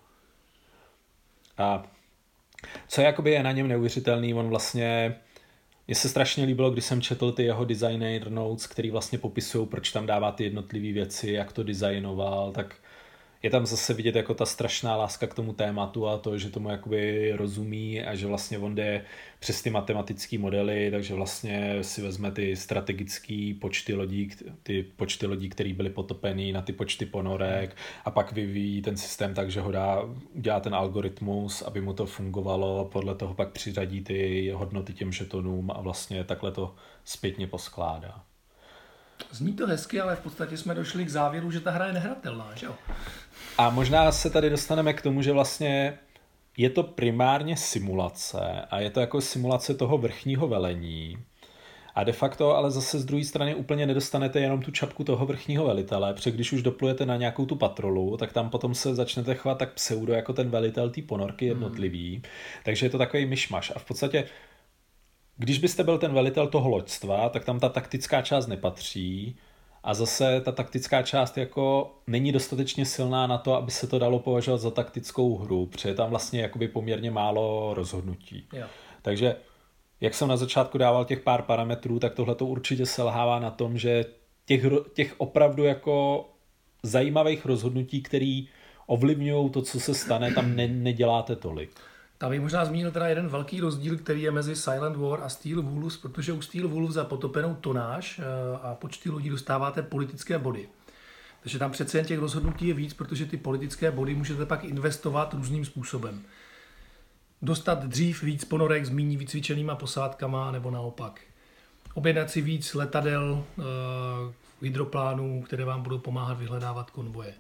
A co jakoby je na něm neuvěřitelný, on vlastně mně se strašně líbilo, když jsem četl ty jeho designer notes, který vlastně popisují, proč tam dává ty jednotlivé věci, jak to designoval, tak je tam zase vidět jako ta strašná láska k tomu tématu a to, že tomu jakoby rozumí a že vlastně on jde přes ty matematické modely, takže vlastně si vezme ty strategické počty lodí, ty počty lodí, které byly potopený na ty počty ponorek a pak vyvíjí ten systém tak, že ho dá, udělá ten algoritmus, aby mu to fungovalo, podle toho pak přiřadí ty hodnoty těm žetonům a vlastně takhle to zpětně poskládá. Zní to hezky, ale v podstatě jsme došli k závěru, že ta hra je nehratelná, že jo? A možná se tady dostaneme k tomu, že vlastně je to primárně simulace a je to jako simulace toho vrchního velení. A de facto ale zase z druhé strany úplně nedostanete jenom tu čapku toho vrchního velitele, protože když už doplujete na nějakou tu patrolu, tak tam potom se začnete chovat tak pseudo jako ten velitel té ponorky jednotlivý. Hmm. Takže je to takový myšmaš. A v podstatě když byste byl ten velitel toho loďstva, tak tam ta taktická část nepatří a zase ta taktická část jako není dostatečně silná na to, aby se to dalo považovat za taktickou hru, protože je tam vlastně jakoby poměrně málo rozhodnutí. Jo. Takže jak jsem na začátku dával těch pár parametrů, tak tohle to určitě selhává na tom, že těch, těch opravdu jako zajímavých rozhodnutí, který ovlivňují to, co se stane, tam ne, neděláte tolik. Tam bych možná zmínil teda jeden velký rozdíl, který je mezi Silent War a Steel Wolves, protože u Steel Wolves za potopenou tonáž a počty lodí dostáváte politické body. Takže tam přece jen těch rozhodnutí je víc, protože ty politické body můžete pak investovat různým způsobem. Dostat dřív víc ponorek s méně vycvičenýma posádkama, nebo naopak. Objednat si víc letadel, hydroplánů, které vám budou pomáhat vyhledávat konvoje.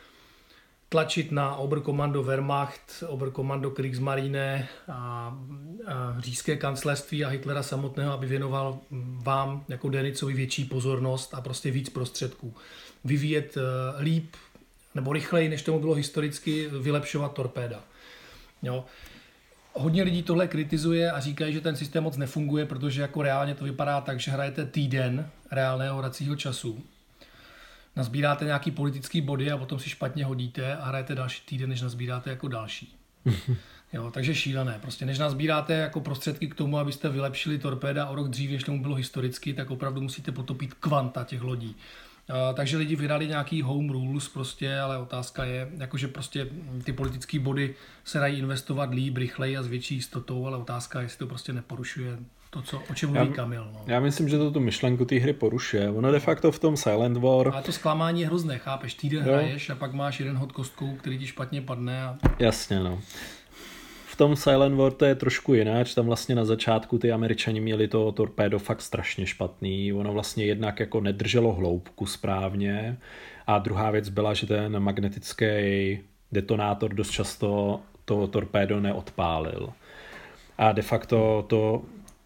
Tlačit na Oberkommando Wehrmacht, Oberkommando Kriegsmarine a, a říšské kancléřství a Hitlera samotného, aby věnoval vám jako Denicovi větší pozornost a prostě víc prostředků. Vyvíjet líp nebo rychleji, než tomu bylo historicky, vylepšovat torpéda. Jo. Hodně lidí tohle kritizuje a říkají, že ten systém moc nefunguje, protože jako reálně to vypadá tak, že hrajete týden reálného hracího času. Nazbíráte nějaký politický body a potom si špatně hodíte a hrajete další týden, než nazbíráte jako další. Jo, takže šílené. Prostě než nazbíráte jako prostředky k tomu, abyste vylepšili torpéda o rok dřív, než tomu bylo historicky, tak opravdu musíte potopit kvanta těch lodí. Uh, takže lidi vydali nějaký home rules prostě, ale otázka je, jakože prostě ty politické body se dají investovat líp, rychleji a s větší jistotou, ale otázka je, jestli to prostě neporušuje to, co, o čem mluví Kamil. No. Já myslím, že to tu myšlenku té hry porušuje. Ono de facto v tom Silent War... A to zklamání je hrozné, chápeš? Týden jo. hraješ a pak máš jeden hod kostkou, který ti špatně padne. A... Jasně, no. V tom Silent War to je trošku jináč. Tam vlastně na začátku ty Američani měli to torpédo fakt strašně špatný. Ono vlastně jednak jako nedrželo hloubku správně. A druhá věc byla, že ten magnetický detonátor dost často to torpédo neodpálil. A de facto to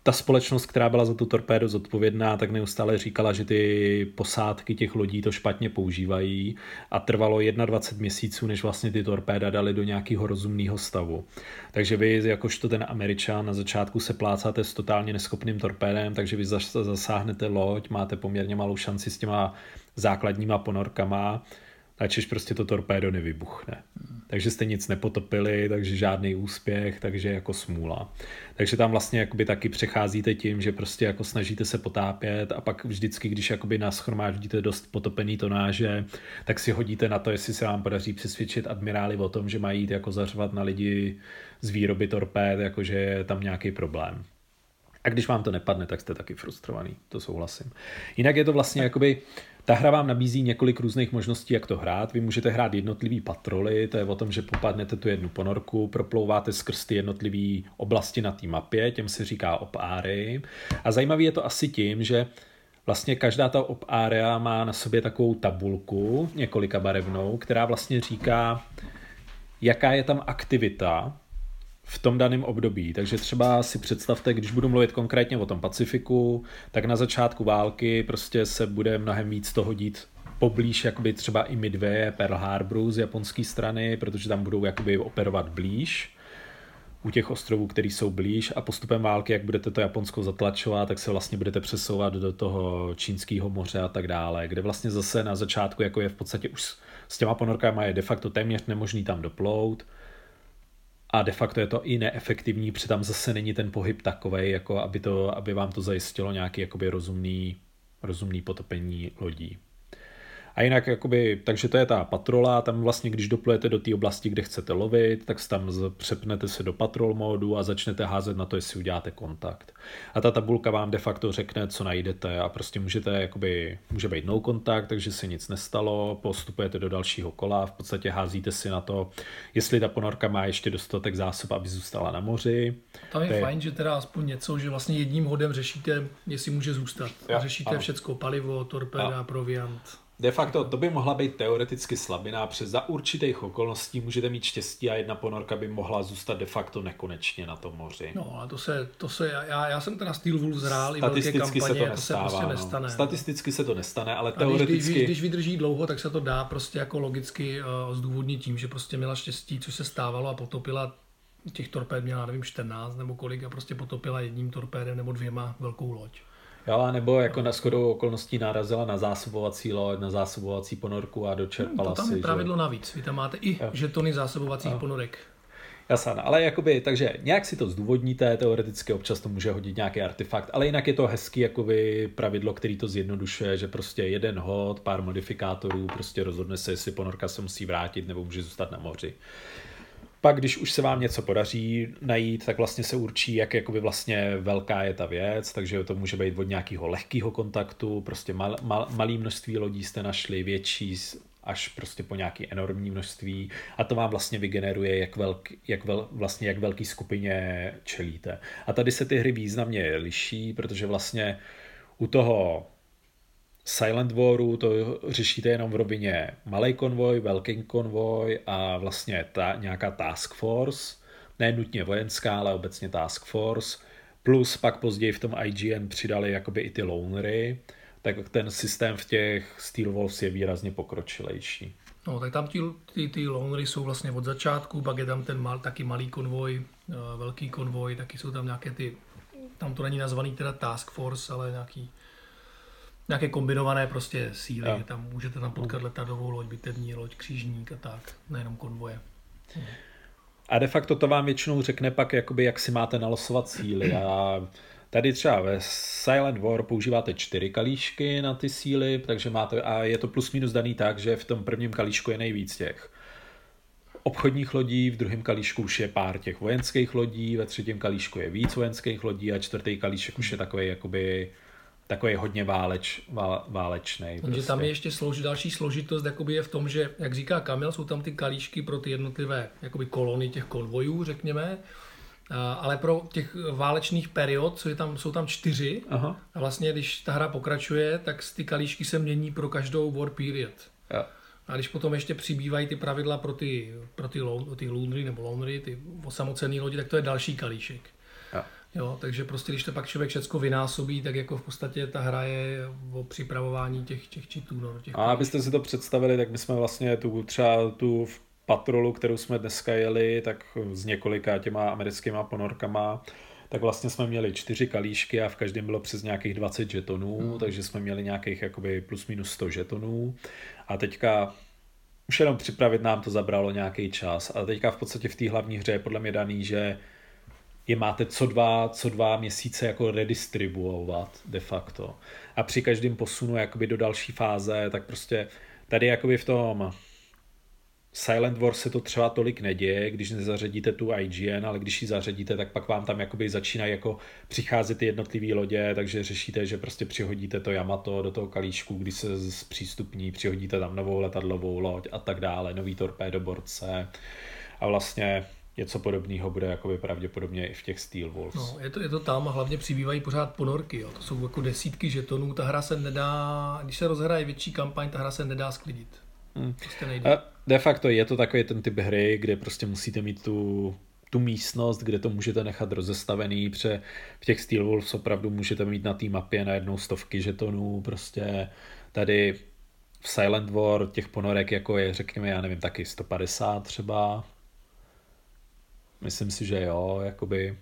ta společnost, která byla za tu torpédu zodpovědná, tak neustále říkala, že ty posádky těch lodí to špatně používají a trvalo dvacet jedna měsíců, než vlastně ty torpéda dali do nějakého rozumného stavu. Takže vy, jakožto ten Američan, na začátku se plácáte s totálně neschopným torpédem, takže vy zasáhnete loď, máte poměrně malou šanci s těma základníma ponorkama, načež prostě to torpédo nevybuchne. Takže jste nic nepotopili, takže žádný úspěch, takže jako smůla. Takže tam vlastně jakoby taky přecházíte tím, že prostě jako snažíte se potápět a pak vždycky, když jakoby nashromáždíte dost potopený tonáže, tak si hodíte na to, jestli se vám podaří přesvědčit admirály o tom, že mají jít jako zařvat na lidi z výroby torpéd, jakože je tam nějaký problém. A když vám to nepadne, tak jste taky frustrovaný, to souhlasím. Jinak je to vlastně jakoby, ta hra vám nabízí několik různých možností, jak to hrát. Vy můžete hrát jednotlivý patroly, to je o tom, že popadnete tu jednu ponorku, proplouváte skrz ty jednotlivé oblasti na té mapě, těm se říká op area. A zajímavý je to asi tím, že vlastně každá ta op area má na sobě takovou tabulku, několika barevnou, která vlastně říká, jaká je tam aktivita v tom daném období. Takže třeba si představte, když budu mluvit konkrétně o tom Pacifiku, tak na začátku války prostě se bude mnohem víc toho dít poblíž jakoby třeba i Midway, Pearl Harboru z japonské strany, protože tam budou jakoby operovat blíž u těch ostrovů, které jsou blíž a postupem války, jak budete to Japonsko zatlačovat, tak se vlastně budete přesouvat do toho Čínského moře a tak dále, kde vlastně zase na začátku jako je v podstatě už s těma ponorkama je de facto téměř nemožný tam doplout. A de facto je to i neefektivní, protože tam zase není ten pohyb takovej, jako aby, to, aby vám to zajistilo nějaký jakoby rozumný, rozumný potopení lodí. A jinak, jakoby, takže to je ta patrola, tam vlastně, když doplujete do té oblasti, kde chcete lovit, tak tam přepnete se do patrol módu a začnete házet na to, jestli uděláte kontakt. A ta tabulka vám de facto řekne, co najdete a prostě můžete, jakoby, může být no kontakt, takže se nic nestalo, postupujete do dalšího kola, v podstatě házíte si na to, jestli ta ponorka má ještě dostatek zásob, aby zůstala na moři. Tam je, je fajn, že teda aspoň něco, že vlastně jedním hodem řešíte, jestli může zůstat. Jo, a řešíte ano. Všecko, palivo, torpéda, proviant. De facto to by mohla být teoreticky slabina, protože za určitých okolností můžete mít štěstí a jedna ponorka by mohla zůstat de facto nekonečně na tom moři. No ale to se, to se já, já jsem teda Steel Wolf zhrál i velké kampaně, se to, nestává, to se prostě nestane. No. Statisticky se to nestane, ale a teoreticky... Když, když, když vydrží dlouho, tak se to dá prostě jako logicky uh, zdůvodnit tím, že prostě měla štěstí, což se stávalo a potopila těch torpéd měla, nevím, čtrnáct nebo kolik a prostě potopila jedním torpédem nebo dvěma velkou loď. Jo, nebo jako na shodou okolností narazila na zásobovací loď, na zásobovací ponorku a dočerpala si. To tam je si, pravidlo že... navíc. Vy tam máte i jo. žetony zásobovacích jo. ponorek. Jasně, ale jakoby, takže nějak si to zdůvodníte, teoreticky občas to může hodit nějaký artefakt, ale jinak je to hezký jakoby pravidlo, který to zjednodušuje, že prostě jeden hod, pár modifikátorů, prostě rozhodne se, jestli ponorka se musí vrátit nebo může zůstat na moři. Pak, když už se vám něco podaří najít, tak vlastně se určí, jak jakoby vlastně velká je ta věc, takže to může být od nějakého lehkého kontaktu, prostě mal, mal, malý množství lodí jste našli, větší až prostě po nějaké enormní množství a to vám vlastně vygeneruje, jak, velký, jak, vel, vlastně, jak velký skupině čelíte. A tady se ty hry významně liší, protože vlastně u toho Silent Waru to řešíte jenom v rovině malej konvoj, velký konvoj a vlastně ta, nějaká task force, ne nutně vojenská, ale obecně task force, plus pak později v tom I G N přidali jakoby i ty loanery, tak ten systém v těch Steel Wolves je výrazně pokročilejší. No, tak tam ty, ty, ty loanery jsou vlastně od začátku, pak je tam ten mal, taky malý konvoj, velký konvoj, taky jsou tam nějaké ty, tam to není nazvaný teda task force, ale nějaký nějaké kombinované prostě síly, ja. Tam můžete tam potkat letadlovou loď, bitevní loď, křížník a tak, nejenom konvoje. A de facto to vám většinou řekne pak, jakoby, jak si máte nalosovat síly. A tady třeba ve Silent War používáte čtyři kalíšky na ty síly, takže máte, a je to plus minus daný tak, že v tom prvním kalíšku je nejvíc těch obchodních lodí, v druhém kalíšku už je pár těch vojenských lodí, ve třetím kalíšku je víc vojenských lodí a čtvrtý kalíšek už je takový jakoby takový hodně váleč, vál, válečnej. Takže prostě. Tam je ještě složi, další složitost jakoby je v tom, že, jak říká Kamil, jsou tam ty kalíšky pro ty jednotlivé jakoby kolony těch konvojů, řekněme, ale pro těch válečných period jsou tam, jsou tam čtyři. Aha. A vlastně, když ta hra pokračuje, tak ty kalíšky se mění pro každou war period. Ja. A když potom ještě přibývají ty pravidla pro ty, pro ty, ty loanery nebo loanery, ty osamocené lodi, tak to je další kalíšek. Jo. Jo, takže prostě, když to pak člověk všecko vynásobí, tak jako v podstatě ta hra je o připravování těch, těch cheatů. No, těch a abyste si to představili, tak my jsme vlastně tu třeba tu patrolu, kterou jsme dneska jeli, tak s několika těma americkýma ponorkama, tak vlastně jsme měli čtyři kalíšky a v každém bylo přes nějakých dvacet žetonů, hmm. takže jsme měli nějakých jakoby plus minus sto žetonů a teďka už jenom připravit nám to zabralo nějaký čas a teďka v podstatě v té hlavní hře je podle mě daný, že je máte co dva, co dva měsíce jako redistribuovat de facto. A při každém posunu jakoby do další fáze, tak prostě tady jakoby v tom Silent Wars se to třeba tolik neděje, když nezařadíte tu I G N, ale když ji zařadíte, tak pak vám tam jakoby začínají jako přicházet ty jednotlivé lodě, takže řešíte, že prostě přihodíte to Yamato do toho kalíšku, když se zpřístupní, přihodíte tam novou letadlovou loď a tak dále, nový torpédoborce a vlastně něco podobného bude jakoby pravděpodobně i v těch Steel Wolves. No, je to, je to tam a hlavně přibývají pořád ponorky. Jo. To jsou jako desítky žetonů. Ta hra se nedá, když se rozhraje větší kampaň, ta hra se nedá sklidit. Hmm. Prostě nejde. A de facto je to takový ten typ hry, kde prostě musíte mít tu, tu místnost, kde to můžete nechat rozestavený, protože v těch Steel Wolves opravdu můžete mít na té mapě najednou stovky žetonů, prostě tady v Silent War těch ponorek jako je, řekněme, já nevím, taky sto padesát třeba. Myslím si, že jo, jakoby.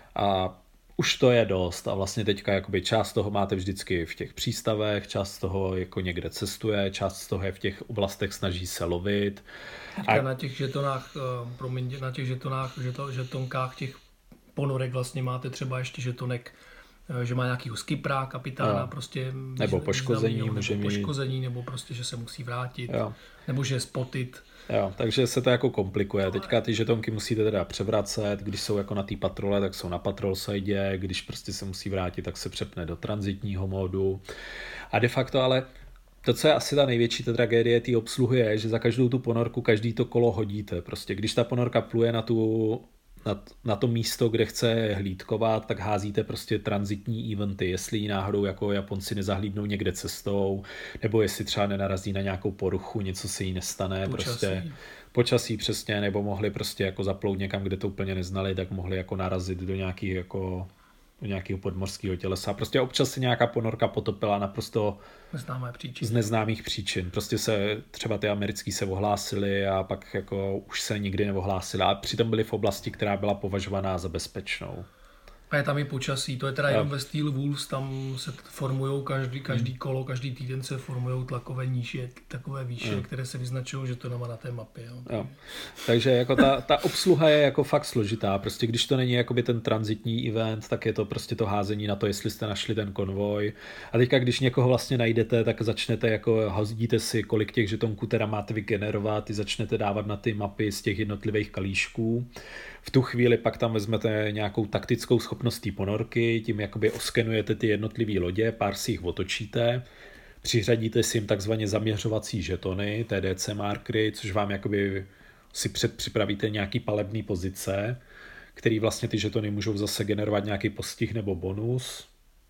A už to je dost a vlastně teďka jakoby část toho máte vždycky v těch přístavech, část toho jako někde cestuje, část toho je v těch oblastech snaží se lovit. A na těch žetonách, promiň, na těch žetonách, žeto, žetonkách těch ponorek vlastně máte třeba ještě žetonek, že má nějakýho skipra, kapitána, no. prostě nebo poškození, nebo může mít. poškození, nebo prostě, že se musí vrátit, jo. nebo že je spotit. Jo, takže se to jako komplikuje. Teďka ty žetonky musíte teda převracet, když jsou jako na té patrole, tak jsou na patrol side, když prostě se musí vrátit, tak se přepne do tranzitního módu. A de facto ale to, co je asi ta největší ta tragédie té obsluhy, je, že za každou tu ponorku každý to kolo hodíte. Prostě když ta ponorka pluje na tu Na, na to místo, kde chce hlídkovat, tak házíte prostě tranzitní eventy, jestli ji náhodou jako Japonci nezahlídnou někde cestou, nebo jestli třeba nenarazí na nějakou poruchu, něco se jí nestane, počasí. prostě počasí přesně, nebo mohli prostě jako zaplout někam, kde to úplně neznali, tak mohli jako narazit do nějakých jako do nějakého podmořského tělesa. Prostě občas se nějaká ponorka potopila naprosto Neznámé příčiny. z neznámých příčin. Prostě se třeba ty americký se ohlásili a pak jako už se nikdy neohlásili. A přitom byli v oblasti, která byla považovaná za bezpečnou. A je tam i počasí, to je teda jenom ve Steel Wolves, tam se formujou každý, každý kolo, každý týden se formujou tlakové níže, takové výše, hmm. které se vyznačují, že to nemá na té mapě. Jo. Jo. Takže jako ta, ta obsluha je jako fakt složitá, prostě když to není jakoby ten tranzitní event, tak je to prostě to házení na to, jestli jste našli ten konvoj. A teďka, když někoho vlastně najdete, tak začnete jako hozdíte si, kolik těch žetonků teda máte vygenerovat, ty začnete dávat na ty mapy z těch jednotlivých kalíšků. V tu chvíli pak tam vezmete nějakou taktickou schopnost té ponorky, tím jakoby oskenujete ty jednotlivé lodě, pár si jich otočíte, přiřadíte si jim takzvaně zaměřovací žetony, T D C markery, což vám jakoby si předpřipravíte nějaký palebný pozice, který vlastně ty žetony můžou zase generovat nějaký postih nebo bonus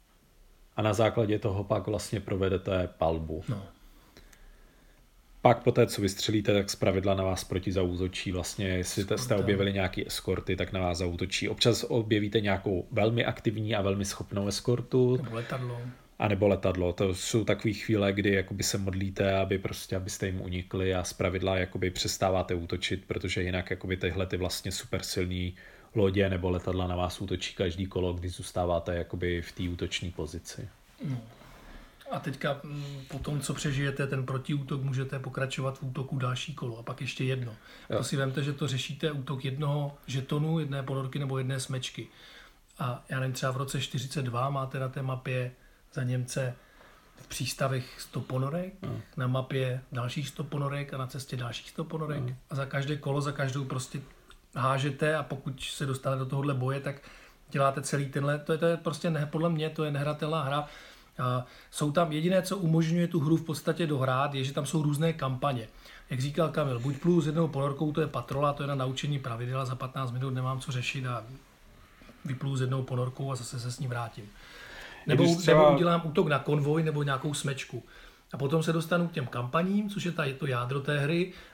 a na základě toho pak vlastně provedete palbu. No. Pak po té, co vystřelíte, tak zpravidla na vás proti zaútočí. Vlastně, jestli Skorta. jste objevili nějaký eskorty, tak na vás zaútočí. Občas objevíte nějakou velmi aktivní a velmi schopnou eskortu. Nebo letadlo. A nebo letadlo. To jsou takové chvíle, kdy jakoby se modlíte, aby prostě, abyste jim unikli a zpravidla jakoby přestáváte útočit, protože jinak jakoby tyhle ty vlastně super silný lodě nebo letadla na vás útočí každý kolo, kdy zůstáváte jakoby v té útočné pozici. No. A teďka po tom, co přežijete ten protiútok, můžete pokračovat v útoku další kolo a pak ještě jedno. Jo. To si vemte, že to řešíte útok jednoho žetonu, jedné ponorky nebo jedné smečky. A já nevím, třeba v roce čtyřicet dva máte na té mapě za Němce v přístavech sto ponorek, jo. na mapě dalších sto ponorek a na cestě dalších sto ponorek. Jo. A za každé kolo, za každou prostě hážete a pokud se dostane do tohohle boje, tak děláte celý tenhle, to je, to je prostě ne, podle mě to je nehratelná hra. Uh, jsou tam jediné, co umožňuje tu hru v podstatě dohrát, je, že tam jsou různé kampaně. Jak říkal Kamil, buď plus jednou ponorkou, to je patrola, to je na naučení pravidel, za patnáct minut nemám co řešit a vyplu s jednou ponorkou a zase se s ní vrátím. Nebo, třeba... nebo udělám útok na konvoj nebo nějakou smečku. A potom se dostanu k těm kampaním, což je ta, je to jádro té hry,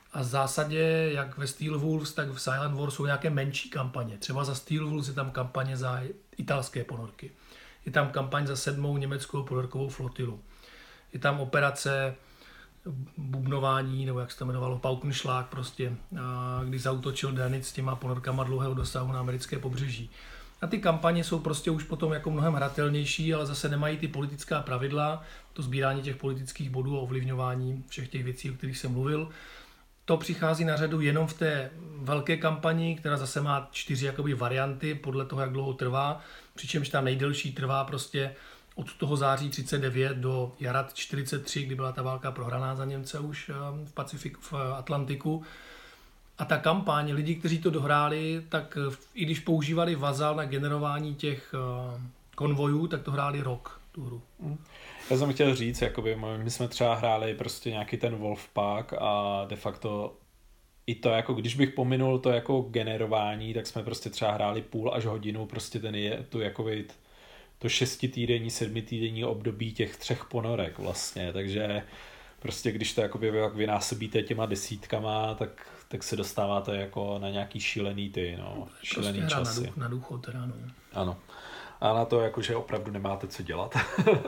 A v zásadě, jak ve Steel Wolves, tak v Silent War jsou nějaké menší kampaně. Třeba za Steel Wolves je tam kampaně za italské ponorky. Je tam kampaň za sedmou německou ponorkovou flotilu. Je tam operace bubnování, nebo jak se to jmenovalo, Paukenschlag prostě, kdy zaútočil Dönitz s těma ponorkama dlouhého dosahu na americké pobřeží. A ty kampaně jsou prostě už potom jako mnohem hratelnější, ale zase nemají ty politická pravidla, to sbírání těch politických bodů a ovlivňování všech těch věcí, o kterých jsem mluvil. To přichází na řadu jenom v té velké kampani, která zase má čtyři jakoby varianty podle toho, jak dlouho trvá, přičemž ta nejdelší trvá prostě od toho září třicet devět do jara čtyřicet tři, kdy byla ta válka prohraná za Němce už v Pacifiku, v Atlantiku. A ta kampaň, lidi, kteří to dohráli, tak i když používali vazal na generování těch konvojů, tak to hráli rok, tu hru. Já jsem chtěl říct, jakoby, my jsme třeba hráli prostě nějaký ten Wolfpack a de facto i to, jako když bych pominul to jako generování, tak jsme prostě třeba hráli půl až hodinu, prostě ten je, tu jakoby, to šestitýdenní, sedmitýdenní období těch třech ponorek vlastně, takže prostě když to jakoby vynásobíte těma desítkama, tak, tak se dostáváte jako na nějaký šílený ty, no, šílený prostě časy. Na, duch, na důchod teda, no. Ano. A na to jakože opravdu nemáte co dělat.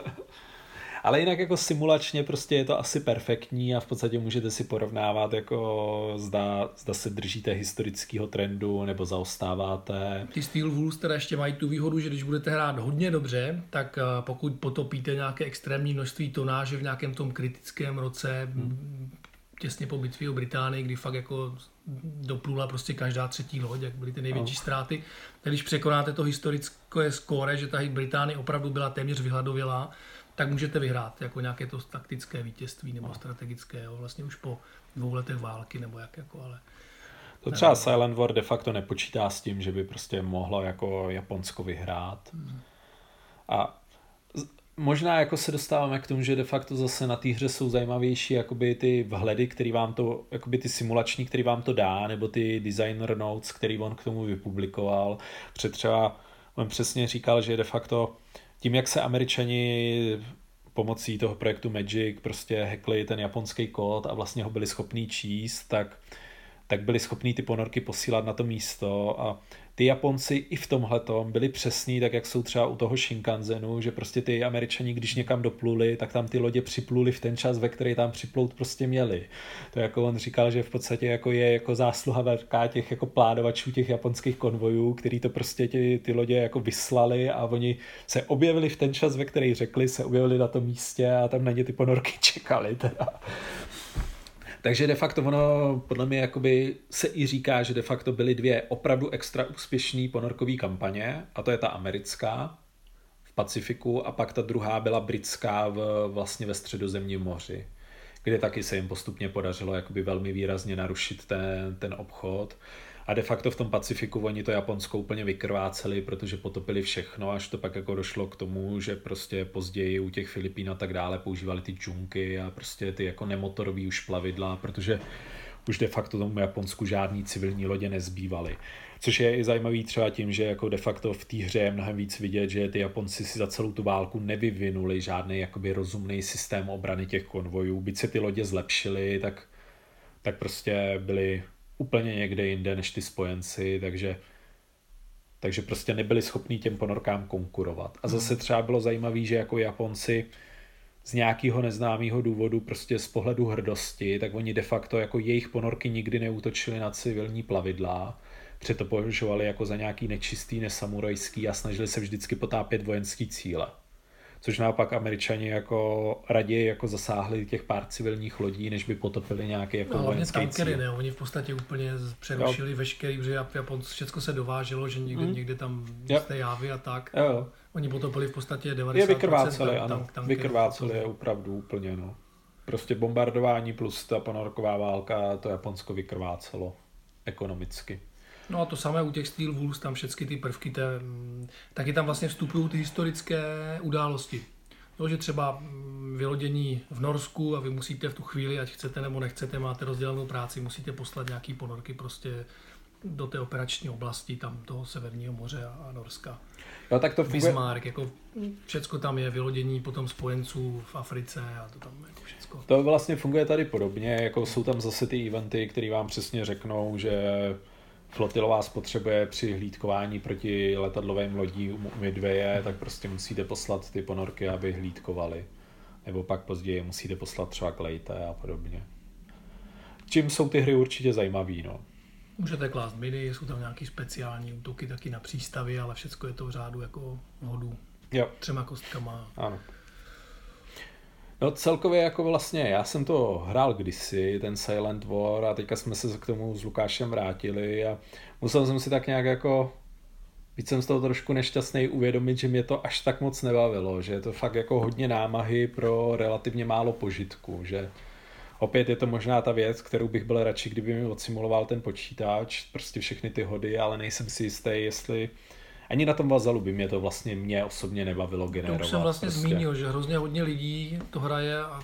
Ale jinak jako simulačně prostě je to asi perfektní a v podstatě můžete si porovnávat, jako zda, zda se držíte historického trendu nebo zaostáváte. Ty Steel Wolves teda ještě mají tu výhodu, že když budete hrát hodně dobře, tak pokud potopíte nějaké extrémní množství tonáže v nějakém tom kritickém roce, hmm. těsně po bitvě o Británii, kdy fakt jako doplula prostě každá třetí loď, jak byly ty největší oh. ztráty, tak když překonáte to historické skóre, že ta Británie opravdu byla téměř vyhladovělá, tak můžete vyhrát jako nějaké to taktické vítězství nebo strategické, jo, vlastně už po dvou letech války nebo jak jako, ale... To třeba Silent War de facto nepočítá s tím, že by prostě mohlo jako Japonsko vyhrát. Hmm. A možná jako se dostáváme k tomu, že de facto zase na té hře jsou zajímavější jakoby ty vhledy, který vám to, jakoby ty simulační, který vám to dá, nebo ty designer notes, který on k tomu vypublikoval. Před třeba on přesně říkal, že de facto tím, jak se Američani pomocí toho projektu Magic prostě hackli ten japonský kód a vlastně ho byli schopní číst, tak, tak byli schopní ty ponorky posílat na to místo a ty Japonci i v tomhletom byli přesní, tak jak jsou třeba u toho Shinkanzenu, že prostě ty Američani, když někam dopluli, tak tam ty lodě připluli v ten čas, ve který tam připlout prostě měli. To jako on říkal, že v podstatě jako je jako zásluha velká těch jako plánovačů těch japonských konvojů, který to prostě ty, ty lodě jako vyslali a oni se objevili v ten čas, ve který řekli, se objevili na tom místě a tam na ně ty ponorky čekali teda. Takže de facto ono podle mě jakoby se i říká, že de facto byly dvě opravdu extra úspěšné ponorkové kampaně a to je ta americká v Pacifiku a pak ta druhá byla britská v, vlastně ve Středozemním moři, kde taky se jim postupně podařilo jakoby velmi výrazně narušit ten, ten obchod. A de facto v tom Pacifiku oni to Japonsko úplně vykrváceli, protože potopili všechno, až to pak jako došlo k tomu, že prostě později u těch Filipín a tak dále používali ty džunky a prostě ty jako nemotorový už plavidla, protože už de facto tomu Japonsku žádný civilní lodě nezbývaly. Což je i zajímavý třeba tím, že jako de facto v té hře je mnohem víc vidět, že ty Japonci si za celou tu válku nevyvinuli žádný jakoby rozumný systém obrany těch konvojů. Byť se ty lodě zlepšily, tak, tak prostě byly úplně někde jinde než ty spojenci, takže, takže prostě nebyli schopní těm ponorkám konkurovat. A zase třeba bylo zajímavé, že jako Japonci z nějakého neznámého důvodu prostě z pohledu hrdosti, tak oni de facto jako jejich ponorky nikdy neútočili na civilní plavidla, protože to považovali jako za nějaký nečistý, nesamurajský a snažili se vždycky potápět vojenský cíle. Což naopak Američani jako raději jako zasáhli těch pár civilních lodí, než by potopili nějaký jako no, vojenský tankery, cíl. Ne? Oni v podstatě úplně přerušili jo. veškerý, protože Japon všechno se dováželo, že někde, mm. někde tam z té Jávy a tak. Jo, jo. Oni potopili v podstatě devadesát procent. Je vykrváceli, ano. Tank, tankery, vykrváceli je opravdu úplně, no. Prostě bombardování plus ta ponorková válka, to Japonsko vykrvácelo ekonomicky. No a to samé u těch Steel Wolves, tam všechny ty prvky, té, taky tam vlastně vstupují ty historické události. Jo, že třeba vylodění v Norsku a vy musíte v tu chvíli, ať chcete nebo nechcete, máte rozdělenou práci, musíte poslat nějaký ponorky prostě do té operační oblasti, tam toho Severního moře a, a Norska. Jo, tak to funguje. Bismarck, jako všecko tam je, vylodění potom spojenců v Africe a to tam jako všecko. To vlastně funguje tady podobně, jako jsou tam zase ty eventy, které vám přesně řeknou, že flotilová spotřebuje při hlídkování proti letadlovým lodím u Midwaye, tak prostě musíte poslat ty ponorky, aby hlídkovali. Nebo pak později musíte poslat třeba k Leyte a podobně. Čím jsou ty hry určitě zajímavý, no. Můžete klást miny, jsou tam nějaký speciální útoky taky na přístavy, ale všechno je to v řádu jako hodů. Jo. Třema kostkama. Ano. No celkově jako vlastně, já jsem to hrál kdysi, ten Silent War, a teďka jsme se k tomu s Lukášem vrátili a musel jsem si tak nějak jako, víc jsem z toho trošku nešťastný uvědomit, že mě to až tak moc nebavilo, že je to fakt jako hodně námahy pro relativně málo požitku, že opět je to možná ta věc, kterou bych byl radši, kdyby mi odsimuloval ten počítač, prostě všechny ty hody, ale nejsem si jistý, jestli ani na tom Vazalu by mě to vlastně mě osobně nebavilo generovat. To už jsem vlastně prostě. zmínil, že hrozně hodně lidí to hraje a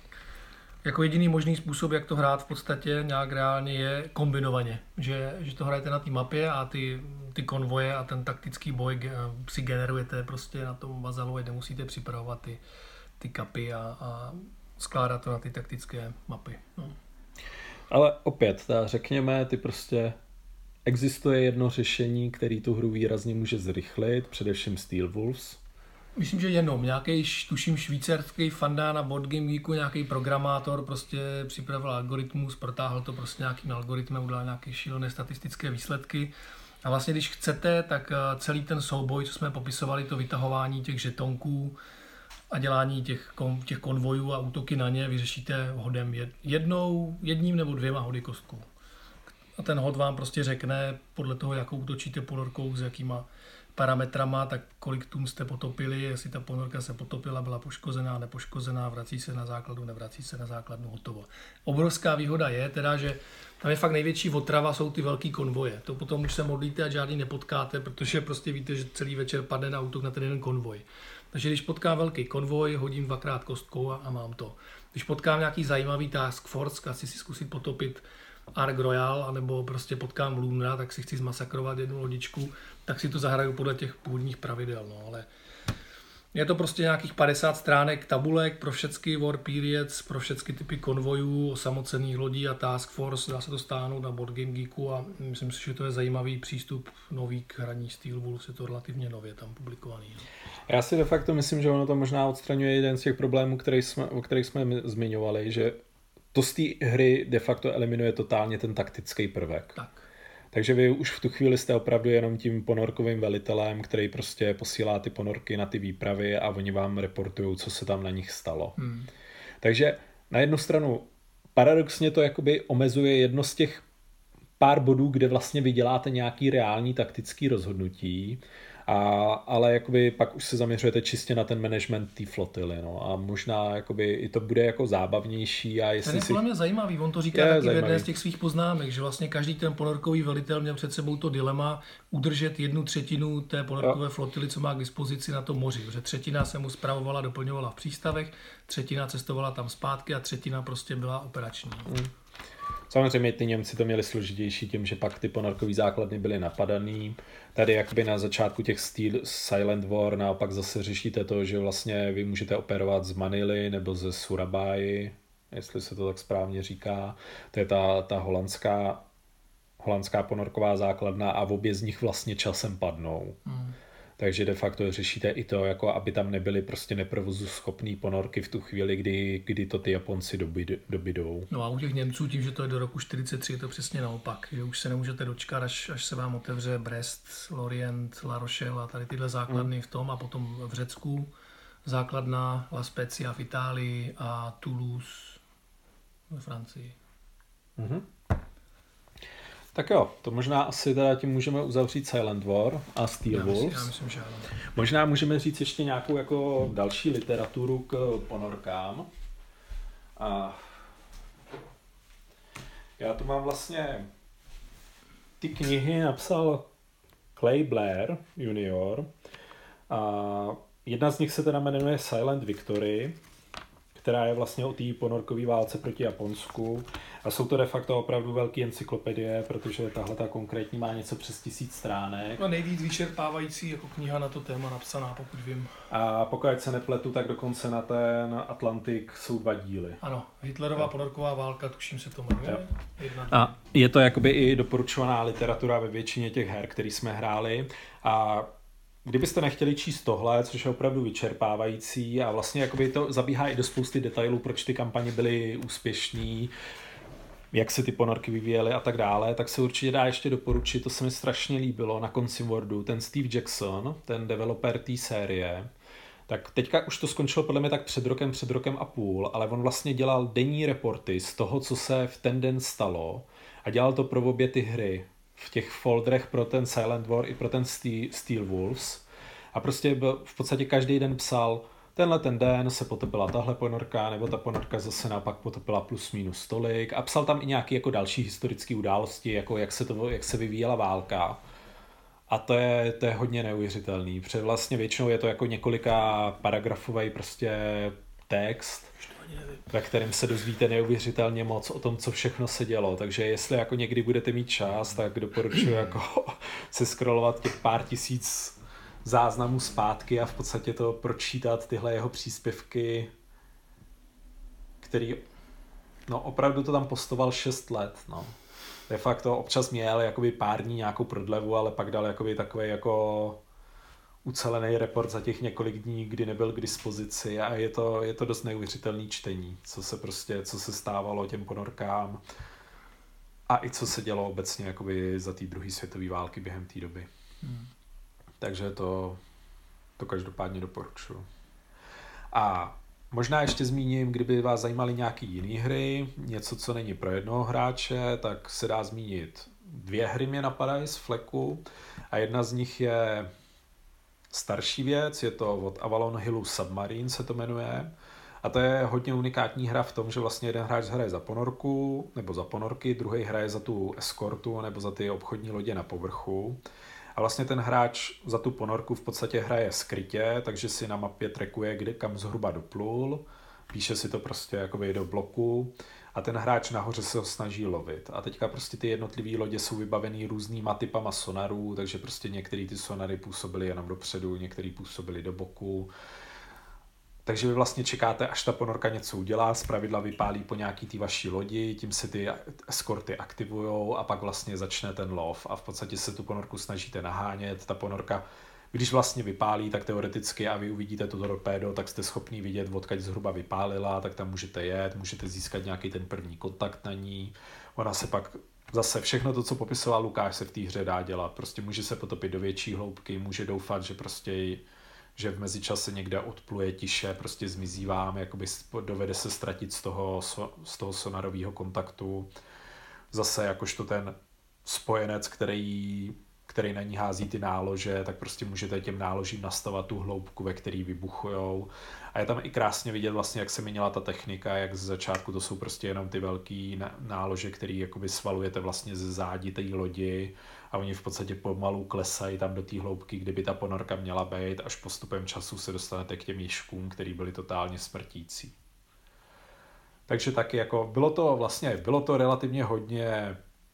jako jediný možný způsob, jak to hrát v podstatě nějak reálně je kombinovaně. Že, že to hrajete na té mapě a ty, ty konvoje a ten taktický boj si generujete prostě na tom Vazalu, kde musíte připravovat ty, ty kapy a, a skládat to na ty taktické mapy. No. Ale opět, ta, řekněme, ty prostě existuje jedno řešení, který tu hru výrazně může zrychlit, především Steel Wolves. Myslím, že jenom nějaký, tuším, švýcarský fanda na Board Game Geeku, nějaký programátor prostě připravil algoritmus, protáhl to prostě nějakým algoritmem, udělal nějaké šílené statistické výsledky. A vlastně, když chcete, tak celý ten souboj, co jsme popisovali, to vytahování těch žetonků a dělání těch, kon, těch konvojů a útoky na ně, vyřešíte hodem jednou, jedním nebo dvěma hody kostků. A ten hod vám prostě řekne, podle toho, jakou útočíte ponorkou, s jakýma parametrama, tak kolik tun jste potopili, jestli ta ponorka se potopila, byla poškozená, nepoškozená, vrací se na základnu, nevrací se na základnu, hotovo. Obrovská výhoda je teda, že tam je fakt největší otrava, jsou ty velký konvoje. To potom už se modlíte a žádný nepotkáte, protože prostě víte, že celý večer padne na útok na ten jeden konvoj. Takže když potkám velký konvoj, hodím dvakrát kostkou a, a mám to. Když potkám nějaký zajímavý task force, chci si zkusit potopit Ark Royal, anebo prostě potkám Lunra, tak si chci zmasakrovat jednu lodičku, tak si to zahraju podle těch původních pravidel. No. Ale je to prostě nějakých padesát stránek tabulek pro všechny war periods, pro všechny typy konvojů, osamocených lodí a task force. Dá se to stáhnout na Board Game Geeku a myslím si, že to je zajímavý přístup nový k hraní Steel Wolves, je to relativně nově tam publikovaný. No. Já si de facto myslím, že ono to možná odstraňuje jeden z těch problémů, který jsme, o kterých jsme zmiňovali, že to z té hry de facto eliminuje totálně ten taktický prvek. Tak. Takže vy už v tu chvíli jste opravdu jenom tím ponorkovým velitelem, který prostě posílá ty ponorky na ty výpravy a oni vám reportují, co se tam na nich stalo. Hmm. Takže na jednu stranu paradoxně to jakoby omezuje jedno z těch pár bodů, kde vlastně vy děláte nějaký reální taktický rozhodnutí, a, ale jakoby pak už se zaměřujete čistě na ten management té flotily, no, a možná jakoby i to bude jako zábavnější. A jestli ten je si... podle mě zajímavý, on to říká je taky zajímavý. v jedné z těch svých poznámek, že vlastně každý ten ponorkový velitel měl před sebou to dilema udržet jednu třetinu té ponorkové jo. flotily, co má k dispozici na tom moři, že třetina se mu spravovala, doplňovala v přístavech, třetina cestovala tam zpátky a třetina prostě byla operační. Hmm. Samozřejmě ty Němci to měli složitější tím, že pak ty ponorkové základny byly napadaný. Tady jakoby na začátku těch Steel Silent War naopak zase řešíte to, že vlastně vy můžete operovat z Manily nebo ze Surabaya, jestli se to tak správně říká. To je ta, ta holandská, holandská ponorková základna a v obě z nich vlastně časem padnou. Hmm. Takže de facto řešíte i to, jako aby tam nebyly prostě neprovozu schopný ponorky v tu chvíli, kdy, kdy to ty Japonci dobydou. No a u těch Němců tím, že to je do roku čtyřicet tři, je to přesně naopak. Že už se nemůžete dočkat, až, až se vám otevře Brest, Lorient, La Rochelle a tady tyhle základny hmm. v tom a potom v Řecku základna La Spezia v Itálii a Toulouse ve Francii. Hmm. Tak jo, to možná asi teda tím můžeme uzavřít Silent War a Steel Wolves. Já myslím, že ano. Možná můžeme říct ještě nějakou jako další literaturu k ponorkám. A já tu mám vlastně ty knihy napsal Clay Blair junior. A jedna z nich se teda jmenuje Silent Victory, která je vlastně o té ponorkové válce proti Japonsku. A jsou to de facto opravdu velké encyklopedie, protože tahle ta konkrétní má něco přes tisíc stránek. No nejvíc vyčerpávající jako kniha na to téma napsaná, pokud vím. A pokud se nepletu, tak dokonce na ten Atlantik jsou dva díly. Ano, Hitlerová jo. ponorková válka, tuším se to jmenuje. Jedna, a je to jakoby i doporučovaná literatura ve většině těch her, které jsme hráli. A kdybyste nechtěli číst tohle, což je opravdu vyčerpávající a vlastně jakoby to zabíhá i do spousty detailů, proč ty kampaně byly úspěšný, jak se ty ponorky vyvíjely a tak dále, tak se určitě dá ještě doporučit, to se mi strašně líbilo na konci Wordu, ten Steve Jackson, ten developer té série, tak teďka už to skončilo podle mě tak před rokem, před rokem a půl, ale on vlastně dělal denní reporty z toho, co se v ten den stalo a dělal to pro obě ty hry v těch folderech pro ten Silent War i pro ten Steel Wolves a prostě byl, v podstatě každý den psal, tenhle ten den se potopila tahle ponorka, nebo ta ponorka zase naopak potopila plus minus tolik a psal tam i nějaké jako další historické události, jako jak se, to, jak se vyvíjela válka. A to je, to je hodně neuvěřitelný, protože vlastně většinou je to jako několika paragrafový prostě text, ve kterém se dozvíte neuvěřitelně moc o tom, co všechno se dělo. Takže jestli jako někdy budete mít čas, tak doporučuji jako se scrollovat těch pár tisíc záznamů zpátky a v podstatě to pročítat tyhle jeho příspěvky, který no opravdu to tam postoval šest let, no. De facto občas měl jakoby pár dní nějakou prodlevu, ale pak dal jakoby takový jako ucelený report za těch několik dní, kdy nebyl k dispozici a je to, je to dost neuvěřitelný čtení, co se prostě, co se stávalo těm ponorkám a i co se dělo obecně jakoby za té druhé světové války během té doby. Hmm. Takže to, to každopádně doporučuji. A možná ještě zmíním, kdyby vás zajímaly nějaké jiné hry, něco, co není pro jednoho hráče, tak se dá zmínit dvě hry mě napadají z fleku a jedna z nich je starší věc, je to od Avalon Hillu Submarine se to jmenuje a to je hodně unikátní hra v tom, že vlastně jeden hráč hraje za ponorku nebo za ponorky, druhý hraje za tu eskortu nebo za ty obchodní lodě na povrchu. A vlastně ten hráč za tu ponorku v podstatě hraje skrytě, takže si na mapě trackuje, kde kam zhruba doplul, píše si to prostě jakoby do bloku a ten hráč nahoře se ho snaží lovit. A teďka prostě ty jednotlivé lodě jsou vybavený různýma typama sonarů, takže prostě některé ty sonary působily jenom dopředu, některé působily do boku. Takže vy vlastně čekáte, až ta ponorka něco udělá, zpravidla vypálí po nějaký té vaší lodi, tím se ty eskorty aktivujou a pak vlastně začne ten lov a v podstatě se tu ponorku snažíte nahánět. Ta ponorka, když vlastně vypálí, tak teoreticky a vy uvidíte to torpédo, tak jste schopný vidět, odkud zhruba vypálila, tak tam můžete jet, můžete získat nějaký ten první kontakt na ní. Ona se pak zase všechno to, co popisoval Lukáš, se v té hře dá dělat. Prostě může se potopit do větší hloubky, může doufat, že prostě že v mezičase někde odpluje tiše, prostě zmizí vám, jakoby dovede se ztratit z toho, z toho sonarového kontaktu. Zase jakožto ten spojenec, který, který na ní hází ty nálože, tak prostě můžete těm náložím nastavovat tu hloubku, ve který vybuchujou. A je tam i krásně vidět vlastně, jak se měnila ta technika, jak z začátku to jsou prostě jenom ty velký nálože, který jakoby svalujete vlastně ze zádi té lodi a oni v podstatě pomalu klesají tam do té hloubky, kde by ta ponorka měla být, až postupem času se dostanete k těm ježkům, který byly totálně smrtící. Takže taky jako bylo to vlastně, bylo to relativně hodně,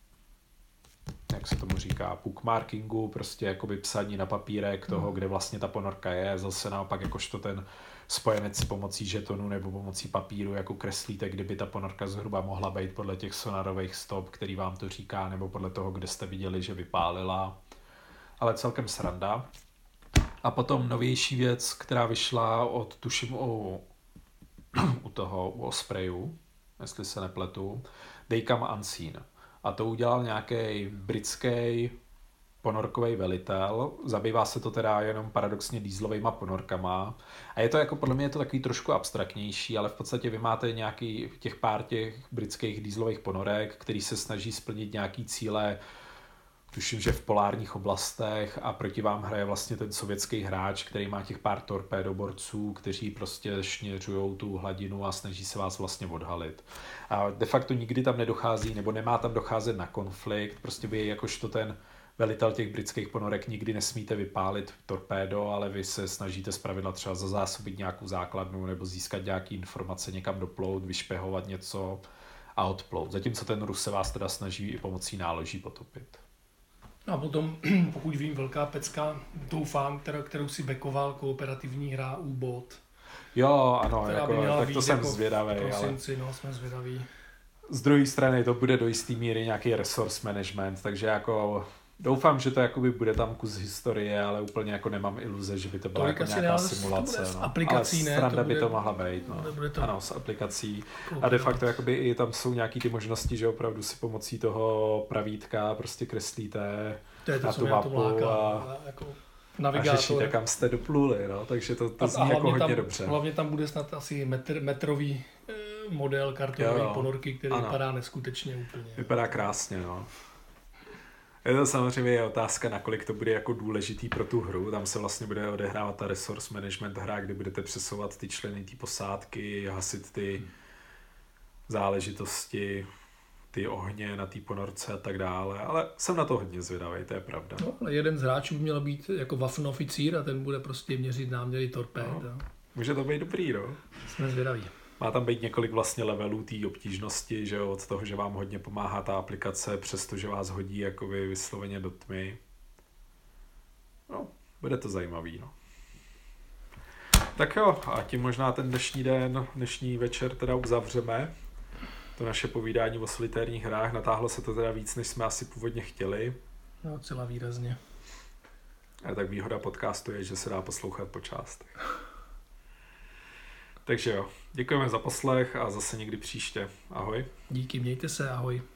jak se tomu říká, bookmarkingu, prostě jakoby psaní na papírek toho, kde vlastně ta ponorka je, zase naopak jakožto ten spojenec s pomocí žetonu nebo pomocí papíru, jako kreslíte, kdyby ta ponorka zhruba mohla být podle těch sonarových stop, který vám to říká, nebo podle toho, kde jste viděli, že vypálila. Ale celkem sranda. A potom novější věc, která vyšla od, tuším, u, u toho, u Ospreyu, jestli se nepletu, They Come Unseen. A to udělal nějaký britský ponorkový velitel. Zabývá se to teda jenom paradoxně dýzlovejma ponorkama. A je to jako, podle mě je to takový trošku abstraktnější, ale v podstatě vy máte nějaký těch pár těch britských dýzlových ponorek, který se snaží splnit nějaký cíle, tuším, že v polárních oblastech a proti vám hraje vlastně ten sovětský hráč, který má těch pár torpédoborců, kteří prostě šněřujou tu hladinu a snaží se vás vlastně odhalit. A de facto nikdy tam nedochází, nebo nemá tam docházet na konflikt, prostě vy jakožto ten velitel těch britských ponorek nikdy nesmíte vypálit torpédo, ale vy se snažíte zpravidla třeba zazásobit nějakou základnu nebo získat nějaké informace, někam doplout, vyšpehovat něco a odplout. Zatímco ten Rus se vás teda snaží i pomocí náloží potopit. A potom, pokud vím, velká pecka, doufám, kterou, kterou si backoval kooperativní hra U-Bot. Jo, ano, Která jako, by měla tak to být jsem jako zvědavý. v prosinci, Ale no, jsme zvědaví. z druhé strany to bude do jisté míry nějaký resource management, takže jako doufám, že to jakoby bude tam kus historie, ale úplně jako nemám iluze, že by to byla Tolik jako asi nějaká ne, simulace. to bude s No. aplikací, ale ne, stranda to by bude- to mohla být. No. bude to- Ano, s aplikací. A de Kooperovat. facto jakoby i tam jsou nějaký ty možnosti, že opravdu si pomocí toho pravítka prostě kreslíte To je to, na co tu mě na tom mapu láká. a, Jako a navigátor. řešíte, kam jste dopluli. No. Takže to, to A- zní a jako hlavně hodně tam, dobře. Hlavně tam bude snad asi metr, metrový eh, model kartonové Jo, jo. ponorky, který Ano. vypadá neskutečně úplně. Vypadá krásně, no. Je to samozřejmě je otázka, nakolik to bude jako důležitý pro tu hru. Tam se vlastně bude odehrávat ta resource management hra, kdy budete přesouvat ty členy té posádky, hasit ty záležitosti, ty ohně na té ponorce a tak dále. Ale jsem na to hodně zvědavý, to je pravda. No, ale jeden z hráčů by měl být jako Waffenoficír a ten bude prostě měřit náměry torpéd. No. No. Může to být dobrý, no. Jsme zvědaví. Má tam být několik vlastně levelů té obtížnosti, že jo, od toho, že vám hodně pomáhá ta aplikace, přestože vás hodí jakoby vysloveně do tmy. No, bude to zajímavý, no. Tak jo, a tím možná ten dnešní den, dnešní večer teda uzavřeme. To naše povídání o solitérních hrách. Natáhlo se to teda víc, než jsme asi původně chtěli. No, celá výrazně. A tak výhoda podcastu je, že se dá poslouchat po částech. Takže jo, děkujeme za poslech a zase někdy příště. Ahoj. Díky, mějte se, ahoj.